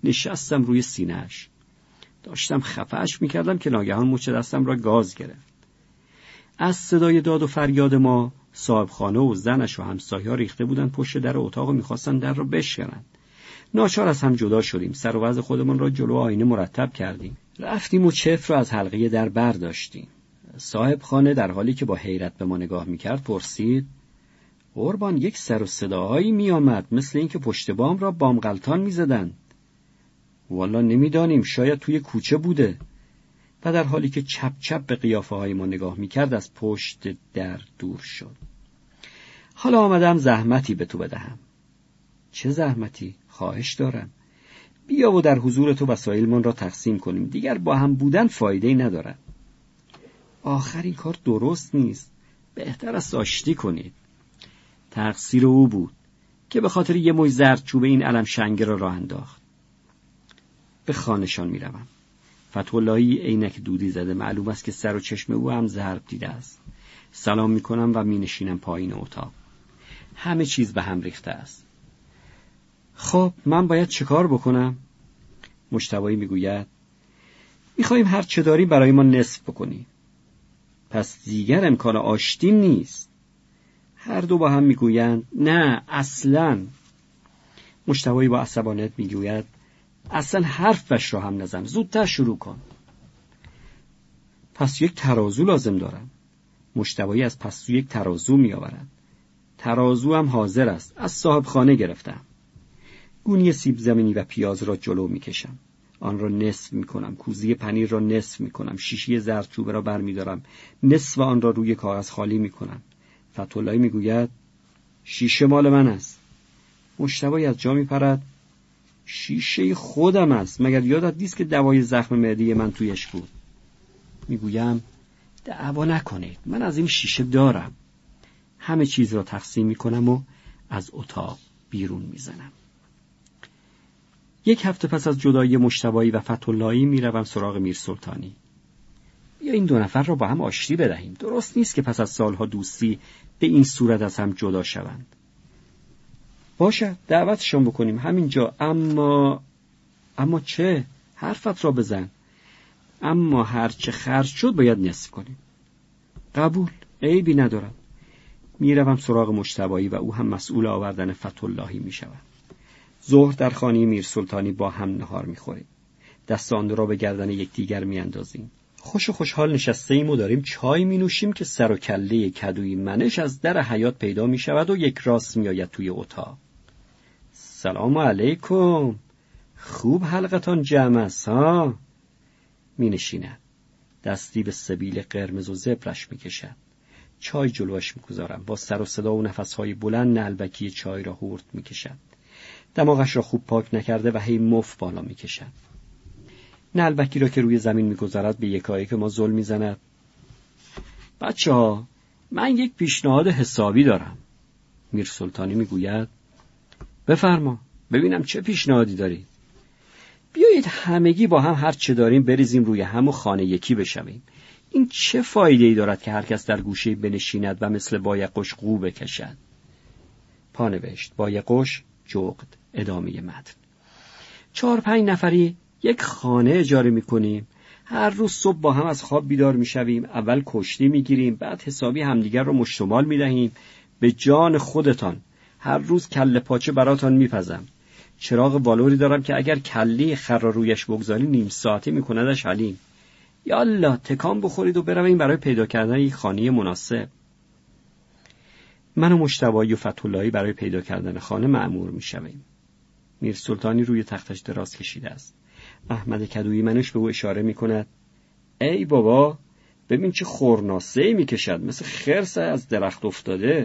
نشستم روی سینه‌اش. داشتم خفه‌اش می‌کردم که ناگهان مچ دستم را گاز گرفت. از صدای داد و فریاد ما صاحب خانه و زنش و همسایه‌ها ریخته بودن پشت در اتاق و می‌خواستن در را بشکنند. ناچار از هم جدا شدیم. سر و وضع خودمان را جلو آینه مرتب کردیم. رفتیم و چفت را از حلقه در برداشتیم. صاحب خانه در حالی که با حیرت به ما نگاه می‌کرد پرسید: قربان، یک سر و صداهایی می‌آمد، مثل اینکه پشت بام را بام غلطان می‌زدند. والا نمی‌دانیم، شاید توی کوچه بوده. و در حالی که چپ چپ به قیافه‌های ما نگاه می‌کرد از پشت در دور شد. حالا آمدم زحمتی به تو بدهم. چه زحمتی؟ خواهش دارم. بیا و در حضور تو وسایلمان را تقسیم کنیم. دیگر با هم بودن فایده‌ای ندارد. آخر این کار درست نیست. بهتر است آشتی کنید. تقصیر او بود که به خاطر یه موی زردچوبه این علم شنگه را راه انداخت. به خانه‌شان می‌روم. فتح‌اللهی عینک دودی زده، معلوم است که سر و چشم او هم ضرب دیده است. سلام می‌کنم و می‌نشینم پایین اتاق. همه چیز به هم ریخته است. خب من باید چه کار بکنم؟ مجتبی میگوید: میخواییم هر چه داریم برای ما نصف بکنی. پس دیگر امکان آشتی نیست. هر دو با هم میگویند: نه اصلاً. مجتبی با عصبانیت میگوید: اصلا حرفش را هم نزن، زودتر شروع کن. پس یک ترازو لازم دارم. مجتبی از پستو یک ترازو میآورد. ترازو هم حاضر است، از صاحب خانه گرفتم. گونی سیب زمینی و پیاز را جلو میکشم. آن را نصف میکنم. کوزه پنیر را نصف میکنم. شیشه زردچوبه را برمیدارم. نصف آن را روی کاغذ خالی میکنم. فتح‌اللهی میگوید: شیشه مال من است. مجتبی از جا میپرد: شیشه خودم است. مگر یادت نیست که دوای زخم معده من تویش بود؟ میگویم: دعوا نکنید، من از این شیشه دارم. همه چیز را تقسیم میکنم و از اتاق بیرون میزنم. یک هفته پس از جدایی مجتبی و فتح‌اللهی میروم سراغ میرسلطانی. بیا این دو نفر را با هم آشتی بدهیم. درست نیست که پس از سالها دوستی به این صورت از هم جدا شوند. باشه، دعوتشان بکنیم همینجا. اما اما چه؟ حرفت را بزن. اما هر چه خرج شد باید نصف کنیم. قبول، عیبی ندارم. میروم سراغ مجتبی و او هم مسئول آوردن فتح‌اللهی میشود. ظهر در خانه میرسلطانی با هم نهار میخوریم. دست آن را به گردن یکدیگر میاندازیم. خوش و خوشحال نشسته ایم و داریم چای می نوشیم که سر و کله کدوی منش از در حیاط پیدا می شود و یک راست می آید توی اتاق. سلام علیکم. خوب حلقتان جمع است ها؟ می نشیند. دستی به سبیل قرمز و زبرش می کشد. چای جلوش می گذارم. با سر و صدا و نفسهای بلند نعلبکی چای را هورت می کشد. دماغش را خوب پاک نکرده و هی مف بالا می کشد. نعلبکی را که روی زمین می‌گذارد به یکایک ما زل می‌زند. بچه‌ها، من یک پیشنهاد حسابی دارم. میرسلطانی میگوید: بفرما، ببینم چه پیشنهادی داری. بیایید همگی با هم هر چه داریم بریزیم روی هم و خانه یکی بشویم. این چه فایده‌ای دارد که هر کس در گوشه بنشیند و مثل بایقش قو بکشد؟ پانوشت: بایقش جغد. ادامه متن. چهار پنج نفری یک خانه اجاره میکنیم. هر روز صبح با هم از خواب بیدار میشویم. اول کشتی میگیریم، بعد حسابی همدیگر رو مشتمال میدهیم. به جان خودتان هر روز کله پاچه براتان میپزم. چراغ والوری دارم که اگر کله خر را رویش بگذاری نیم ساعته میکندش حلیم. یالا تکان بخورید و برویم برای پیدا کردن یک خانه مناسب. من و مجتبی و فتح‌اللهی برای پیدا کردن خانه مأمور میشویم. میرسلطانی روی تختش دراز کشیده است. احمد کدویی منش به او اشاره می کند: ای بابا، ببین چه خورناسه‌ای می کشد، مثل خرس از درخت افتاده.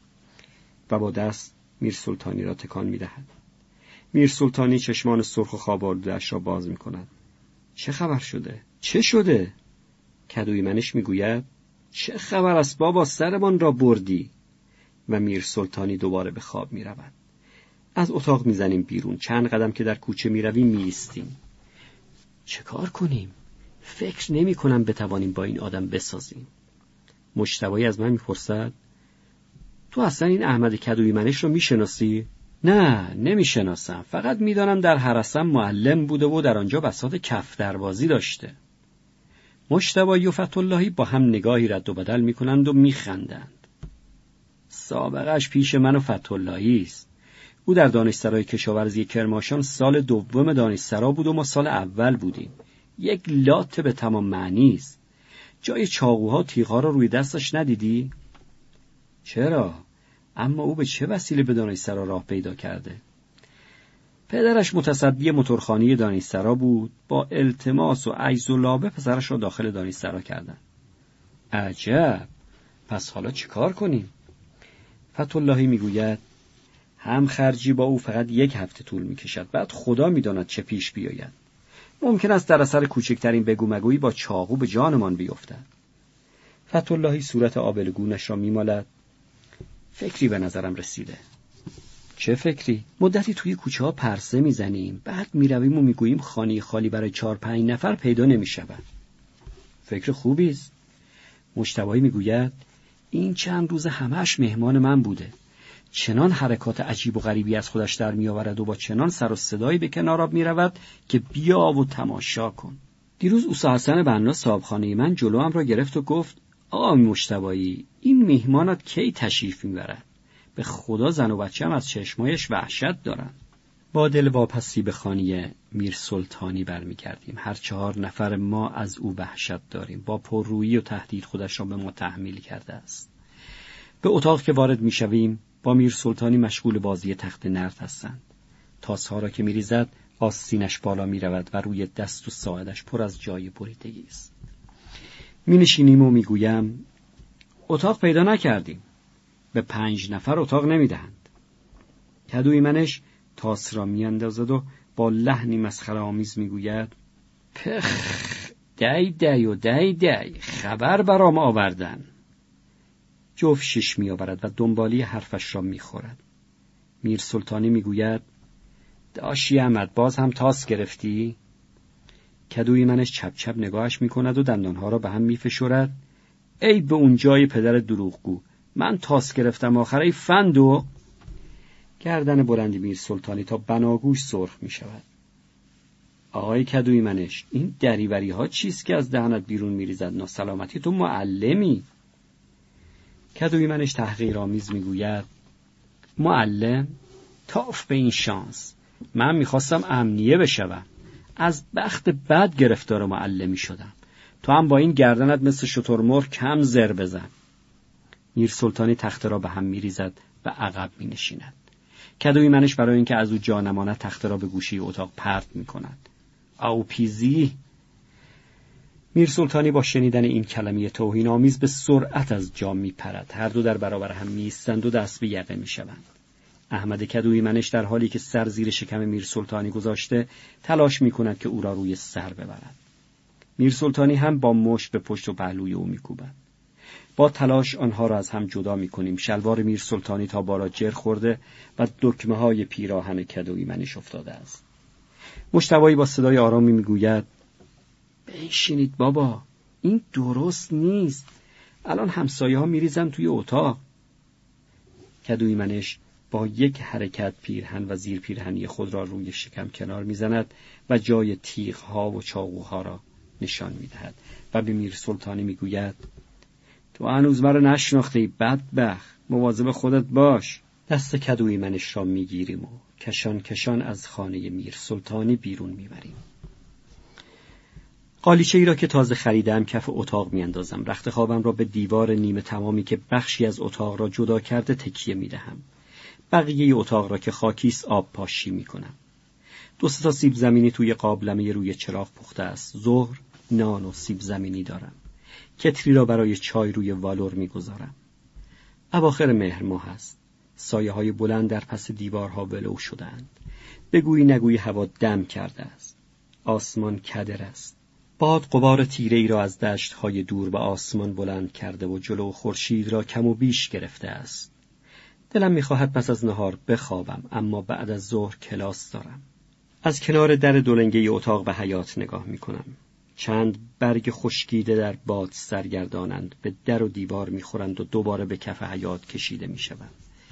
و با دست میرسلطانی را تکان می دهد. میرسلطانی چشمان سرخ و خواب آلوده‌اش را باز می کند. چه خبر شده؟ چه شده؟ کدویی منش می گوید: چه خبر است بابا، سرمان را بردی. و میرسلطانی دوباره به خواب می رود. از اتاق می زنیم بیرون. چند قدم که در کوچه می رویم می ایستیم. چه کار کنیم؟ فکر نمی کنم بتوانیم با این آدم بسازیم. مجتبی از من می پرسد: تو اصلا این احمد کدویی منش رو می شناسی؟ نه، نمیشناسم. فقط میدانم در هرسم معلم بوده و در آنجا بساط کف دروازی داشته. مجتبی و فتح‌اللهی با هم نگاهی رد و بدل میکنند و میخندند. سابقه‌اش پیش من و فتح‌اللهی است. او در دانشسرای کشاورزی کرماشان سال دوم دانشسرا بود و ما سال اول بودیم. یک لات به تمام معنی است. جای چاقوها تیغ‌ها را روی دستش ندیدی؟ چرا؟ اما او به چه وسیله به دانشسرا راه پیدا کرده؟ پدرش متصدی موتورخانه دانشسرا بود. با التماس و عجز و لابه پسرش را داخل دانشسرا کردند. عجب. پس حالا چیکار کنیم؟ فتح‌اللهی میگوید هم خرجی با او فقط یک هفته طول میکشد. بعد خدا میداند چه پیش بیاید. ممکن است در اثر کوچکترین بگو مگویی با چاقو به جانمان بیفتد. فتح‌اللهی صورت آبلگونش را میمالد. فکری به نظرم رسیده. چه فکری؟ مدتی توی کوچه ها پرسه میزنیم، بعد میرویم و میگوییم خانه خالی برای چهار پنج نفر پیدا نمیشود. فکر خوبی است. مجتبی میگوید این چند روز همه‌اش مهمان من بوده. چنان حرکات عجیب و غریبی از خودش در میآورد و با چنان سر و صدایی به کنار آب میرود که بیا و تماشا کن. دیروز اوسا حسن بنا صاحبخانه من جلوام را گرفت و گفت آقا مجتبی، این مهمانت کی تشریف میبرد؟ به خدا زن و بچه‌ام از چشمایش وحشت دارن. با دل واپسی به خانه میر سلطانی برمیگردیم. هر چهار نفر ما از او وحشت داریم. با پررویی و تهدید خودش را به ما تحمیل کرده است. به اتاق که وارد میشویم با میر سلطانی مشغول بازی تخت نرد هستند. تاس‌ها را که میریزد آستینش بالا میرود و روی دست و ساعدش پر از جای بریدگی است. می نشینیم و میگویم اتاق پیدا نکردیم. به پنج نفر اتاق نمیدهند. کدوی منش تاس را میاندازد و با لحنی مسخره آمیز میگوید پخ دی دی و دی دی خبر برام آوردن. جفت شش میآورد و دنبالی حرفش را میخورد. میر سلطانی میگوید داشی احمد باز هم تاس گرفتی؟ کدوی منش چپ چپ نگاهش میکند و دندانها را به هم میفشورد. ای به اون جای پدر دروغگو، من تاس گرفتم آخره فندو. گردن بلندی میر سلطانی تا بناگوش سرخ می شود. آقای کدوی منش، این دریوری ها چیست که از دهنت بیرون می ریزد؟ ناسلامتی تو معلمی. کدوی منش تحقیرآمیز می گوید معلم؟ تاف به این شانس، من می خواستم امنیه بشوم. از بخت بد گرفتار معلمی شدم. تو هم با این گردنت مثل شترمرغ کم زر بزن. میر سلطانی تخته را به هم می ریزد و عقب می نشیند. کدوی منش برای اینکه از او جا نماند تخته را به گوشه اتاق پرت می کند. او پیزی. میر سلطانی با شنیدن این کلمه توهین آمیز به سرعت از جا می پرد. هر دو در برابر هم می ایستند و دست به یقه می شوند. احمد کدوی منش در حالی که سر زیر شکم میر سلطانی گذاشته تلاش می کند که او را روی سر ببرد. میر سلطانی هم با مشت به پشت و پهلوی او می کوبد. با تلاش آنها را از هم جدا می کنیم. شلوار میر سلطانی تا بالا جر خورده و دکمه های پیراهن کدوی منش افتاده است. مجتبی با صدای آرامی می گوید بنشینید بابا، این درست نیست. الان همسایه ها می ریزن توی اتاق. کدوی منش با یک حرکت پیرهن و زیر پیرهنی خود را روی شکم کنار می زند و جای تیغ ها و چاقوها را نشان می دهد و به میر سلطانی می گوید تو هنوز مرا نشناختی بدبخت، مواظب خودت باش. دست کدوی منش را می گیریم و کشان کشان از خانه میر سلطانی بیرون می بریم. قالیچه ای را که تازه خریدم کف اتاق می اندازم. رخت خوابم را به دیوار نیمه تمامی که بخشی از اتاق را جدا کرده تکیه می دهم. بقیه اتاق را که خاکیست آب پاشی می کنم. دو سه تا سیب زمینی توی قابلمه روی چراغ پخته است. ظهر نان و سیب زمینی دارم. کتری را برای چای روی والور می گذارم. اواخر مهر ماه است. سایه های بلند در پس دیوارها ولو شدند. بگویی نگویی هوا دم کرده است. آسمان کدر است. باد غبار تیره ای را از دشت های دور به آسمان بلند کرده و جلو خورشید را کم و بیش گرفته است. دلم می‌خواهد پس از نهار بخوابم، اما بعد از ظهر کلاس دارم. از کنار در دولنگه اتاق به حیاط نگاه می‌کنم. چند برگ خشکیده در باد سرگردانند، به در و دیوار می‌خورند و دوباره به کف حیاط کشیده می‌شوند.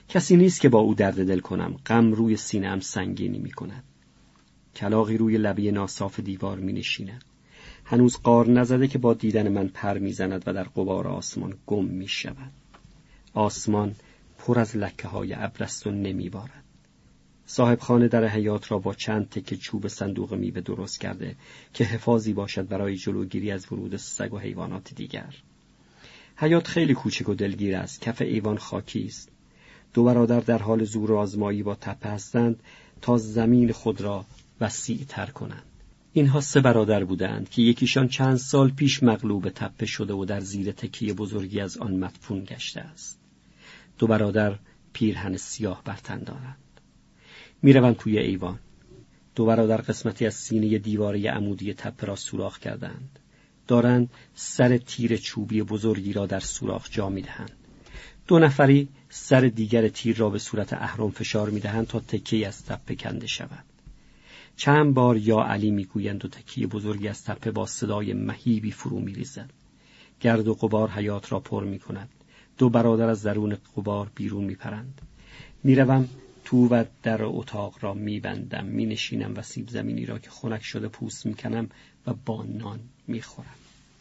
کسی نیست که با او درد دل کنم. غم روی سینه‌ام سنگینی می کند. کلاغی روی لبه ناصاف دیوار می نشیند. هنوز غار نزده که با دیدن من پر می زند و در غبار آسمان گم می شود. آسمان پر از لکه های ابر است و نمی بارد. صاحب خانه در حیاط را با چند تکه چوب صندوق میوه درست کرده که حفاظی باشد برای جلوگیری از ورود سگ و حیوانات دیگر. حیاط خیلی کوچک و دلگیر است. کف ایوان خاکی است. دو برادر در حال زور آزمایی با تپه هستند تا زمین خود را وسیع تر کنند. اینها سه برادر بودند که یکیشان چند سال پیش مغلوب تپه شده و در زیر تکیه بزرگی از آن مدفون گشته است. دو برادر پیرهن سیاه بر تن دارند. میروند توی ایوان. دو برادر قسمتی از سینه دیواره عمودی تپه را سوراخ کردند. دارند سر تیر چوبی بزرگی را در سوراخ جا میدهند. دو نفری سر دیگر تیر را به صورت اهرم فشار میدهند تا تکه‌ای از تپه کنده شود. چند بار یا علی میگویند و تکیه بزرگی از تپه با صدای مهیبی فرو میریزد. گرد و غبار حیاط را پر میکند. دو برادر از درون غبار بیرون میپرند. میروم تو و در اتاق را میبندم. مینشینم و سیب زمینی را که خنک شده پوست میکنم و با نان میخورم.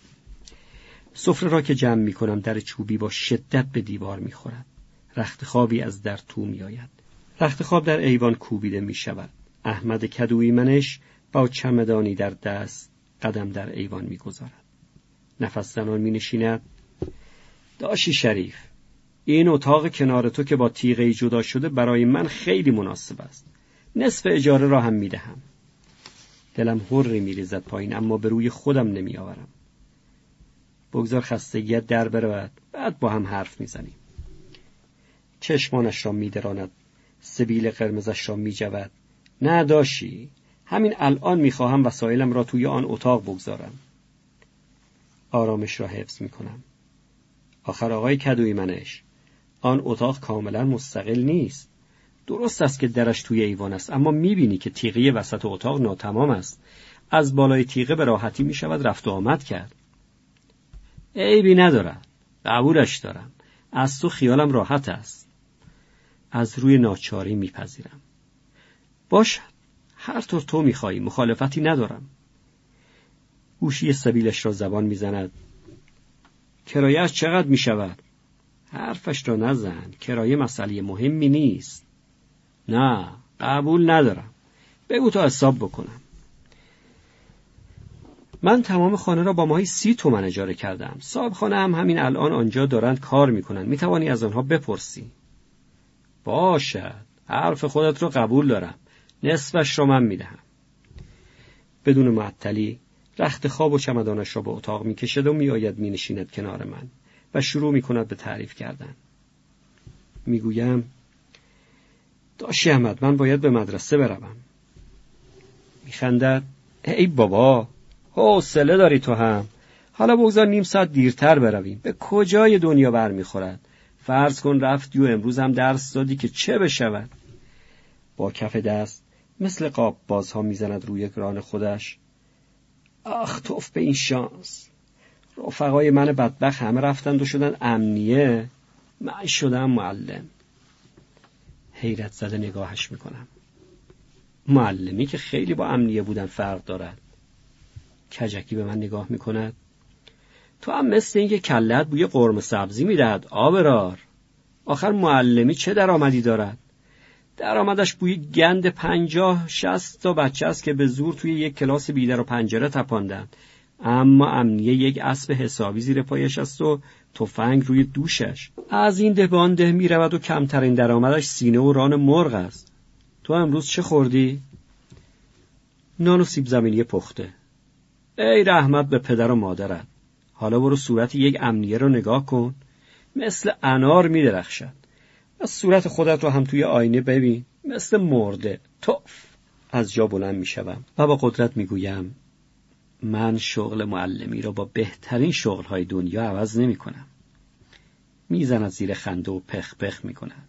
سفره را که جمع میکنم در چوبی با شدت به دیوار میخورد. رخت خوابی از در تو میآید. رخت خواب در ایوان کوبیده میشود. احمد کدویی منش با چمدانی در دست قدم در ایوان میگذارد. نفس زنان مینشیند. داشی شریف، این اتاق کنار تو که با تیغه‌ای جدا شده برای من خیلی مناسب است. نصف اجاره را هم میدهم. دلم هوری میریزد پایین، اما به روی خودم نمیآورم. بگذار خستگیت در برود، بعد با هم حرف میزنیم. چشمانش را میدراند. سبیل قرمزش را میجود. نه داشی، همین الان میخواهم وسایلم را توی آن اتاق بگذارم. آرامش را حفظ میکنم. آخر آقای کدویی منش، آن اتاق کاملا مستقل نیست. درست است که درش توی ایوان است، اما میبینی که تیغه وسط اتاق ناتمام است. از بالای تیغه به راحتی میشود رفت و آمد کرد. عیبی ندارد، قبولش دارم. از تو خیالم راحت است. از روی ناچاری میپذیرم. باشد، هر طور تو میخوایی، مخالفتی ندارم. گوشی سبیلش را زبان میزند. کرایه‌اش چقدر میشود؟ حرفش را نزن، کرایه مسئله مهمی نیست. نه، قبول ندارم. بگو تا حساب بکنم. من تمام خانه را با ماهی سی تومن اجاره کردم. صاحب خانه هم همین الان آنجا دارند کار میکنند. میتوانی از آنها بپرسی. باشد، حرف خودت را قبول دارم. نصفش را من میدهم. بدون معطلی رخت خواب و چمدانش را به اتاق میکشد و میآید مینشیند کنار من و شروع میکند به تعریف کردن. میگویم داشی احمد، من باید به مدرسه بروم. میخندد. ای بابا، حوصله داری تو هم. حالا بگذار نیم ساعت دیرتر برویم. به کجای دنیا برمیخورد؟ فرض کن رفتی و امروز هم درس دادی که چه بشود؟ با کف دست مثل قاب بازها میزند روی ران خودش. آخ توف به این شانس. رفقای من بدبخت همه رفتند و شدن امنیه. من شدم معلم. حیرت زده نگاهش میکنم. معلمی که خیلی با امنیه بودن فرق دارد. کجکی به من نگاه میکند. تو هم مثل این که کلت بوی قرمه سبزی میدهد آبرار. آخر معلمی چه درآمدی دارد؟ درآمدش بوی گند پنجاه شصت تا بچه است که به زور توی یک کلاس بیدر و پنجره تپاندند. اما امنیه یک اسب حسابی زیر پایش است و تفنگ روی دوشش. از این ده بان ده می رود و کمترین درآمدش سینه و ران مرغ است. تو امروز چه خوردی؟ نان و سیب زمینی پخته. ای رحمت به پدر و مادرت. حالا برو صورت یک امنیه رو نگاه کن. مثل انار می درخشد. و صورت خودت رو هم توی آینه ببین. مثل مرده. توف. از جا بلند می شوم و با قدرت می گویم من شغل معلمی را با بهترین شغل‌های دنیا عوض نمی کنم. می زند زیر خنده و پخ پخ می کند.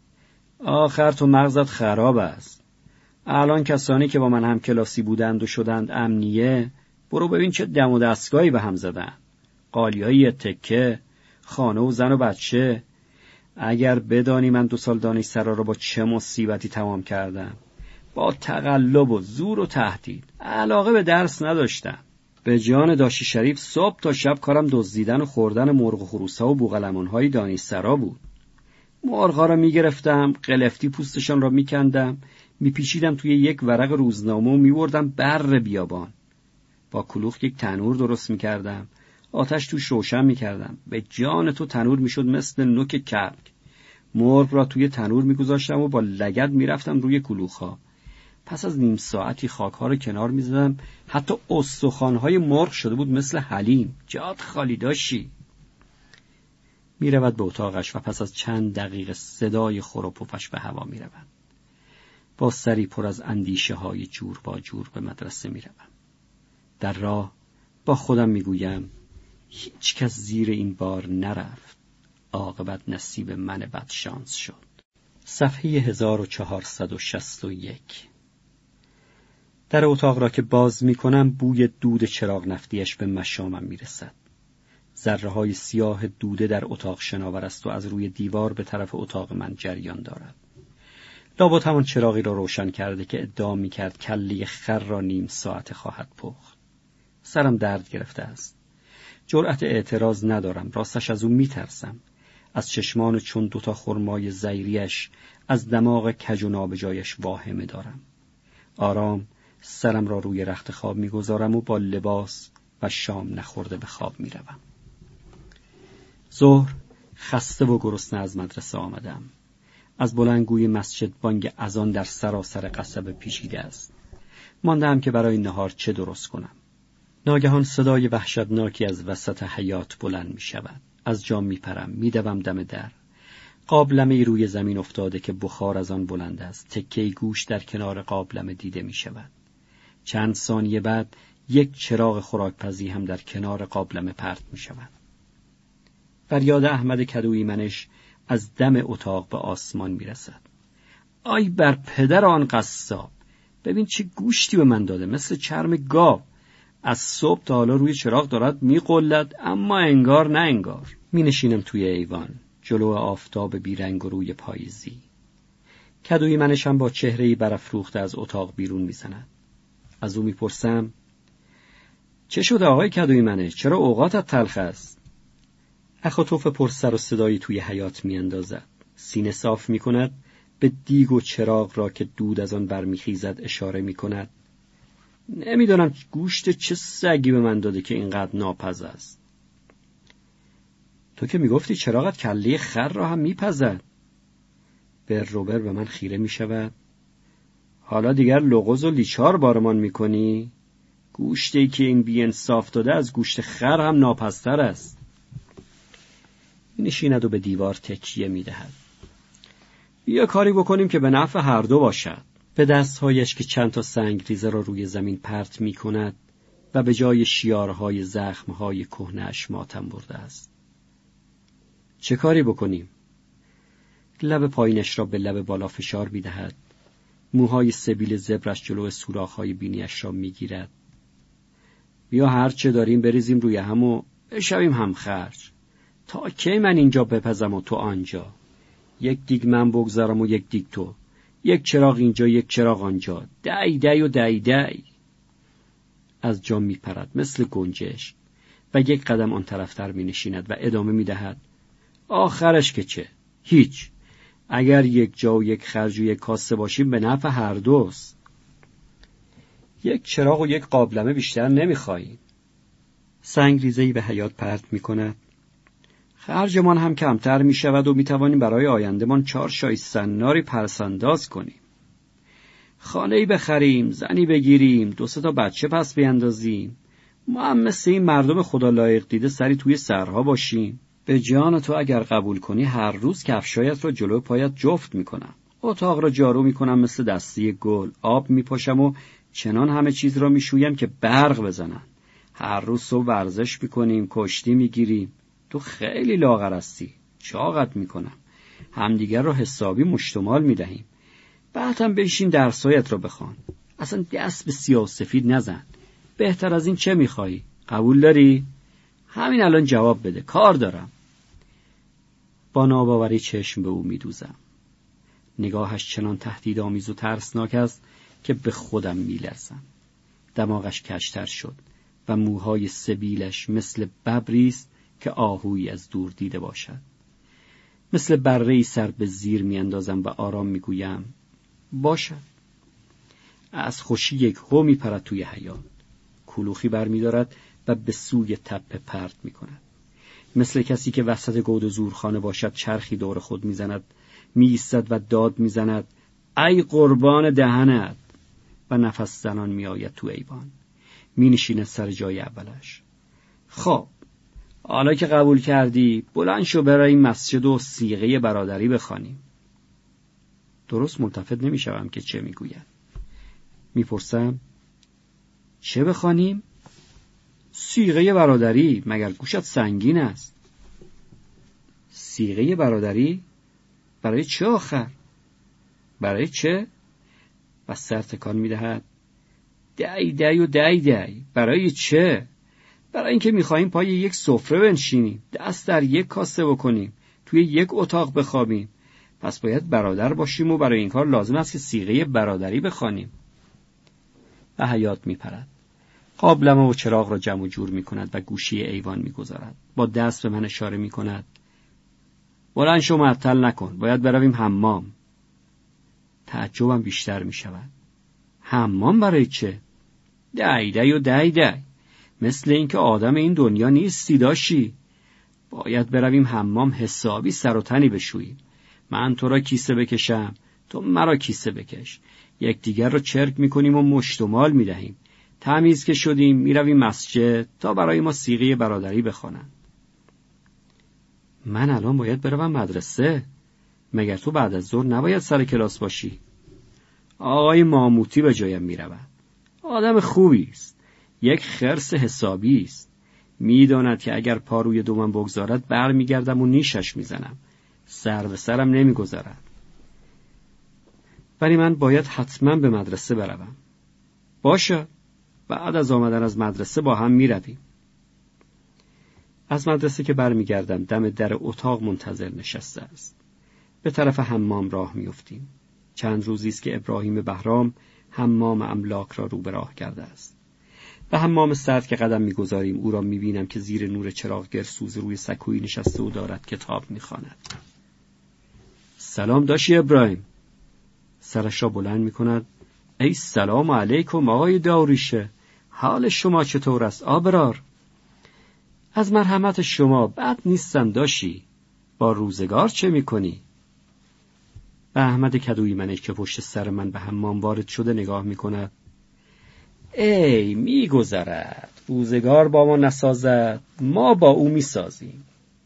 آخر تو مغزت خراب است. الان کسانی که با من هم کلاسی بودند و شدند امنیه، برو ببین چه دم و دستگاهی به هم زدن. قالیایی تکه، خانه و زن و بچه. اگر بدانی من دو سال دانشسرا را با چه مصیبتی تمام کردم. با تقلب و زور و تهدید. علاقه به درس نداشتم. به جان داشی شریف صبح تا شب کارم دزدیدن و خوردن مرغ و خروس‌ها و بوقلمون‌های دانشسرا بود. مرغ‌ها را می‌گرفتم، قلفتی پوستشان را می‌کندم، می‌پیچیدم توی یک ورق روزنامه و می‌بردم بر بیابان. با کلوخ یک تنور درست می‌کردم، آتش توش روشن می‌کردم. به جان تو تنور می‌شد مثل نوک کبک. مرغ را توی تنور می‌گذاشتم و با لگد می‌رفتم روی کلوخ‌ها. پس از نیم ساعتی خاک‌ها را کنار می‌زدم، حتی استخوان‌های مرغ شده بود مثل حلیم. جات خالی داشتی. می‌رود به اتاقش و پس از چند دقیقه صدای خور و پفش به هوا می‌رود. با سری پر از اندیشه‌های جور با جور به مدرسه می‌روم. در راه با خودم می‌گویم هیچ کس زیر این بار نرفت. عاقبت نصیب من بدشانس شد. صفحه هزار و چهارصد و شصت و یک. در اتاق را که باز می‌کنم بوی دود چراغ نفتیش به مشامم می‌رسد. ذره‌های سیاه دوده در اتاق شناور است و از روی دیوار به طرف اتاق من جریان دارد. لابد همان چراغی را روشن کرده که ادعا می‌کرد کله خر را نیم ساعت خواهد پخت. سرم درد گرفته است. جرأت اعتراض ندارم، راستش از او می‌ترسم. از چشمان چون دوتا خرمای زیریش، از دماغ کج و نابجایش واهمه دارم. آرام سرم را روی رخت خواب می‌گذارم و با لباس و شام نخورده به خواب می‌روم. ظهر خسته و گرسنه از مدرسه آمدم. از بلندگوی مسجد بانگ اذان در سراسر قصبه پیچیده است. ماندم که برای نهار چه درست کنم. ناگهان صدای وحشتناکی از وسط حیاط بلند می شود. از جام می پرم، می دوم دم در. قابلمه‌ای روی زمین افتاده که بخار از آن بلند است. تکه‌ای گوشت در کنار قابلمه دیده می شود. چند ثانیه بعد یک چراغ خوراکپزی هم در کنار قابلمه پرت می شود. فریاد احمد کدویی منش از دم اتاق به آسمان می رسد. آی بر پدر آن قصاب! ببین چه گوشتی به من داده، مثل چرم گاو. از صبح تا حالا روی چراغ دارد می قلد، اما انگار نه انگار. می نشینم توی ایوان، جلو آفتاب بیرنگ و روی پاییزی. کدویی منش هم با چهره‌ای برافروخته از اتاق بیرون می زند. از او می پرسم چه شده آقای کدویی منش؟ چرا اوقاتت تلخ است؟ اخ و توف پر سر و صدایی توی حیاط می اندازد. سینه صاف می کند، به دیگ و چراغ را که دود از آن برمیخیزد اشاره می کند. نمیدونم گوشت چه سگی به من داده که اینقدر ناپز است. تو که میگفتی چراغت کله خر را هم میپزد. بر روبر به من خیره می شود. حالا دیگر لغز و لیچار بارمان میکنی؟ گوشتی که این بی انصاف داده از گوشت خر هم ناپزتر است. می نشیند و به دیوار تکیه می دهد. بیا کاری بکنیم که به نفع هر دو باشد. به دستهایش که چند تا سنگ ریزه را روی زمین پرت می کند و به جای شیارهای زخمهای کهنه‌اش ماتم برده است. چه کاری بکنیم؟ لب پایینش را به لب بالا فشار می دهد. موهای سبیل زبرش جلو سوراخ‌های بینیش را می گیرد. بیا هر چه داریم بریزیم روی هم و بشویم هم خرج. تا کی من اینجا بپزم و تو آنجا؟ یک دیگ من بگذارم و یک دیگ تو. یک چراغ اینجا، یک چراغ آنجا. دای دای و دای دای. از جا می پرد مثل گنجشک و یک قدم آن طرفتر می نشیند و ادامه می دهد. آخرش که چه؟ هیچ. اگر یک جا و یک خرج و یک کاسه باشیم به نفع هر دوست. یک چراغ و یک قابلمه بیشتر نمی خواهیم. سنگ ریزه‌ای به حیاط پرت می کند. خرجمان هم کمتر می شود و می توانیم برای آیندهمان چهار شای سناری پرسنداز کنیم. خانه‌ای بخریم، زنی بگیریم، دو سه تا بچه پس بیندازیم. ما هم مثل این مردم خدا لایق دیده سری توی سرها باشیم. به جان تو اگر قبول کنی هر روز کفشایت را جلو پایت جفت می کنم. اتاق را جارو می کنم مثل دسته گل. آب می پاشم و چنان همه چیز را می شویم که برق بزنن. هر روز صبح ورزش می کنیم، کشتی می گیریم. تو خیلی لاغر هستی. چاقت می کنم. همدیگر را حسابی مشتمال می دهیم. بعد هم بشین درسایت را بخوان. اصلا دست به سیاه و سفید نزن. بهتر از این چه می خواهی؟ قبول داری؟ همین الان جواب بده. کار دارم. با ناباوری چشم به او می‌دوزم. نگاهش چنان تهدیدآمیز و ترسناک است که به خودم می‌لرزم. دماغش کج‌تر شد و موهای سبیلش مثل ببری است که آهویی از دور دیده باشد. مثل بره‌ای سر به زیر می‌اندازم و آرام می‌گویم باشد. از خوشی یک هو می‌پرد توی حیاط. کلوخی برمی‌دارد و به سوی تپه پرت می‌کند. مثل کسی که وسط گود و زورخانه باشد چرخی دور خود می‌زند، می‌ایستد و داد می‌زند ای قربان دهنت، و نفس زنان می‌آید تو ایوان. می‌نشیند سر جای اولش. خب حالا که قبول کردی بلند شو برای مسجد و صیغه برادری بخوانیم. درست ملتفت نمی‌شوم که چه می‌گوید. می‌پرسم چه بخوانیم؟ صیغه برادری، مگر گوشت سنگین است؟ صیغه برادری؟ برای چه آخر؟ برای چه؟ و سر تکان می‌دهد. دعی دعی و دعی دعی. برای چه؟ برای اینکه می‌خواهیم پای یک سفره بنشینیم، دست در یک کاسه بکنیم، توی یک اتاق بخوابیم. پس باید برادر باشیم و برای این کار لازم است که صیغه برادری بخوانیم. و حیات می‌پرد. قابلمه و چراغ را جمع و جور می‌کند و گوشه ایوان می‌گذارد. با دست به من اشاره می‌کند. بلند شو، معطل نکن، باید برویم حمام. تعجبم بیشتر می‌شود. حمام برای چه؟ دعی دعی و دعی دعی. مثل اینکه آدم این دنیا نیستی داشی. باید برویم حمام حسابی سر و تنی بشوییم. من تو را کیسه بکشم، تو مرا کیسه بکش. یکدیگر را چرک می‌کنیم و مشت و مال می‌دهیم. تمیز که شدیم می‌رویم مسجد تا برای ما صیغه برادری بخوانند. من الان باید بروم مدرسه. مگر تو بعد از ظهر نباید سر کلاس باشی؟ آقای ماموتی به جایم می‌رود. آدم خوبی است. یک خرس حسابی است. می‌داند که اگر پا روی دومم بگذارد برمیگردم و نیشش می‌زنم. سر به سرم نمی‌گذارد. ولی من باید حتما به مدرسه بروم. باشه. بعد از آمدن از مدرسه با هم می‌رویم. از مدرسه که برمیگردم دم در اتاق منتظر نشسته است. به طرف حمام راه می‌افتیم. چند روزی است که ابراهیم بهرام حمام املاک را رو به راه کرده است. به حمام سرد که قدم می‌گذاریم او را می‌بینم که زیر نور چراغ گرسوز روی سکویی نشسته و دارد کتاب می‌خواند. سلام داشی ابراهیم. سرش را بلند می‌کند. ای سلام علیکم آقای داوریشه. حال شما چطور است آبرار؟ از مرحمت شما بد نیستم داشی. با روزگار چه می‌کنی؟ به احمد کدوی منش که پشت سر من به حمام وارد شده نگاه می‌کند. ای می‌گذرد. روزگار با ما نسازد، ما با او می‌سازیم.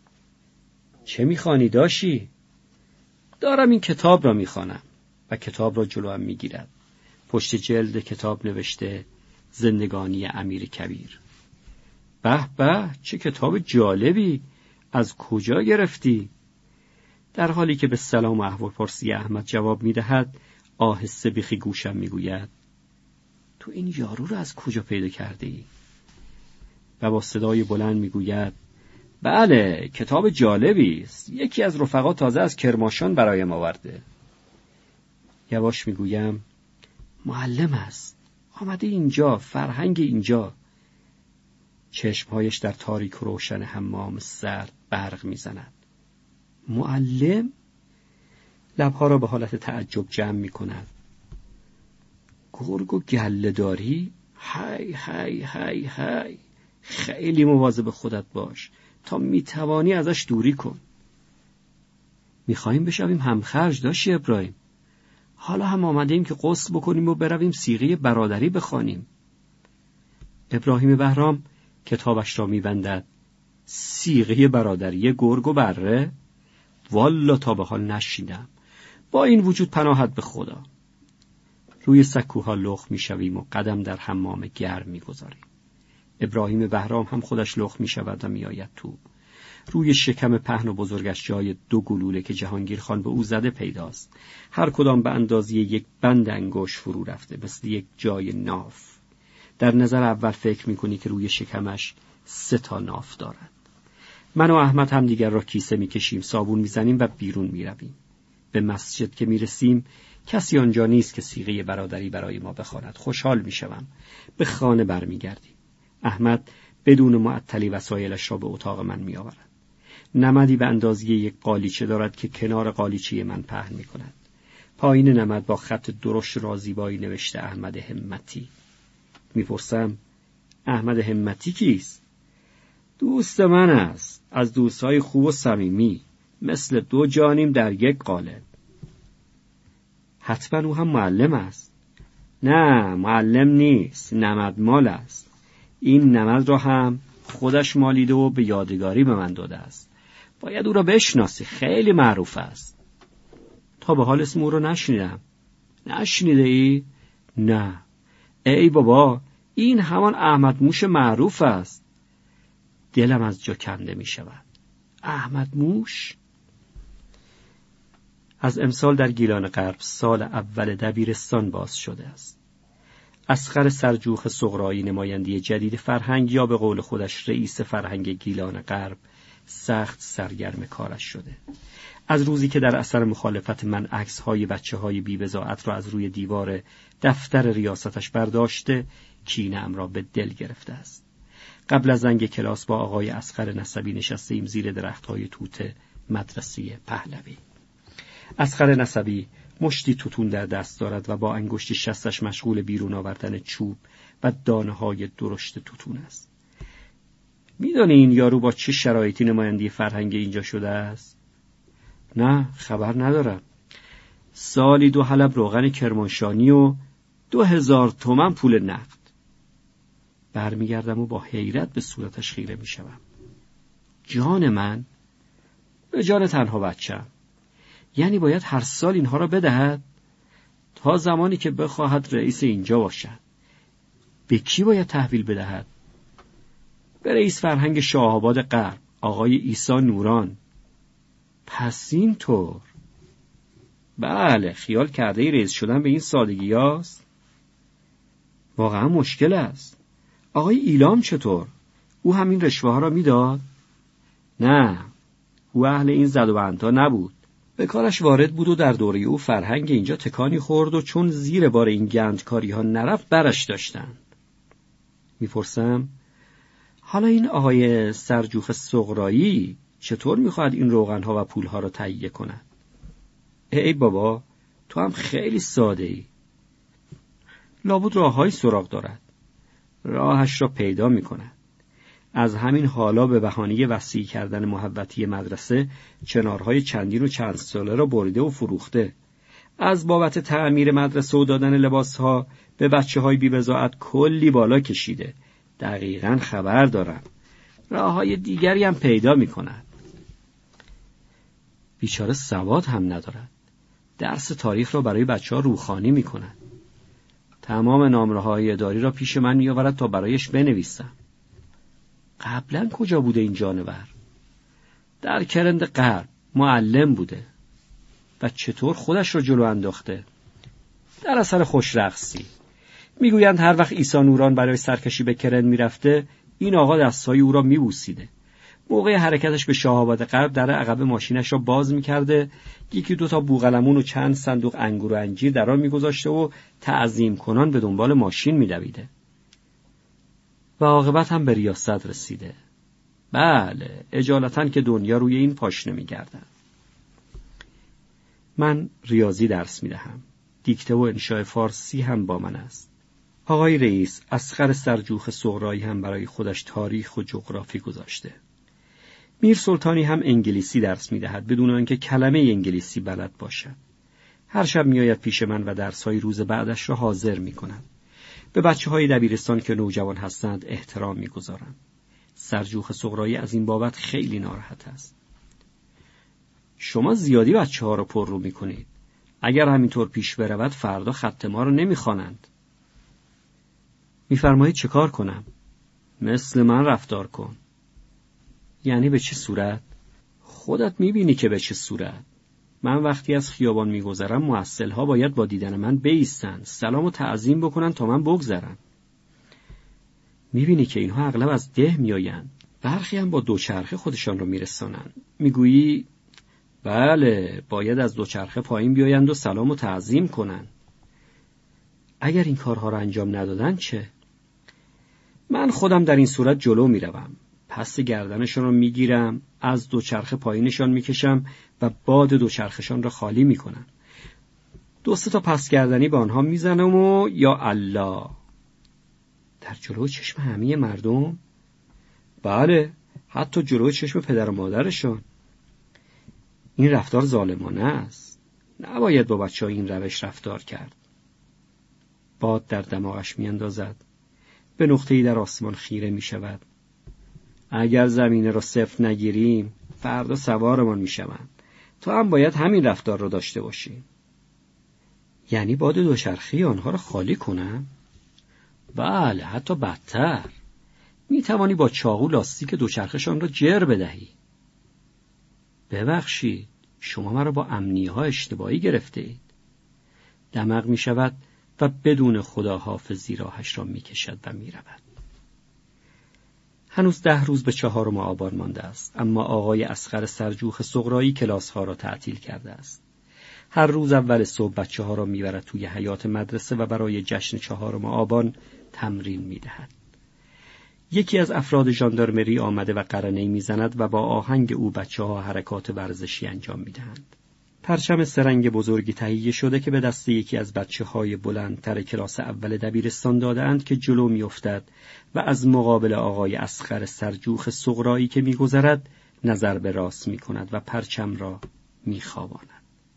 چه می‌خوانی داشی؟ دارم این کتاب را می‌خوانم. و کتاب را جلوم می‌گیرد. پشت جلد کتاب نوشته زندگانی امیر کبیر. به به، چه کتاب جالبی. از کجا گرفتی؟ در حالی که به سلام و احوالپرسی احمد جواب می‌دهد، آهسته بیخی گوشم می‌گوید تو این یارو رو از کجا پیدا کردی؟ و با صدای بلند می‌گوید بله، کتاب جالبی است. یکی از رفقا تازه از کرماشان برایم آورده. یواش می‌گویم معلم است. آمده اینجا، فرهنگ اینجا. چشمهایش در تاریک و روشن حمام سرد برق می‌زند. معلم؟ لبها را به حالت تعجب جمع می‌کند. گرگ و گله داری؟ هی هی هی هی. خیلی مواظب خودت باش تا میتوانی ازش دوری کن. میخواییم بشویم همخرج داشتی ابراهیم. حالا هم آمده ایم که غسل بکنیم و برویم صیغه برادری بخوانیم. ابراهیم بهرام کتابش را میبندد. صیغه برادری گرگ و بره؟ والا تا به حال نشیدم. با این وجود پناهت به خدا. روی سکوها لخت میشویم و قدم در حمام گرم میگذاریم. ابراهیم بهرام هم خودش لخت میشود و میآید تو. روی شکم پهن و بزرگش جای دو گلوله که جهانگیر خان به او زده پیداست. هر کدام به اندازه یک بند انگشت فرو رفته، مثل یک جای ناف. در نظر اول فکر میکنی که روی شکمش سه تا ناف دارد. من و احمد هم دیگر را کیسه میکشیم، صابون میزنیم و بیرون میرویم. به مسجد که میرسیم کسی آنجا نیست که صیغه برادری برای ما بخواند. خوشحال میشوم. به خانه برمیگردیم. احمد بدون معطلی وسایلش را به اتاق من میآورد. نمدی به اندازه یک قالیچه دارد که کنار قالیچه من پهن میکند. پایین نمد با خط درشت را زیبایی نوشته احمد همتی. میپرسم احمد همتی کیست؟ دوست من است، از دوستای خوب و صمیمی، مثل دو جانیم در یک قالب. حتما او هم معلم است. نه، معلم نیست، نمدمال است. این نمد را هم خودش مالیده و به یادگاری به من داده است. باید او را بشناسی، خیلی معروف است. تا به حال اسم او را نشنیدم. نشنیده ای؟ نه. ای بابا، این همان احمد موش معروف است. دلم از جا کنده می شود. احمد موش؟ از امسال در گیلان غرب سال اول دبیرستان باز شده است. اصغر سرجوخ صغرایی نماینده جدید فرهنگ، یا به قول خودش رئیس فرهنگ گیلان غرب، سخت سرگرم کارش شده. از روزی که در اثر مخالفت من عکس‌های بچه‌های بی‌بضاعت را از روی دیوار دفتر ریاستش برداشته، کینه‌ام را به دل گرفته است. قبل از زنگ کلاس با آقای اصغر نسبی نشستیم زیر درخت‌های توت مدرسه پهلوی. اصغر نسبی مشتی توتون در دست دارد و با انگشت شستش مشغول بیرون آوردن چوب و دانه‌های درشت توتون است. می‌دانی این یارو با چه شرایطی نماینده فرهنگ اینجا شده است؟ نه، خبر ندارم. سالی دو حلب روغن کرمانشانی و دو هزار تومن پول نقد. برمیگردم و با حیرت به صورتش خیره میشوم. جان من، به جان تنها بچه‌ام. یعنی باید هر سال اینها را بدهد تا زمانی که بخواهد رئیس اینجا باشد. به کی باید تحویل بدهد؟ به رئیس فرهنگ شاه‌آباد غرب، آقای عیسی نوران. پس اینطور؟ بله، خیال کرده رئیس شدن به این سادگی هاست؟ واقعا مشکل است. آقای ایلام چطور؟ او همین رشوه ها را میداد؟ نه، او اهل این زد و بندها نبود. به کارش وارد بود و در دوره او فرهنگ اینجا تکانی خورد و چون زیر بار این گندکاری ها نرفت برش داشتند. میپرسم حالا این آقای سرجوخ صغرایی چطور میخواهد این روغن ها و پول ها را تهیه کند؟ ای بابا، تو هم خیلی ساده ای. لابد راههای سراغ دارد. راهش را پیدا میکند. از همین حالا به بهانه وسیع کردن محوطه مدرسه چنارهای چندین و چند ساله را بریده و فروخته. از بابت تعمیر مدرسه و دادن لباسها به بچه‌های بی‌بضاعت کلی بالا کشیده. دقیقاً خبر دارم. راههای دیگری هم پیدا میکند. بیچاره سواد هم ندارد. درس تاریخ را برای بچه‌ها روخوانی میکند. تمام نامه‌های اداری را پیش من میآورد تا برایش بنویسم. قبلا کجا بوده این جانور؟ در کرند غرب معلم بوده. و چطور خودش را جلو انداخته؟ در اثر خوشرقصی. میگویند هر وقت عیسی نوران برای سرکشی به کرند میرفته، این آقا دستهای او را میبوسیده. موقع حرکتش به شاه‌آباد غرب در عقب ماشینش را باز میکرده، یکی دو تا بوقلمون و چند صندوق انگور و انجیر در آن میگذاشته و تعظیم کنان به دنبال ماشین میدویده. و عاقبت هم به ریاست رسیده. بله، اجالتا که دنیا روی این پاشنه میگردد. من ریاضی درس میدهم. دیکته و انشاء فارسی هم با من است. آقای رئیس اصغر سرجوخ صغرایی هم برای خودش تاریخ و جغرافی گذاشته. میر سلطانی هم انگلیسی درس میدهد بدون آنکه کلمه انگلیسی بلد باشد. هر شب میآید پیش من و درس‌های روز بعدش را حاضر میکند. به بچه‌های دبیرستان که نوجوان هستند احترام می‌گذارم. سرجوخ صغرایی از این بابت خیلی ناراحت است. شما زیادی بچه‌ها را پر رو می‌کنید. اگر همینطور پیش برود فردا خط ما را نمی‌خوانند. می‌فرمایید چه کار کنم؟ مثل من رفتار کن. یعنی به چه صورت؟ خودت می‌بینی که به چه صورت. من وقتی از خیابان میگذرم محصل‌ها باید با دیدن من بایستند، سلام و تعظیم بکنن تا من بگذرم. میبینی که اینها اغلب از ده میآیند برخی هم با دوچرخه خودشان رو میرسانند. میگویی بله، باید از دوچرخه پایین بیایند و سلام و تعظیم کنند. اگر این کارها را انجام ندادن چه؟ من خودم در این صورت جلو میروم، پس گردنشان رو میگیرم، از دوچرخه پایینشان میکشم و باد دوچرخشان را خالی میکنم. دو سه تا پس گردنی به آنها میزنم و یا الله. در جلو چشم همه مردم؟ بله، حتی جلو چشم پدر و مادرشان. این رفتار ظالمانه است. نباید با بچه‌ها این روش رفتار کرد. باد در دماغش میاندازد. به نقطه‌ای در آسمان خیره میشود. اگر زمینه را صفر نگیریم، فردا سوارمان میشوند. تو هم باید همین رفتار را داشته باشی. یعنی باد دوچرخی آنها را خالی کنم؟ بله، حتی بدتر. می توانی با چاقو لاستیک دوچرخشان را جر بدهی. ببخشید، شما مرا با امنیه ها اشتباهی گرفته اید. دمق می شود و بدون خداحافظی راهش را می کشد و می رود. هنوز ده روز به چهارم آبان مانده است، اما آقای اصغر سرجوخ صغرایی کلاس ها را تعطیل کرده است. هر روز اول صبح بچه ها را می برد توی حیاط مدرسه و برای جشن چهارم آبان تمرین می دهد. یکی از افراد ژاندارمری آمده و قرنه‌ای می‌زند و با آهنگ او بچه‌ها حرکات ورزشی انجام می‌دهند. پرچم سرنگ بزرگی تهیه شده که به دست یکی از بچه‌های بلندتر کلاس اول دبیرستان داده‌اند که جلو می‌افتد و از مقابل آقای اصغر سرجوخ صغرایی که می‌گذرد نظر به راست می‌کند و پرچم را می‌خواباند.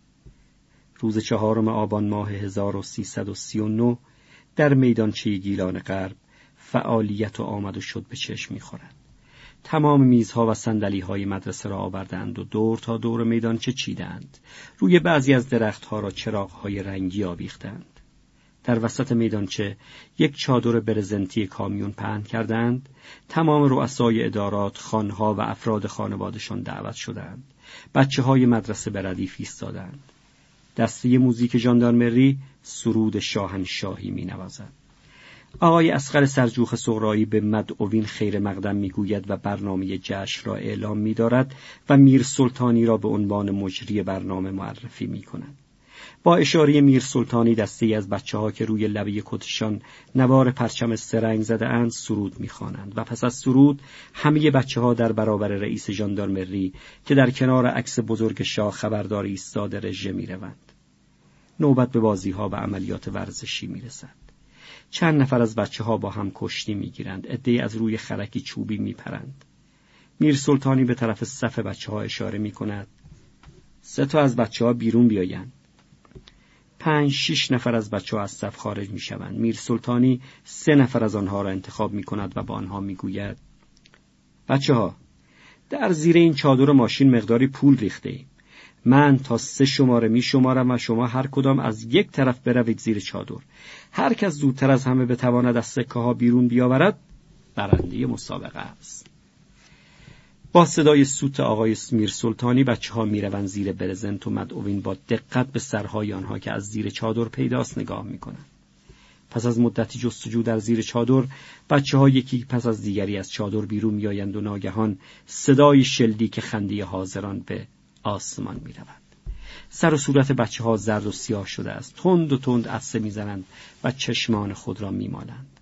روز چهارم آبان ماه هزار و سیصد و سی و نه در میدانچه گیلان غرب فعالیت و آمد و شد به چشم می‌خورد. تمام میزها و صندلی‌های مدرسه را آوردند و دور تا دور میدانچه چیدند. روی بعضی از درختها را چراغ‌های رنگی آویختند. در وسط میدانچه یک چادر برزنتی کامیون پهن کردند. تمام رؤسای ادارات، خانها و افراد خانواده‌شان دعوت شدند. بچه‌های مدرسه به ردیف ایستادند. دسته موزیک ژاندارمری سرود شاهنشاهی می‌نوازد. آقای اصغر سرجوخ صغرایی به مدعوین خیر مقدم میگوید و برنامه جشن را اعلام می‌دارد و میر سلطانی را به عنوان مجری برنامه معرفی می‌کند. با اشاره میر سلطانی دسته‌ای از بچه‌ها که روی لبه کتشان نوار پرچم سرنگ زده اند سرود می‌خوانند و پس از سرود همه بچه‌ها در برابر رئیس ژاندارمری که در کنار عکس بزرگ شاه خبردار ایستاده رژه می‌روند. نوبت به بازی‌ها و عملیات ورزشی می‌رسد. چند نفر از بچه‌ها با هم کشتی می‌گیرند، عده‌ای از روی خرکی چوبی می‌پرند. میر سلطانی به طرف صف بچه‌ها اشاره می‌کند. سه تا از بچه‌ها بیرون بیایند. پنج شش نفر از بچه‌ها از صف خارج می‌شوند. میر سلطانی سه نفر از آنها را انتخاب می‌کند و با آنها می‌گوید: بچه‌ها، در زیر این چادر ماشین مقداری پول ریخته‌ایم. من تا سه شماره می شمارم و شما هر کدام از یک طرف بروید زیر چادر. هر کس زودتر از همه بتواند از سکه ها بیرون بیاورد برنده مسابقه است. با صدای سوت آقای میر سلطانی بچه ها می روند زیر برزنت و مدعوین با دقت به سرهای آنها که از زیر چادر پیداست نگاه می کنند. پس از مدتی جستجو در زیر چادر بچه ها یکی پس از دیگری از چادر بیرون می آیند و ناگهان صدای شلیک خنده حاضران به آسمان می رود. سر و صورت بچه ها زرد و سیاه شده است. تند و تند عطسه می زنند و چشمان خود را می مالند.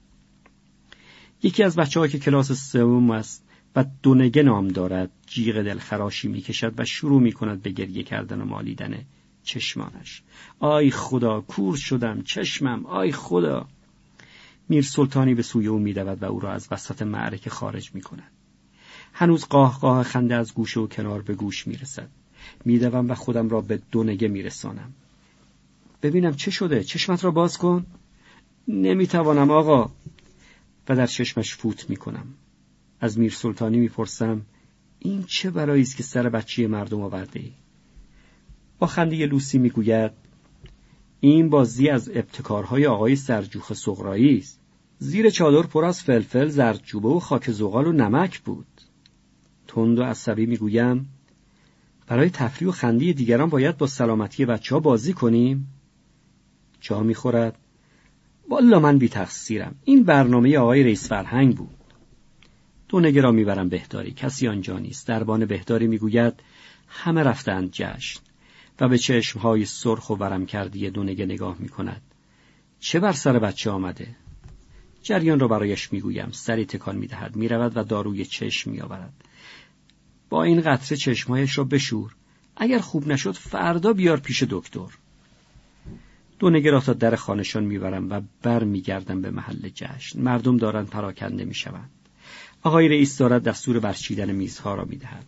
یکی از بچه ها که کلاس سوم است و دونگه نام دارد جیغ دلخراشی می کشد و شروع می کند به گریه کردن و مالیدن چشمانش. آی خدا، کور شدم چشمم، آی خدا. میر سلطانی به سوی او می دود و او را از وسط معرکه خارج می کند. هنوز قاه قاه خنده از گوشه و کنار به گوش می رسد. می دوم و خودم را به دونگه می رسانم. ببینم چه شده، چشمت را باز کن. نمی توانم آقا. و در چشمش فوت می کنم. از میر سلطانی می پرسم: این چه بلایی است که سر بچه مردم آورده ای؟ با خنده لوسی می گوید: این بازی از ابتکارهای آقای سرجوخ صغرایی است. زیر چادر پر از فلفل، زردچوبه و خاک زغال و نمک بود. تند و عصبی می گویم: برای تفریح و خنده دیگران باید با سلامتی بچه‌ها بازی کنیم؟ جا می خورد: والا من بی تقصیرم. این برنامه آقای رئیس فرهنگ بود. دونگه را میبرم بهداری، کسی آنجا نیست. دربان بهداری میگوید همه رفتند جشن و به چشمهای سرخ و ورم کردی دونگه نگاه میکند. چه بر سر بچه آمده؟ جریان را برایش میگویم. سری تکان میدهد، میرود و داروی چشم میآورد. با این قطره چشمهایش را بشور، اگر خوب نشد فردا بیار پیش دکتر. دونگه را تا در خانه‌شان میبرم و بر میگردم به محل جشن. مردم دارند پراکنده میشوند. آقای رئیس دارد دستور برچیدن میزها را میدهد.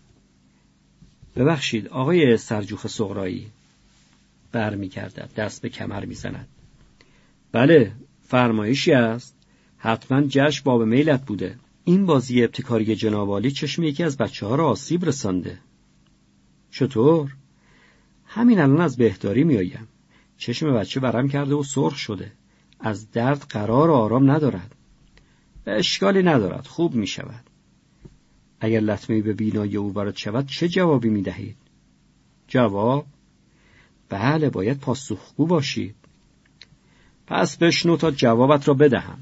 ببخشید آقای سرجوخ صغرایی. بر میگردد، دست به کمر میزند. بله، فرمایشی است. حتما جشن باب میلت بوده. این بازی ابتکاری جناب عالی چشم یکی از بچه ها را آسیب رسانده. چطور؟ همین الان از بهداری میآیم. چشم بچه ورم کرده و سرخ شده. از درد قرار و آرام ندارد. اشکالی ندارد، خوب می شود. اگر لطمه‌ای به بینایی او وارد شود چه جوابی می دهید؟ جواب؟ بله، باید پاسخگو باشید. پس بشنو تا جوابت را بدهم.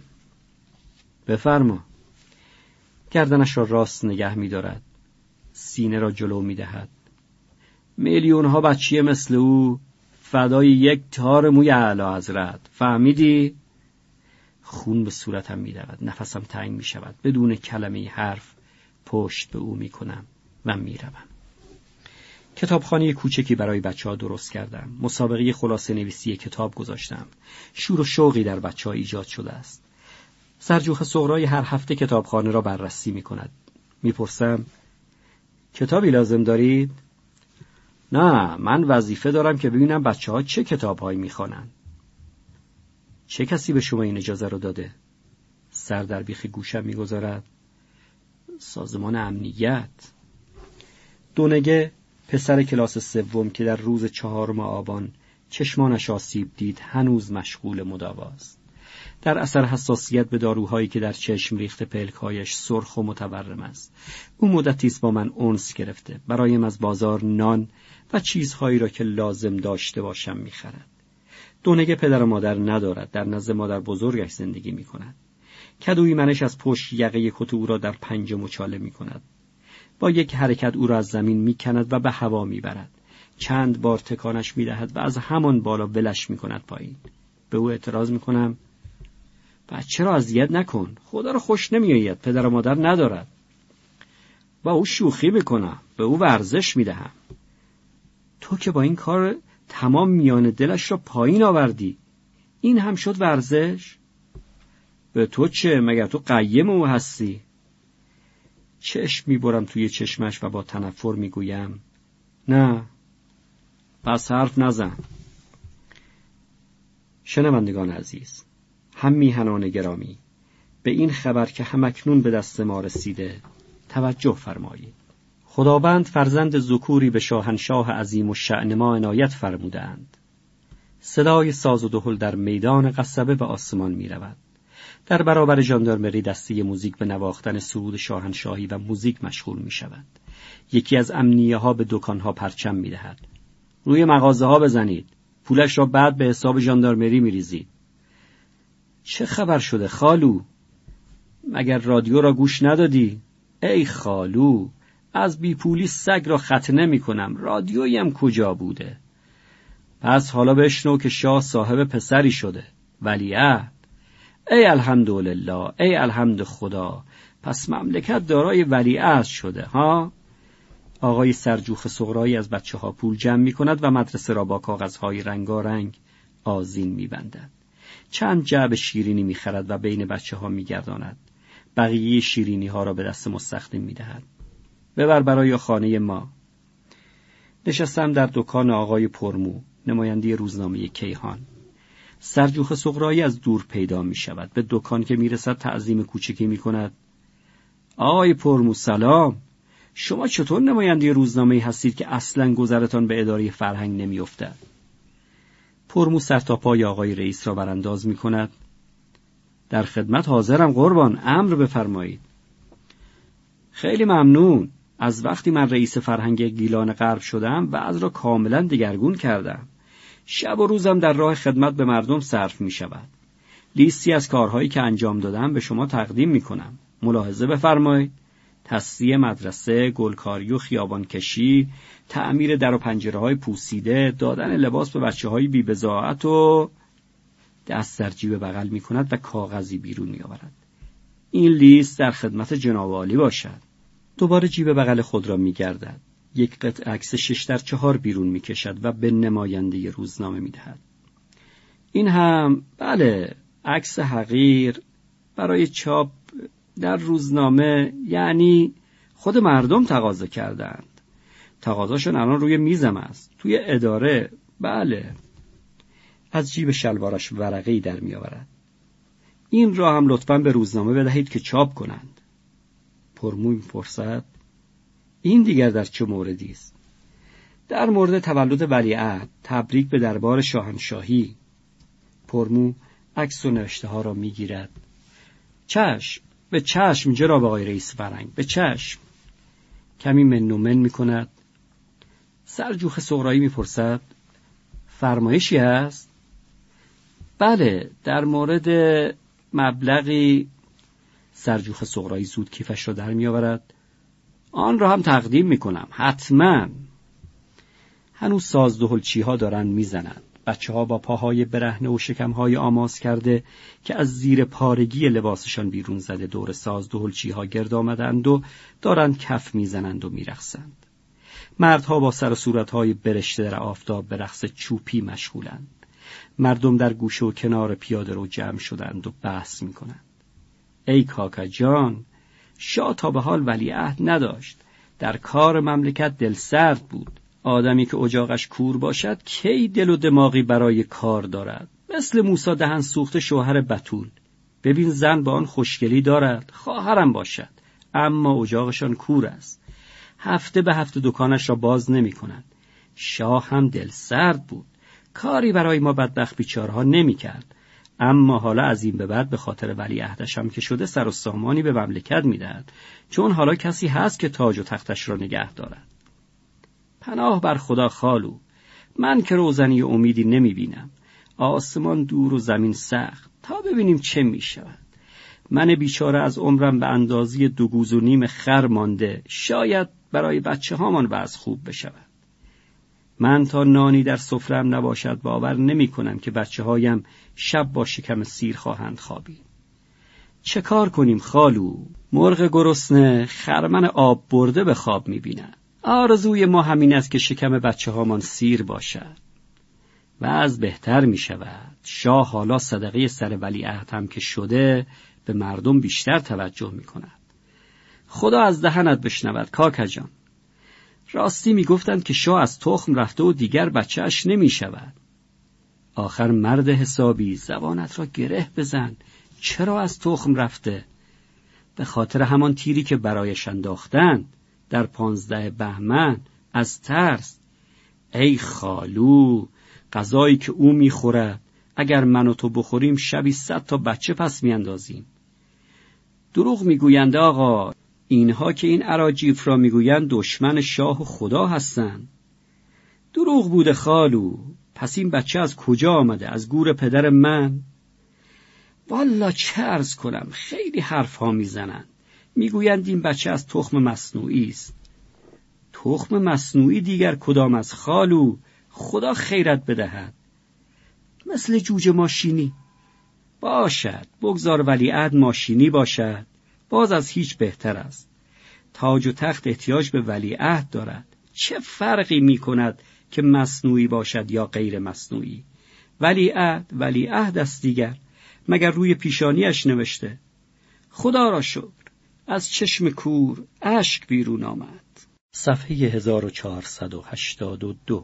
بفرما. گردنش را راست نگه می دارد. سینه را جلو می دهد. میلیون ها بچه مثل او فدای یک تار موی اعلی حضرت. فهمیدی؟ خون به صورتم می دود. نفسم تنگ می شود. بدون کلمه حرف پشت به او می کنم و می روم. کتابخانه کوچکی برای بچه ها درست کردم. مسابقه خلاصه نویسی کتاب گذاشتم. شور و شوقی در بچه ها ایجاد شده است. سرجوخ صغرایی هر هفته کتابخانه را بررسی می کند. می پرسم کتابی لازم دارید؟ نه، من وظیفه دارم که ببینم بچه ها چه کتاب هایی می خوانند. چه کسی به شما این اجازه رو داده؟ سر در بیخ گوشم می گذارد. سازمان امنیت. دونگه پسر کلاس سوم که در روز چهارم آبان چشمانش آسیب دید هنوز مشغول مداواست. در اثر حساسیت به داروهایی که در چشم ریخته پلک‌هایش سرخ و متورم است. او مدتی است با من انس گرفته. برایم از بازار نان و چیزهایی را که لازم داشته باشم می‌خرد. دونگه پدر و مادر ندارد. در نزد مادر بزرگش زندگی می‌کند. کدوی منش از پشت یقه کت او را در پنجه مچاله می‌کند. با یک حرکت او را از زمین می‌کند و به هوا می‌برد. چند بار تکانش می‌دهد و از همان بالا ولش می‌کند پایین. به او اعتراض می‌کنم بچه را اذیت نکن. خدا را خوش نمی‌آید. پدر و مادر ندارد. با او شوخی می‌کنم. به او ورزش می‌دهم. تو که با این کار تمام میان دلش را پایین آوردی. این هم شد ورزش؟ به تو چه؟ مگر تو قیم او هستی؟ چشم میبرم توی چشمش و با تنفر میگویم نه. پس حرف نزن. شنوندگان عزیز، هم میهنان گرامی، به این خبر که همکنون به دست ما رسیده توجه فرمایید. خداوند فرزند ذکوری به شاهنشاه عظیم و شأن ما عنایت فرمودند. صدای ساز و دهل در میدان قصبه به آسمان می رود. در برابر ژاندارمری دسته موزیک به نواختن سرود شاهنشاهی و موزیک مشغول می شود. یکی از امنیه ها به دکان ها پرچم می دهد. روی مغازه ها بزنید. پولش را بعد به حساب ژاندارمری می ریزید. چه خبر شده خالو؟ مگر رادیو را گوش ندادی؟ ای خالو، از بی پولی سگ را ختنه می کنم. رادیویی هم کجا بوده؟ پس حالا بشنو که شاه صاحب پسری شده. ولیعهد. ای الحمدلله، ای الحمد خدا. پس مملکت دارای ولیعهد شده ها؟ آقای سرجوخ صغرایی از بچه ها پول جمع می کند و مدرسه را با کاغذهای رنگارنگ آذین می بندد. چند جعبه شیرینی می خرد و بین بچه ها می گرداند. بقیه شیرینی ها را به دست مستخدم می دهد. ببر برای خانه ما. نشستم در دکان آقای پرمو، نماینده روزنامه کیهان. سرجوخ صغرایی از دور پیدا می شود. به دکان که می رسد تعظیم کوچکی می کند. آقای پرمو سلام. شما چطور نماینده روزنامه‌ای هستید که اصلاً گذرتان به اداره فرهنگ نمی افتد؟ پرمو سر تا پای آقای رئیس را برانداز می کند. در خدمت حاضرم قربان، امر بفرمایید. خیلی ممنون. از وقتی من رئیس فرهنگ گیلان غرب شدم وضع را کاملا دگرگون کردم. شب و روزم در راه خدمت به مردم صرف می شود. لیستی از کارهایی که انجام دادم به شما تقدیم می کنم. ملاحظه بفرمایید، تصفیه مدرسه، گلکاری و خیابانکشی، تعمیر در و پنجره های پوسیده، دادن لباس به بچه های بی بضاعت و دست در جیب بغل می کند و کاغذی بیرون می آورد. این لیست در خدمت جناب عالی باشد. دوباره جیب بغل خود را می گردد. یک قطعه عکس شش در چهار بیرون می کشد و به نماینده روزنامه می دهد. این هم بله، عکس حقیر برای چاپ در روزنامه، یعنی خود مردم تقاضا کردند. تقاضاشون الان روی میزم است، توی اداره. بله. از جیب شلوارش ورقه‌ای در می آورد. این را هم لطفاً به روزنامه بدهید که چاپ کنند. پرمو می‌پرسد این دیگر در چه موردی است؟ در مورد تولد ولیعهد، تبریک به دربار شاهنشاهی. پرمو عکس و نوشته ها را میگیرد. چشم، به چشم جناب آقای رئیس فرنگ، به چشم. کمی من و من میکند. سرجوخ صغرایی میپرسد فرمایشی هست؟ بله، در مورد مبلغی. سرجوخ صغرایی زود کیفش را در میآورد. آن را هم تقدیم میکنم، حتما. هنوز ساز دهلچی ها دارند میزنند. بچه ها با پاهای برهنه و شکمهای آماس کرده که از زیر پارگی لباسشان بیرون زده دور ساز دهلچی ها گرد آمدند و دارند کف میزنند و میرقصند. مردها با سر و صورتهای برشته در آفتاب به رقص چوپی مشغولند. مردم در گوشه و کنار پیاده رو جمع شدند و بحث میکنند. ای کاکا جان، شاه تا به حال ولیعهد نداشت. در کار مملکت دل سرد بود. آدمی که اجاقش کور باشد کی دل و دماغی برای کار دارد؟ مثل موسی دهن سوخته شوهر بتول. ببین زن با آن خوشگلی دارد، خواهرم باشد، اما اجاقشان کور است. هفته به هفته دکانش را باز نمی کند. شاه هم دل سرد بود، کاری برای ما بدبخت بیچارها نمی کرد. اما حالا از این به بعد به خاطر ولیعهدش هم که شده سر و سامانی به مملکت می دهد، چون حالا کسی هست که تاج و تختش را نگه دارد. پناه بر خدا خالو، من که روزنی امیدی نمی بینم. آسمان دور و زمین سخت، تا ببینیم چه می شود. من بیچاره از عمرم به اندازی دو گوز و نیم خر مانده، شاید برای بچه هامان وضع خوب بشود. من تا نانی در سفره‌ام نباشد باور نمی کنم که بچه هایم شب با شکم سیر خواهند خوابید. چه کار کنیم خالو؟ مرغ گرسنه خرمن آب برده به خواب می بیند. آرزوی ما همین است که شکم بچه هامان سیر باشد. و از بهتر می شود. شاه حالا صدقه سر ولیعهد هم که شده به مردم بیشتر توجه می کند. خدا از دهنت بشنود کاکا جان. راستی می گفتند که شاه از تخم رفته و دیگر بچه‌اش نمی شود. آخر مرد حسابی زبانت را گره بزن. چرا از تخم رفته؟ به خاطر همان تیری که برایش انداختند در پانزده بهمن از ترس. ای خالو، غذایی که او می خورد اگر من و تو بخوریم شبی صد تا بچه پس می اندازیم. دروغ می گویند آقا. اینها که این اراجیف را می گویند دشمن شاه و خدا هستند. دروغ بوده خالو. پس این بچه از کجا آمده؟ از گور پدر من؟ والا چه عرض کنم، خیلی حرف ها می زنند. می گویند این بچه از تخم مصنوعی است. تخم مصنوعی دیگر کدام از خالو؟ خدا خیرت بدهد. مثل جوجه ماشینی. باشد، بگذار ولیعهد ماشینی باشد، باز از هیچ بهتر است. تاج و تخت احتیاج به ولیعهد دارد. چه فرقی می کند که مصنوعی باشد یا غیر مصنوعی؟ ولیعهد ولیعهد است دیگر. مگر روی پیشانیش نوشته؟ خدا را شکر از چشم کور اشک بیرون آمد. صفحه هزار و چهارصد و هشتاد و دو.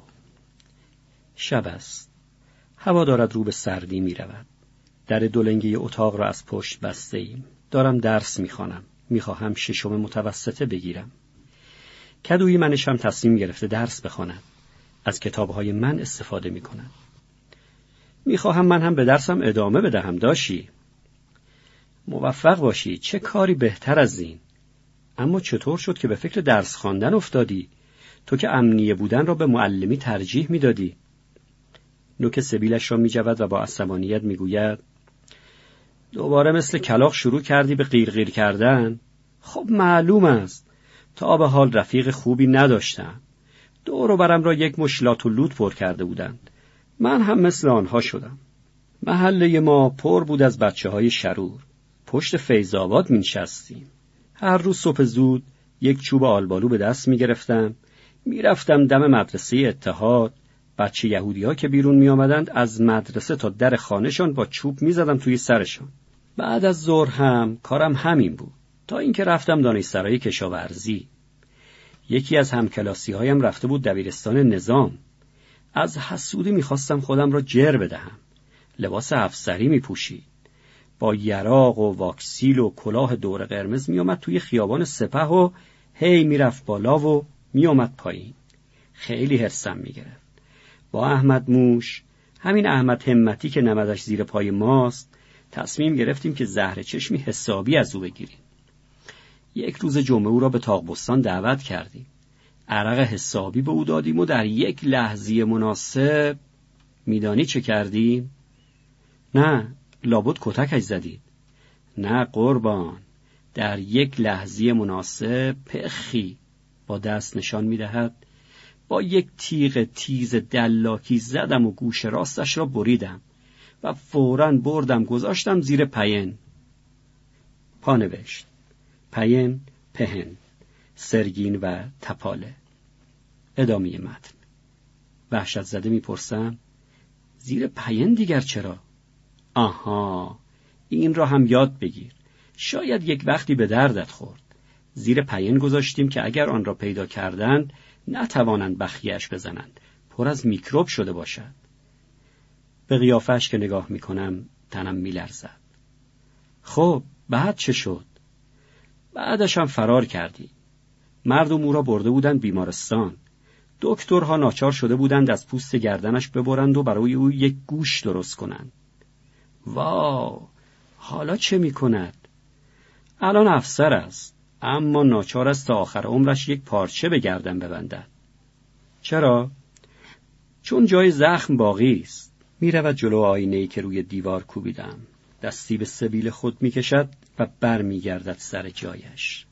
شب است. هوا دارد رو به سردی می رود. در دولنگی اتاق را از پشت بسته ایم. دارم درس می خوانم. می خواهم ششم متوسطه بگیرم. کدوی منش هم تصمیم گرفته درس بخواند. از کتابهای من استفاده می کند. می خواهم من هم به درسم ادامه بدهم داشی. موفق باشی، چه کاری بهتر از این. اما چطور شد که به فکر درس خواندن افتادی؟ تو که امنیه بودن را به معلمی ترجیح می دادی. نوک سبیلش را می جود و با عصبانیت می گوید دوباره مثل کلاغ شروع کردی به غیرغیر کردن؟ خب معلوم است تا به حال رفیق خوبی نداشتم. دور و برم را یک مش لات و لوت پر کرده بودند. من هم مثل آنها شدم. محله ما پر بود از بچه های شرور. پشت فیض‌آباد می نشستیم. هر روز صبح زود یک چوب آلبالو به دست می گرفتم. می رفتم دم مدرسه اتحاد. بچه یهودی ها که بیرون می آمدند از مدرسه تا در خانهشان با چوب می زدم توی سرشان. بعد از ظهر هم کارم همین بود تا اینکه رفتم دانشسرای کشاورزی. یکی از همکلاسی هایم رفته بود دبیرستان نظام. از حسودی می خواستم خودم را جر بدهم. لباس افسری می پوشید. با یراق و واکسیل و کلاه دور قرمز می آمد توی خیابان سپه و هی می رفت بالا و می آمد پایین. خیلی حرصم می گرفت. با احمد موش، همین احمد همتی که نمدش زیر پای ماست، تصمیم گرفتیم که زهر چشمی حسابی از او بگیریم. یک روز جمعه او را به تاقبستان دعوت کردیم. عرق حسابی به او دادیم و در یک لحظه مناسب میدانی چه کردیم؟ نه، لابد کتکش زدید. نه قربان، در یک لحظه مناسب پخی با دست نشان میدهد. با یک تیغ تیز دلاکی زدم و گوش راستش را بریدم و فوراً بردم گذاشتم زیر پین. پانوشت: پین، پهن، سرگین و تپاله. ادامه متن. وحشت زده میپرسم: زیر پین دیگر چرا؟ آها، این را هم یاد بگیر. شاید یک وقتی به دردت خورد. زیر پین گذاشتیم که اگر آن را پیدا کردند نتوانند بخیه‌اش بزنند. پر از میکروب شده باشد. به قیافه‌اش که نگاه میکنم تنم میلرزد. خب بعد چه شد؟ بعدش هم فرار کردی. مردم او را برده بودند بیمارستان. دکترها ناچار شده بودند از پوست گردنش ببرند و برای او یک گوش درست کنند. واو، حالا چه میکند؟ الان افسر است، اما ناچار است تا آخر عمرش یک پارچه به گردن ببندد. چرا؟ چون جای زخم باقی است. میرود جلو آینه‌ای که روی دیوار کوبیدم. دستی به سبیل خود میکشد و بر میگردد سر جایش.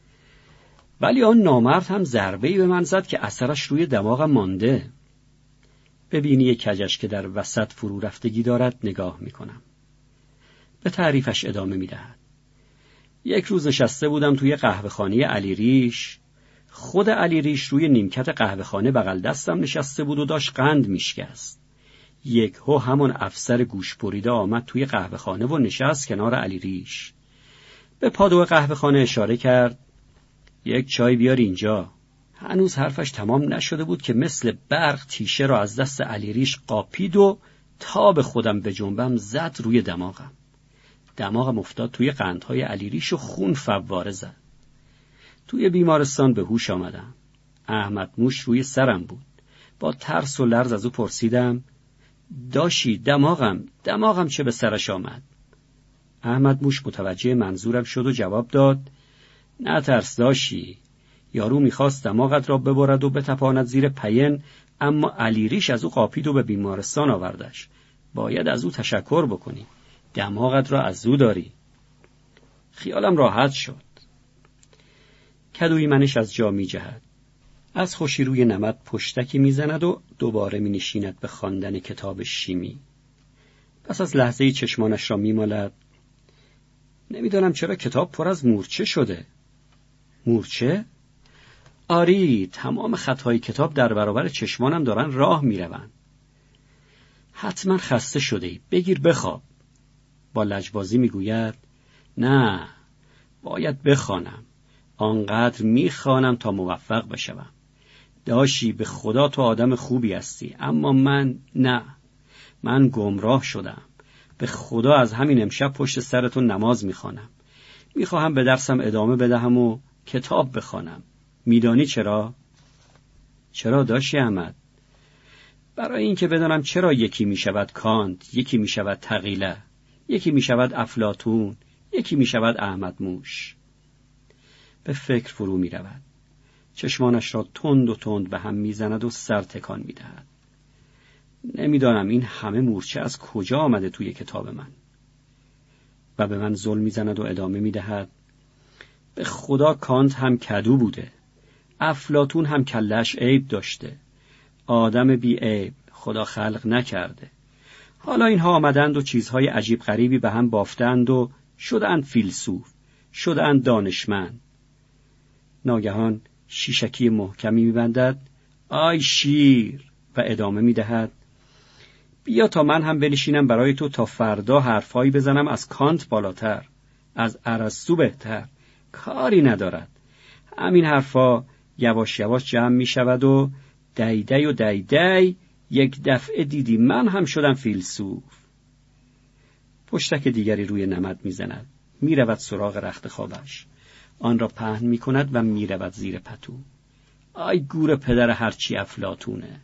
ولی آن نامرد هم ضربه‌ای به من زد که اثرش روی دماغم مانده. ببینی کجش که در وسط فرو رفتگی دارد نگاه میکنم. به تعریفش ادامه میدهد. یک روز نشسته بودم توی قهوه‌خانه علی ریش. خود علی ریش روی نیمکت قهوه‌خانه بغل دستم نشسته بود و داشت قند میشکست. یک هو همون افسر گوش بریده آمد توی قهوه‌خانه و نشست کنار علی ریش. به پادو قهوه‌خانه اشاره کرد: یک چای بیار اینجا. هنوز حرفش تمام نشده بود که مثل برق تیشه را از دست علی ریش قاپید و تا به خودم به جنبم زد روی دماغم. دماغم افتاد توی قندهای علی ریش و خون فواره زد. توی بیمارستان به هوش آمدم. احمد موش روی سرم بود. با ترس و لرز از او پرسیدم: داشی دماغم دماغم چه به سرش آمد؟ احمد موش متوجه منظورم شد و جواب داد: نه ترس داشی، یارو میخواست دماغت را ببرد و بتپاند زیر پین، اما علی ریش از او قاپید و به بیمارستان آوردش. باید از او تشکر بکنی. دماغت را از او داری. خیالم راحت شد. کدوی منش از جا می جهد. از خوشی روی نمد پشتکی می زند و دوباره می نشیند به خواندن کتاب شیمی. پس از لحظه‌ای چشمانش را می مالد. نمیدانم چرا کتاب پر از مورچه شده. مورچه؟ آری، تمام خطهای کتاب در برابر چشمانم دارن راه می روند. حتما خسته شده ای، بگیر بخواب. با لجبازی می گوید: نه، باید بخوانم. آنقدر می خوانم تا موفق بشوم. داشی به خدا تو آدم خوبی هستی، اما من نه. من گمراه شدم. به خدا از همین امشب پشت سرتون نماز می خوانم. می خواهم به درسم ادامه بدهم و کتاب بخوانم. میدانی چرا؟ چرا داشی احمد؟ برای اینکه بدانم چرا یکی می شود کانت، یکی می شود تقیله، یکی می شود افلاطون، یکی می شود احمد موش. به فکر فرو می رود. چشمانش را تند و تند به هم می زند و سر تکان می دهد. نمیدانم این همه مورچه از کجا آمده توی کتاب من. و به من ظلم میزند و ادامه میدهد: به خدا کانت هم کدو بوده، افلاطون هم کلش عیب داشته، آدم بی عیب خدا خلق نکرده. حالا اینها آمدند و چیزهای عجیب غریبی به هم بافتند و شدند فیلسوف، شدند دانشمند. ناگهان شیشکی محکمی میبندد: آی شیر، و ادامه میدهد: بیا تا من هم بنشینم برای تو تا فردا حرفایی بزنم از کانت بالاتر، از ارسطو بهتر. کاری ندارد. همین حرفا یواش یواش جمع می شود و دی دی و دی دی یک دفعه دیدی من هم شدم فیلسوف. پشتک دیگری روی نمد می زند. می رود سراغ رخت خوابش. آن را پهن می کند و می رود زیر پتو. آی گور پدر هرچی افلاطونه.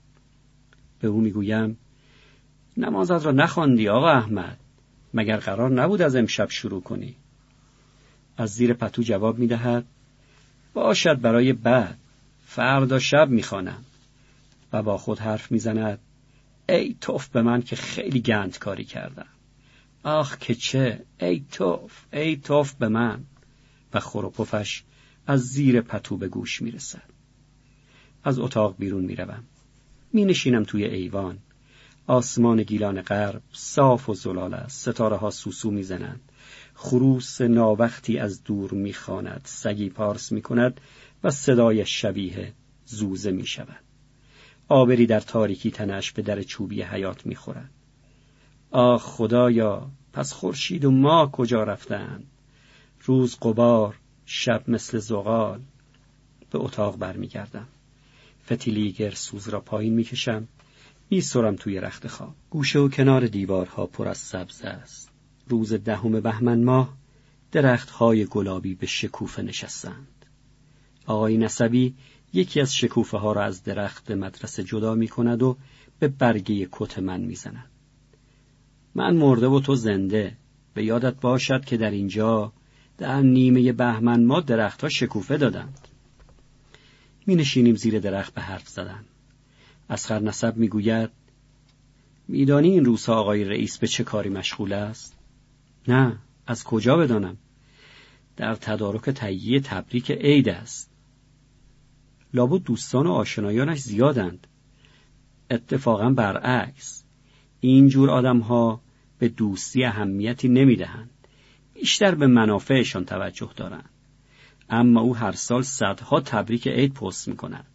به او می گویم: نمازت را نخواندی آقا احمد، مگر قرار نبود از امشب شروع کنی؟ از زیر پتو جواب می دهد: باشد برای بعد، فردا شب می خوانم. و با خود حرف می زند: ای توف به من که خیلی گند کاری کردم. آخ که چه، ای توف، ای توف به من. و خور و پفش از زیر پتو به گوش می رسد. از اتاق بیرون می روم. می نشینم توی ایوان. آسمان گیلان غرب صاف و زلال است. ستاره ها سوسو می زنند. خروس ناوقتی از دور می خواند. سگی پارس می کند و صدای شبیه زوزه می شود. آبری در تاریکی تنش به در چوبی حیات می خورد. آه خدایا، پس خورشید و ماه کجا رفتند؟ روز غبار، شب مثل زغال. به اتاق برمی گردم. فتیلی گرسوز را پایین می کشم. می سرم توی رخت خواب. گوشه و کنار دیوارها پر از سبز است. روز دهم بهمن ماه درختهای گلابی به شکوفه نشستند. آقای نسبی یکی از شکوفه ها را از درخت مدرسه جدا می کند و به برگه کت من می زند. من مرده و تو زنده. به یادت باشد که در اینجا در نیمه بهمن ماه درختها شکوفه دادند. می نشینیم زیر درخت به حرف زدن. اصغر نسب می گوید: میدانی این روزها آقای رئیس به چه کاری مشغول است؟ نه، از کجا بدانم؟ در تدارک تهیه تبریک عید است. لابد دوستان و آشنایانش زیادند. اتفاقا برعکس، اینجور آدمها به دوستی اهمیتی نمیدهند، بیشتر به منافعشان توجه دارند. اما او هر سال صدها تبریک عید پست میکند.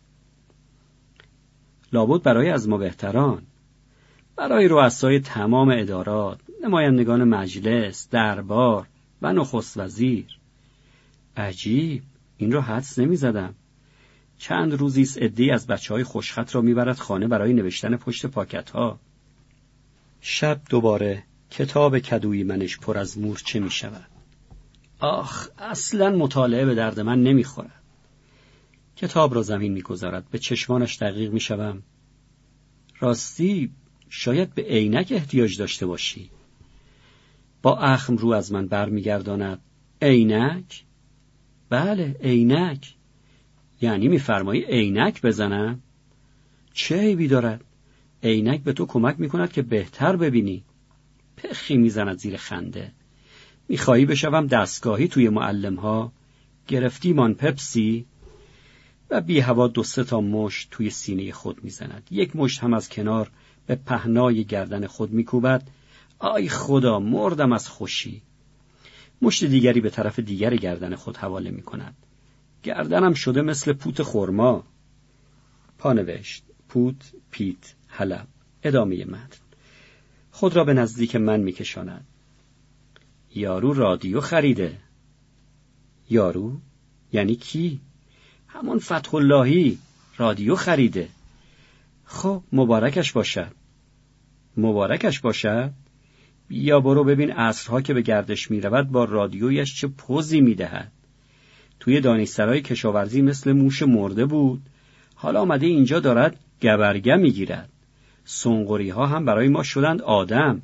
لابد برای از ما بهتران، برای رؤسای تمام ادارات، نمایندگان مجلس، دربار و نخست وزیر. عجیب، این را حدس نمیزدم. چند روزی است عده‌ای از بچه‌های خوشخط را میبرد خانه برای نوشتن پشت پاکت‌ها. شب دوباره کتاب کدویی منش پر از مورچه میشود. آخ، اصلاً مطالعه به درد من نمیخورد. کتاب را زمین میگذارد. به چشمانش دقیق میشوم. راستی شاید به عینک احتیاج داشته باشی. با اخم رو از من برمیگرداند. عینک؟ بله، عینک. یعنی میفرمایی عینک بزنم؟ چه عیبی دارد؟ عینک به تو کمک میکند که بهتر ببینی. پخی میزند زیر خنده. میخواهی بشوم دستگاهی توی معلم‌ها؟ گرفتی مان پپسی؟ و بی هوا دو سه تا مشت توی سینه خود میزند. یک مشت هم از کنار به پهنای گردن خود میکوبد. آی خدا، مردم از خوشی. مشت دیگری به طرف دیگر گردن خود حواله میکند. گردنم شده مثل پوت خرما. پانوشت: پوت، پیت، حلب. ادامه متن. خود را به نزدیک من میکشاند. یارو رادیو خریده. یارو؟ یعنی کی؟ همون فتح اللهی رادیو خریده. خب مبارکش باشد. مبارکش باشد؟ بیا برو ببین عصرها که به گردش می رود با رادیویش چه پوزی می دهد. توی دانشسرای کشاورزی مثل موش مرده بود، حالا آمده اینجا دارد گبرگه می گیرد. سنگوری ها هم برای ما شدند آدم.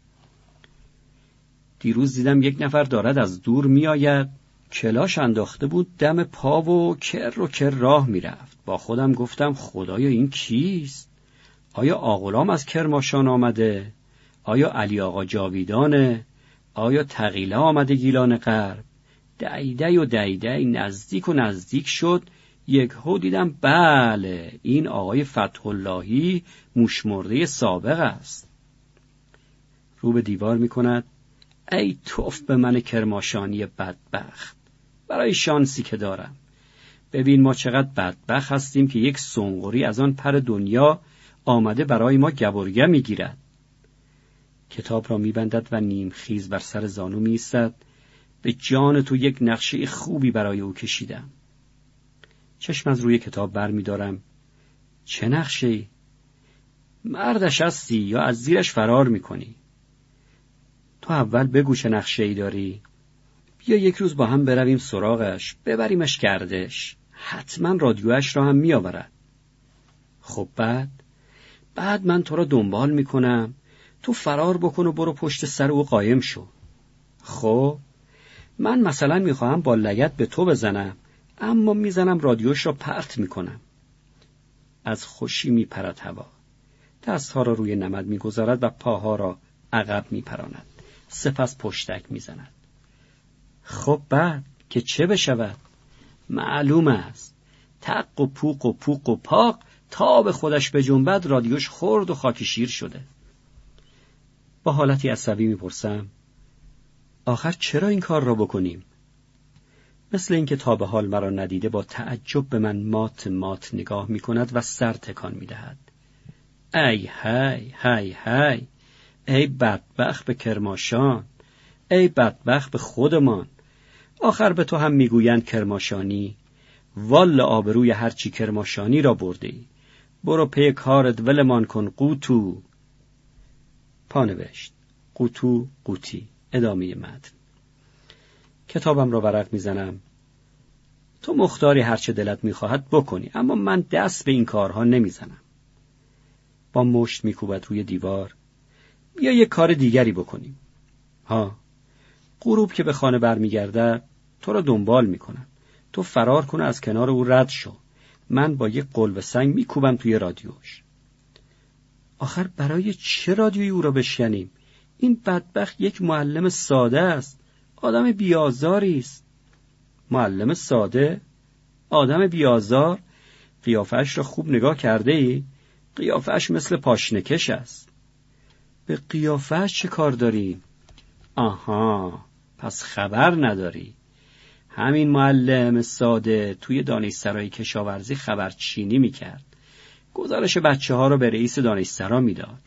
دیروز دیدم یک نفر دارد از دور می آید، کلاش انداخته بود دم پا و کر و کر راه می رفت. با خودم گفتم خدایا این کیست؟ آیا آغلام از کرماشان آمده؟ آیا علی آقا جاویدانه؟ آیا تغیله آمده گیلان غرب؟ دیدی و دیدی نزدیک و نزدیک شد، یک هو دیدم بله این آقای فتح اللهی موشمرده سابق است. رو به دیوار می کند. ای توف به من کرماشانی بدبخت، برای شانسی که دارم. ببین ما چقدر بدبخت هستیم که یک سنگوری از آن پر دنیا آمده برای ما گبرگه می گیرد. کتاب را می بندد و نیم خیز بر سر زانو می ایستد. به جان تو یک نقشه خوبی برای او کشیدم. چشم از روی کتاب بر می دارم. چه نقشه‌ای؟ مردش هستی یا از زیرش فرار می کنی؟ تو اول بگو چه نقشه‌ای داری؟ بیا یک روز با هم برویم سراغش، ببریمش گردش. حتما رادیوش را هم می آورد. خب بعد؟ بعد من تو را دنبال می کنم، تو فرار بکن و برو پشت سر او قایم شو. خب من مثلا می خواهم با لگد به تو بزنم، اما می زنم رادیوش را پرت می کنم. از خوشی می پرد هوا. دستها را روی نمد می گذارد و پاها را عقب می پراند. سپس پشتک می زند. خب بعد که چه بشود؟ معلوم است. تق و پوق و پوق و پاق تا به خودش به جنبد رادیوش خورد و خاک شیر شده. با حالتی عصبی می پرسم آخر چرا این کار را بکنیم؟ مثل اینکه تا به حال مرا ندیده با تعجب به من مات مات نگاه می کند و سر تکان می دهد. ای هی هی هی ای بدبخت به کرماشان، ای بدبخت به خودمان. آخر به تو هم میگویند کرماشانی. والا آبروی هرچی کرماشانی را برده ای. برو پی کارت ولمان کن قوتو. پانوشت قوتو قوتی. ادامه متن. کتابم را ورق میزنم. تو مختاری هرچه دلت میخواهد بکنی، اما من دست به این کارها نمیزنم. با مشت میکوبد روی دیوار. بیا یک کار دیگری بکنیم. ها، غروب که به خانه برمیگرده تو را دنبال میکنم. تو فرار کنه از کنار او رد شو. من با یک قلب سنگ میکوبم توی رادیوش. آخر برای چه رادیوی او را بشکنیم؟ این بدبخت یک معلم ساده است. آدم بیازاری است. معلم ساده؟ آدم بیازار؟ قیافه‌اش را خوب نگاه کرده ای؟ قیافه‌اش مثل پاشنکش است. به قیافه‌اش چه کار داری؟ آها، پس خبر نداری. همین معلم ساده توی دانشسرای کشاورزی خبرچینی میکرد. گزارش بچه ها رو به رئیس دانشسرا میداد.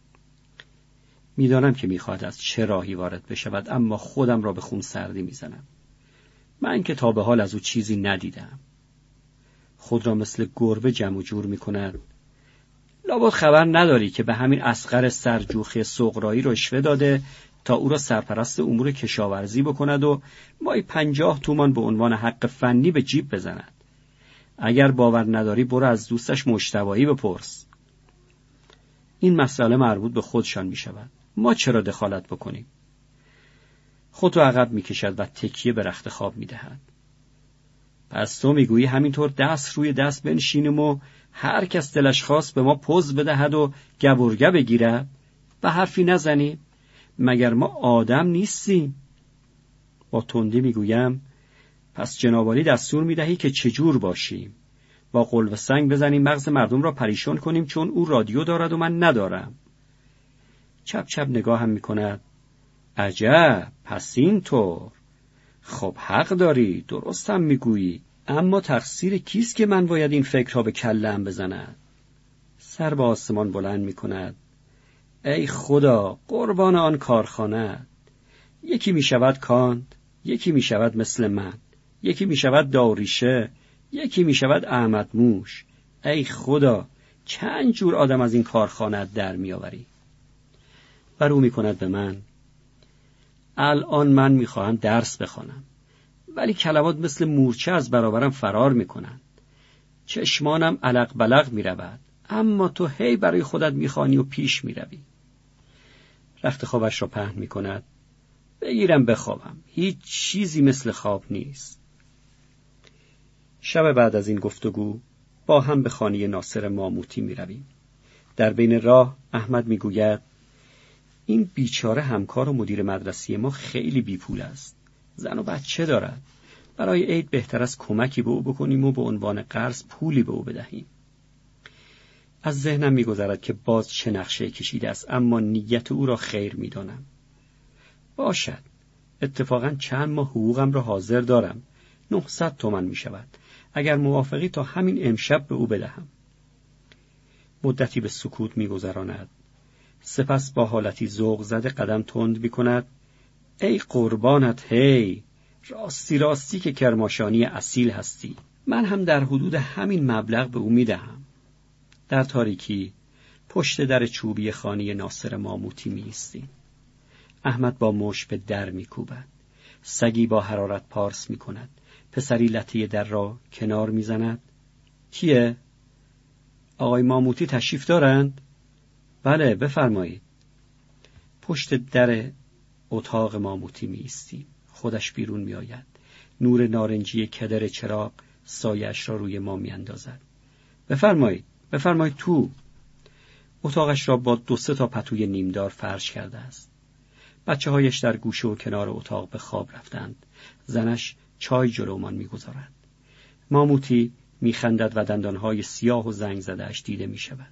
میدانم که میخواد از چه راهی وارد بشود، اما خودم را به خون سردی میزنم. من که تا به حال از او چیزی ندیدم. خود را مثل گربه جمع و جور میکند. لابد خبر نداری که به همین اصغر سرجوخی سغرایی رشوه داده تا او را سرپرست امور کشاورزی بکند و مای پنجاه تومان به عنوان حق فنی به جیب بزند. اگر باور نداری برو از دوستش مجتبی بپرس. این مسئله مربوط به خودشان می شود. ما چرا دخالت بکنیم؟ خود رو عقب می کشد و تکیه به رخت خواب می دهد. پس تو می گویی همینطور دست روی دست بنشینیم و هر کس دلش خواست به ما پوز بدهد و گبرگه بگیرد و حرفی نزنیم؟ مگر ما آدم نیستیم؟ با تندی می گویم پس جنابالی دستور می دهی که چجور باشیم؟ با قلب سنگ بزنیم مغز مردم را پریشان کنیم چون او رادیو دارد و من ندارم؟ چپ چپ نگاه هم می کند. عجب، پس اینطور. خب حق داری، درست هم می گویی، اما تقصیر کیست که من باید این فکرها به کله‌ام بزند؟ سر به آسمان بلند می کند. ای خدا، قربان آن کارخانه. یکی می شود کانت، یکی می شود مثل من، یکی می شود داوریشه، یکی می شود احمد موش. ای خدا، چند جور آدم از این کارخانه در می آوری؟ و رو می کند به من. الان من می خواهم درس بخوانم، ولی کلمات مثل مورچه از برابرم فرار می کنند. چشمانم علق بلق می رود، اما تو هی برای خودت می خوانی و پیش می روی. رخت خوابش را پهن می کند. بگیرم بخوابم، هیچ چیزی مثل خواب نیست. شب بعد از این گفتگو با هم به خانه ناصر ماموتی می رویم. در بین راه احمد می گوید این بیچاره همکار و مدیر مدرسه ما خیلی بی پول است. زن و بچه دارد. برای عید بهتر است کمکی به او بکنیم و به عنوان قرض پولی به او بدهیم. از ذهنم می‌گذرد که باز چه نقشه کشیده است، اما نیت او را خیر می‌دانم. باشد. اتفاقاً چند ماه حقوقم را حاضر دارم. نهصد تومان می‌شود. اگر موافقی تا همین امشب به او بدهم. مدتی به سکوت می‌گذراند. سپس با حالتی ذوق زده قدم تند می‌کند. ای قربانت هی، راستی راستی که کرماشانی اصیل هستی. من هم در حدود همین مبلغ به او می‌دهم. در تاریکی پشت در چوبی خانه ناصر ماموتی می‌ایستیم. احمد با مشت به در می‌کوبد. سگی با حرارت پارس می‌کند. پسری لطه در را کنار می‌زند. کیه؟ آقای ماموتی تشریف دارند؟ بله بفرمایید. پشت در اتاق ماموتی می‌ایستیم. خودش بیرون می‌آید. نور نارنجی کدر چراغ سایه‌اش را روی ما می‌اندازد. بفرمایید. بفرمایید تو. اتاقش را با دو سه تا پتوی نیمدار فرش کرده است. بچه هایش در گوشه و کنار اتاق به خواب رفتند. زنش چای جلومان می‌گذارد. ماموتی می‌خندد و دندانهای سیاه و زنگ زده‌اش دیده می‌شود.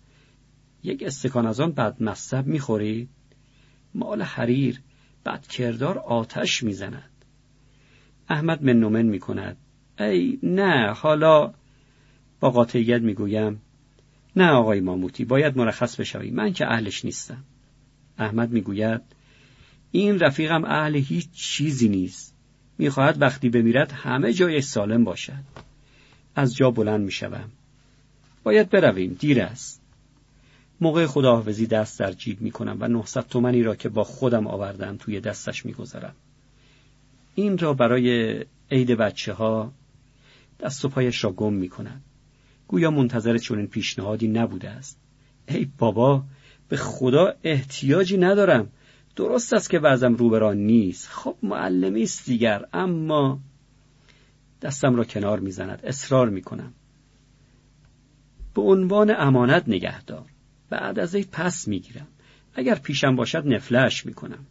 یک استکان از آن بدمصب می‌خوری؟ مال حریر، بدکردار آتش می‌زند. احمد من و من می‌کند. ای نه، حالا با قاطعیت می‌گویم نه آقای ماموتی، باید مرخص بشوی، من که اهلش نیستم. احمد می‌گوید این رفیقم اهل هیچ چیزی نیست. می‌خواهد وقتی بمیرد همه جایش سالم باشد. از جا بلند می‌شوم. باید برویم، دیر است. موقع خداحافظی دست در جیب می‌کنم و نهصد تومانی را که با خودم آوردم توی دستش می‌گذارم. این را برای عید بچه‌ها. دست و پایش را گم می‌کند. گویا منتظر چنین پیشنهادی نبوده است. ای بابا، به خدا احتیاجی ندارم. درست است که وضعم رو به راه نیست. خب معلمی است دیگر، اما دستم را کنار می‌زند. اصرار می‌کنم. به عنوان امانت نگهدار. بعد از عید پس می‌گیرم. اگر پیشم باشد نفله‌اش می‌کنم.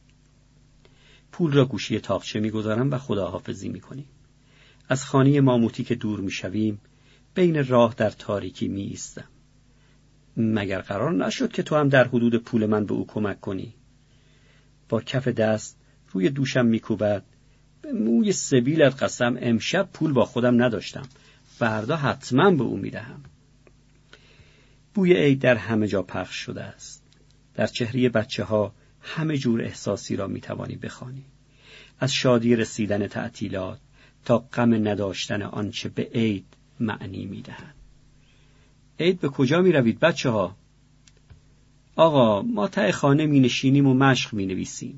پول را گوشه تاقچه می‌گذارم و خداحافظی می‌کنیم. از خانه ماموتی که دور می‌شویم، بین راه در تاریکی می ایستم. مگر قرار نشد که تو هم در حدود پول من به او کمک کنی؟ با کف دست روی دوشم میکوبد. به موی سبیلت قسم امشب پول با خودم نداشتم. فردا حتما به او میدهم. بوی عید در همه جا پخش شده است. در چهره بچه ها همه جور احساسی را میتوانی بخوانی. از شادی رسیدن تعطیلات تا غم نداشتن آنچه به عید معنی میدهد. عید به کجا می روید بچه ها؟ آقا ما ته خانه می نشینیم و مشق می نویسیم.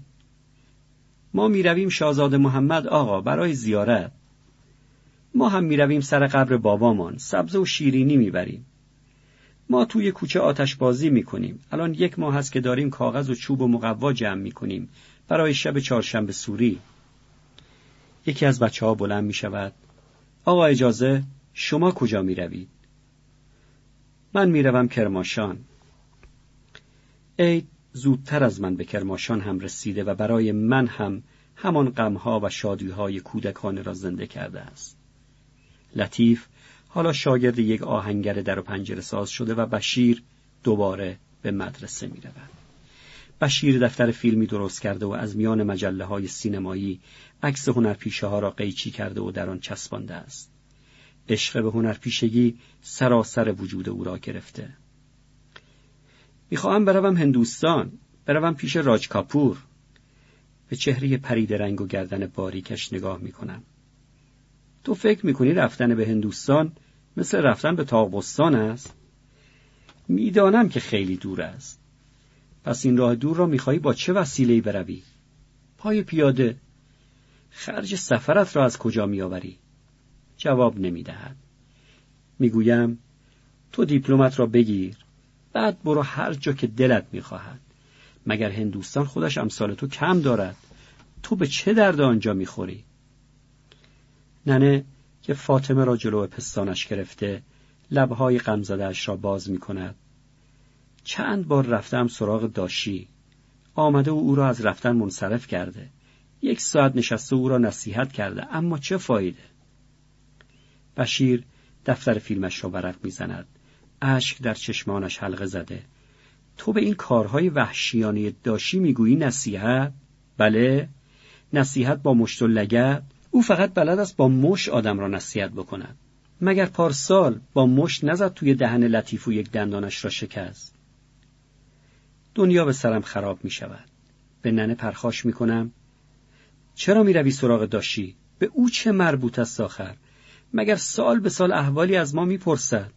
ما می رویم شاهزاده محمد آقا برای زیارت. ما هم می رویم سر قبر بابامان، سبزه و شیرینی می بریم. ما توی کوچه آتش بازی می کنیم. الان یک ماه هست که داریم کاغذ و چوب و مقوا جمع می کنیم برای شب چهارشنبه سوری. یکی از بچه ها بلند می شود. آقا اجازه، شما کجا می روید؟ من می روم کرماشان. عید زودتر از من به کرماشان هم رسیده و برای من هم همان غمها و شادیهای کودکانه را زنده کرده است. لطیف حالا شاگرد یک آهنگر در و پنجره ساز شده و بشیر دوباره به مدرسه می رود. بشیر دفتر فیلمی درست کرده و از میان مجله های سینمایی عکس هنرپیشه ها را قیچی کرده و در آن چسبانده است. عشق به هنرپیشگی سراسر وجود او را گرفته. میخواهم بروم هندوستان، بروم پیش راج کاپور. به چهره پرید رنگ و گردن باریکش نگاه میکنم. تو فکر میکنی رفتن به هندوستان مثل رفتن به تاغستان است؟ میدانم که خیلی دور است. پس این راه دور را میخواهی با چه وسیله‌ای بروی؟ پای پیاده. خرج سفرت را از کجا میآوری؟ جواب نمیدهد. میگویم تو دیپلمت را بگیر، بعد برو هر جا که دلت میخواهد. مگر هندوستان خودش امثال تو کم دارد؟ تو به چه درد آنجا میخوری؟ ننه که فاطمه را جلو پستانش گرفته لبهای غمزده‌اش را باز میکند. چند بار رفتم سراغ داشی، آمده و او را از رفتن منصرف کرده. یک ساعت نشسته او را نصیحت کرده، اما چه فایده؟ بشیر دفتر فیلمش را ورق می‌زند. اشک در چشمانش حلقه زده. تو به این کارهای وحشیانه داشی میگویی نصیحت؟ بله، نصیحت با مشت و لگد. او فقط بلد است با مشت آدم را نصیحت بکند. مگر پارسال با مشت نزد توی دهن لطیف و یک دندانش را شکست؟ دنیا به سرم خراب می شود. به ننه پرخاش می کنم. چرا می روی سراغ داشی؟ به او چه مربوط است آخر؟ مگر سال به سال احوالی از ما می پرسد؟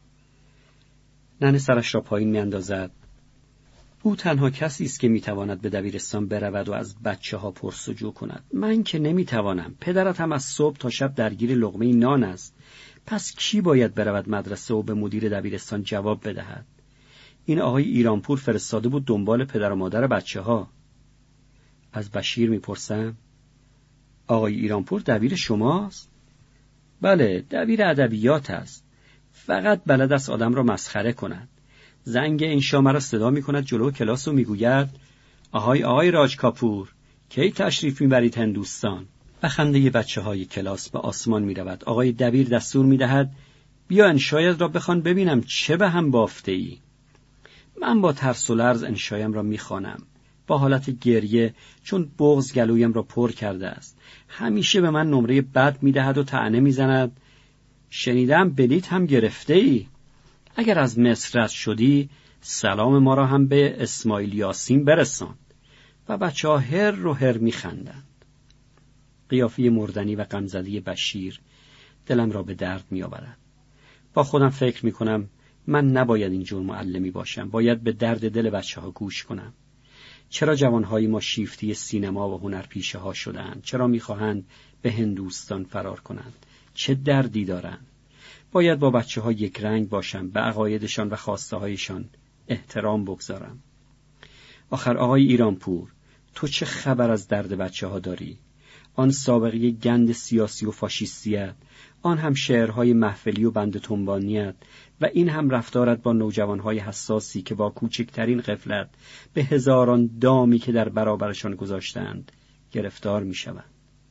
ننه سرش را پایین می اندازد. او تنها کسی است که می تواند به دبیرستان برود و از بچه ها پرسجو کند. من که نمی توانم. پدرت هم از صبح تا شب درگیر لقمه نان است. پس کی باید برود مدرسه و به مدیر دبیرستان جواب بدهد؟ این آقای ایرانپور فرستاده بود دنبال پدر و مادر بچه ها. از بشیر می پرسم. آقای ایرانپور دبیر شماست؟ بله، دبیر ادبیات است. فقط بلد است آدم را مسخره کند. زنگ انشا مرا صدا می کند جلو کلاس و می گوید آهای آهای راج کاپور، کی تشریف می برید هندوستان؟ و خنده بچه های کلاس به آسمان می رود. آقای دبیر دستور می دهد بیا انشایت را بخوان ببینم چه به هم بافته ای. من با ترس و لرز انشایم را می خوانم. با حالت گریه، چون بغض گلویم را پر کرده است. همیشه به من نمره بد می دهد و طعنه می زند. شنیدم بلیط هم گرفته ای. اگر از مصر رد شدی سلام ما را هم به اسماعیل یاسین برسان. و بچه ها هر و هر می خندند. قیافه مردنی و غمزده بشیر دلم را به درد می آورد. با خودم فکر می کنم من نباید اینجور معلمی باشم. باید به درد دل بچه ها گوش کنم. چرا جوانهای ما شیفتی سینما و هنرپیشه ها شدند؟ چرا می خواهند به هندوستان فرار کنند؟ چه دردی دارند؟ باید با بچه ها یک رنگ باشم، به عقایدشان و خواسته هایشان احترام بگذارم. آخر آقای ایرانپور، تو چه خبر از درد بچه ها داری؟ آن سابقه گند سیاسی و فاشیستیت، آن هم شعرهای محفلی و بند تنبانیت و این هم رفتارت با نوجوانهای حساسی که با کوچکترین غفلت به هزاران دامی که در برابرشان گذاشتند گرفتار می شوند.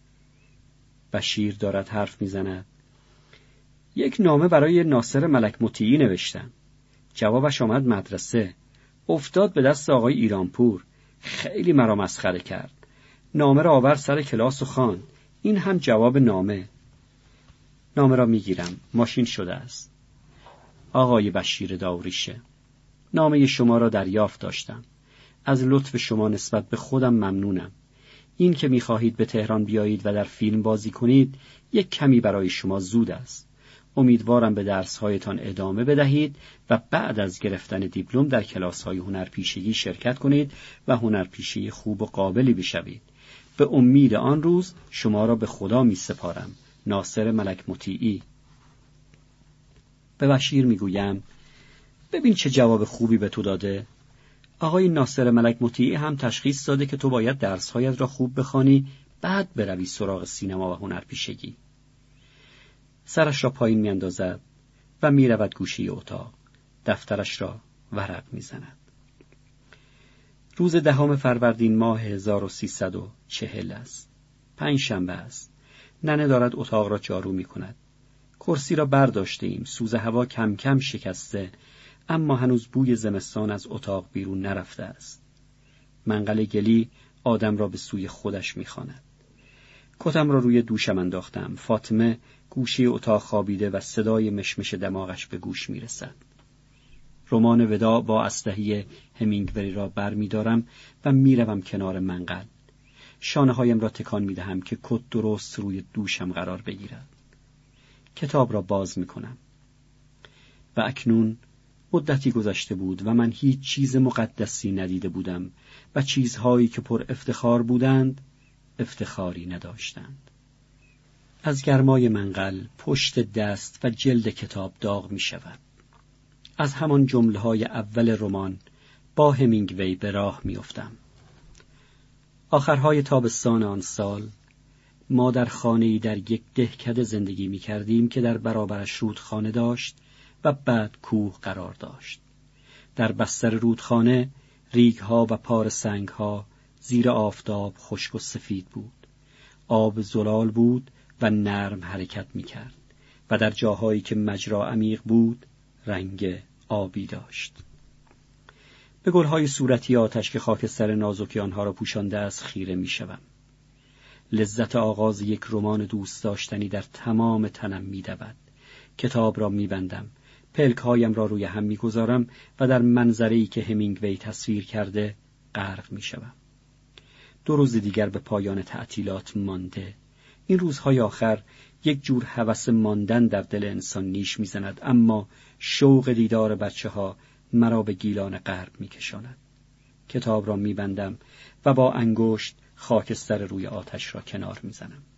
بشیر دارد حرف می زند. یک نامه برای ناصر ملک مطیعی نوشتم. جوابش آمد مدرسه. افتاد به دست آقای ایرانپور. خیلی مرا مسخره کرد. نامه را آورد سر کلاس و خواند. این هم جواب نامه. نامه را میگیرم. ماشین شده است. آقای بشیر داوریشه، نامه شما را دریافت داشتم. از لطف شما نسبت به خودم ممنونم. این که میخواهید به تهران بیایید و در فیلم بازی کنید یک کمی برای شما زود است. امیدوارم به درس‌هایتان ادامه بدهید و بعد از گرفتن دیپلم در کلاس‌های هنرپیشگی شرکت کنید و هنرپیشه خوب و قابلی بشوید. به امید آن روز شما را به خدا می‌سپارم. ناصر ملک مطیعی. به بشیر میگویم ببین چه جواب خوبی به تو داده. آقای ناصر ملک مطیعی هم تشخیص داده که تو باید درس‌هایت را خوب بخوانی، بعد بروی سراغ سینما و هنرپیشگی. سرش را پایین میاندازد و میرود گوشه اتاق. دفترش را ورق میزند. روز دهم فروردین ماه هزار و سیصد و چهل است. پنج شنبه است. ننه دارد اتاق را جارو میکند. کرسی را برداشته ایم. سوز هوا کم کم شکسته، اما هنوز بوی زمستان از اتاق بیرون نرفته است. منقل گلی آدم را به سوی خودش میخواند. کتم را روی دوشم انداختم. فاطمه گوشه اتاق خوابیده و صدای مشمش دماغش به گوش میرسد. رمان وداع با اسلحه همینگوری را بر می دارم و می روم کنار منقل. شانه هایم را تکان می دهم که کت درست روی دوشم قرار بگیرد. کتاب را باز می کنم. و اکنون مدتی گذشته بود و من هیچ چیز مقدسی ندیده بودم و چیزهایی که پر افتخار بودند افتخاری نداشتند. از گرمای منقل پشت دست و جلد کتاب داغ می شود. از همان جمله های اول رمان با همینگوی به راه می افتم. آخرهای تابستان آن سال ما در خانه‌ای در یک دهکده زندگی می کردیم که در برابرش رودخانه داشت و بعد کوه قرار داشت. در بستر رودخانه ریگ‌ها و پار سنگ‌ها زیر آفتاب خشک و سفید بود. آب زلال بود و نرم حرکت می‌کرد و در جاهایی که مجرا عمیق بود رنگ آبی داشت. به گل‌های صورتی آتش که خاکستر نازکی آنها را پوشانده است خیره می‌شوم. لذت آغاز یک رمان دوست داشتنی در تمام تنم می‌دود. کتاب را می‌بندم، پلک‌هایم را روی هم می‌گذارم و در منظره‌ای که همینگوی تصویر کرده غرق می‌شوم. دو روز دیگر به پایان تعطیلات مانده. این روزهای آخر یک جور هوس ماندن در دل انسان نیش می‌زند، اما شوق دیدار بچه‌ها مرا به گیلان غرب می‌کشاند. کتاب را می‌بندم و با انگشت خاکستر روی آتش را کنار می‌زنم.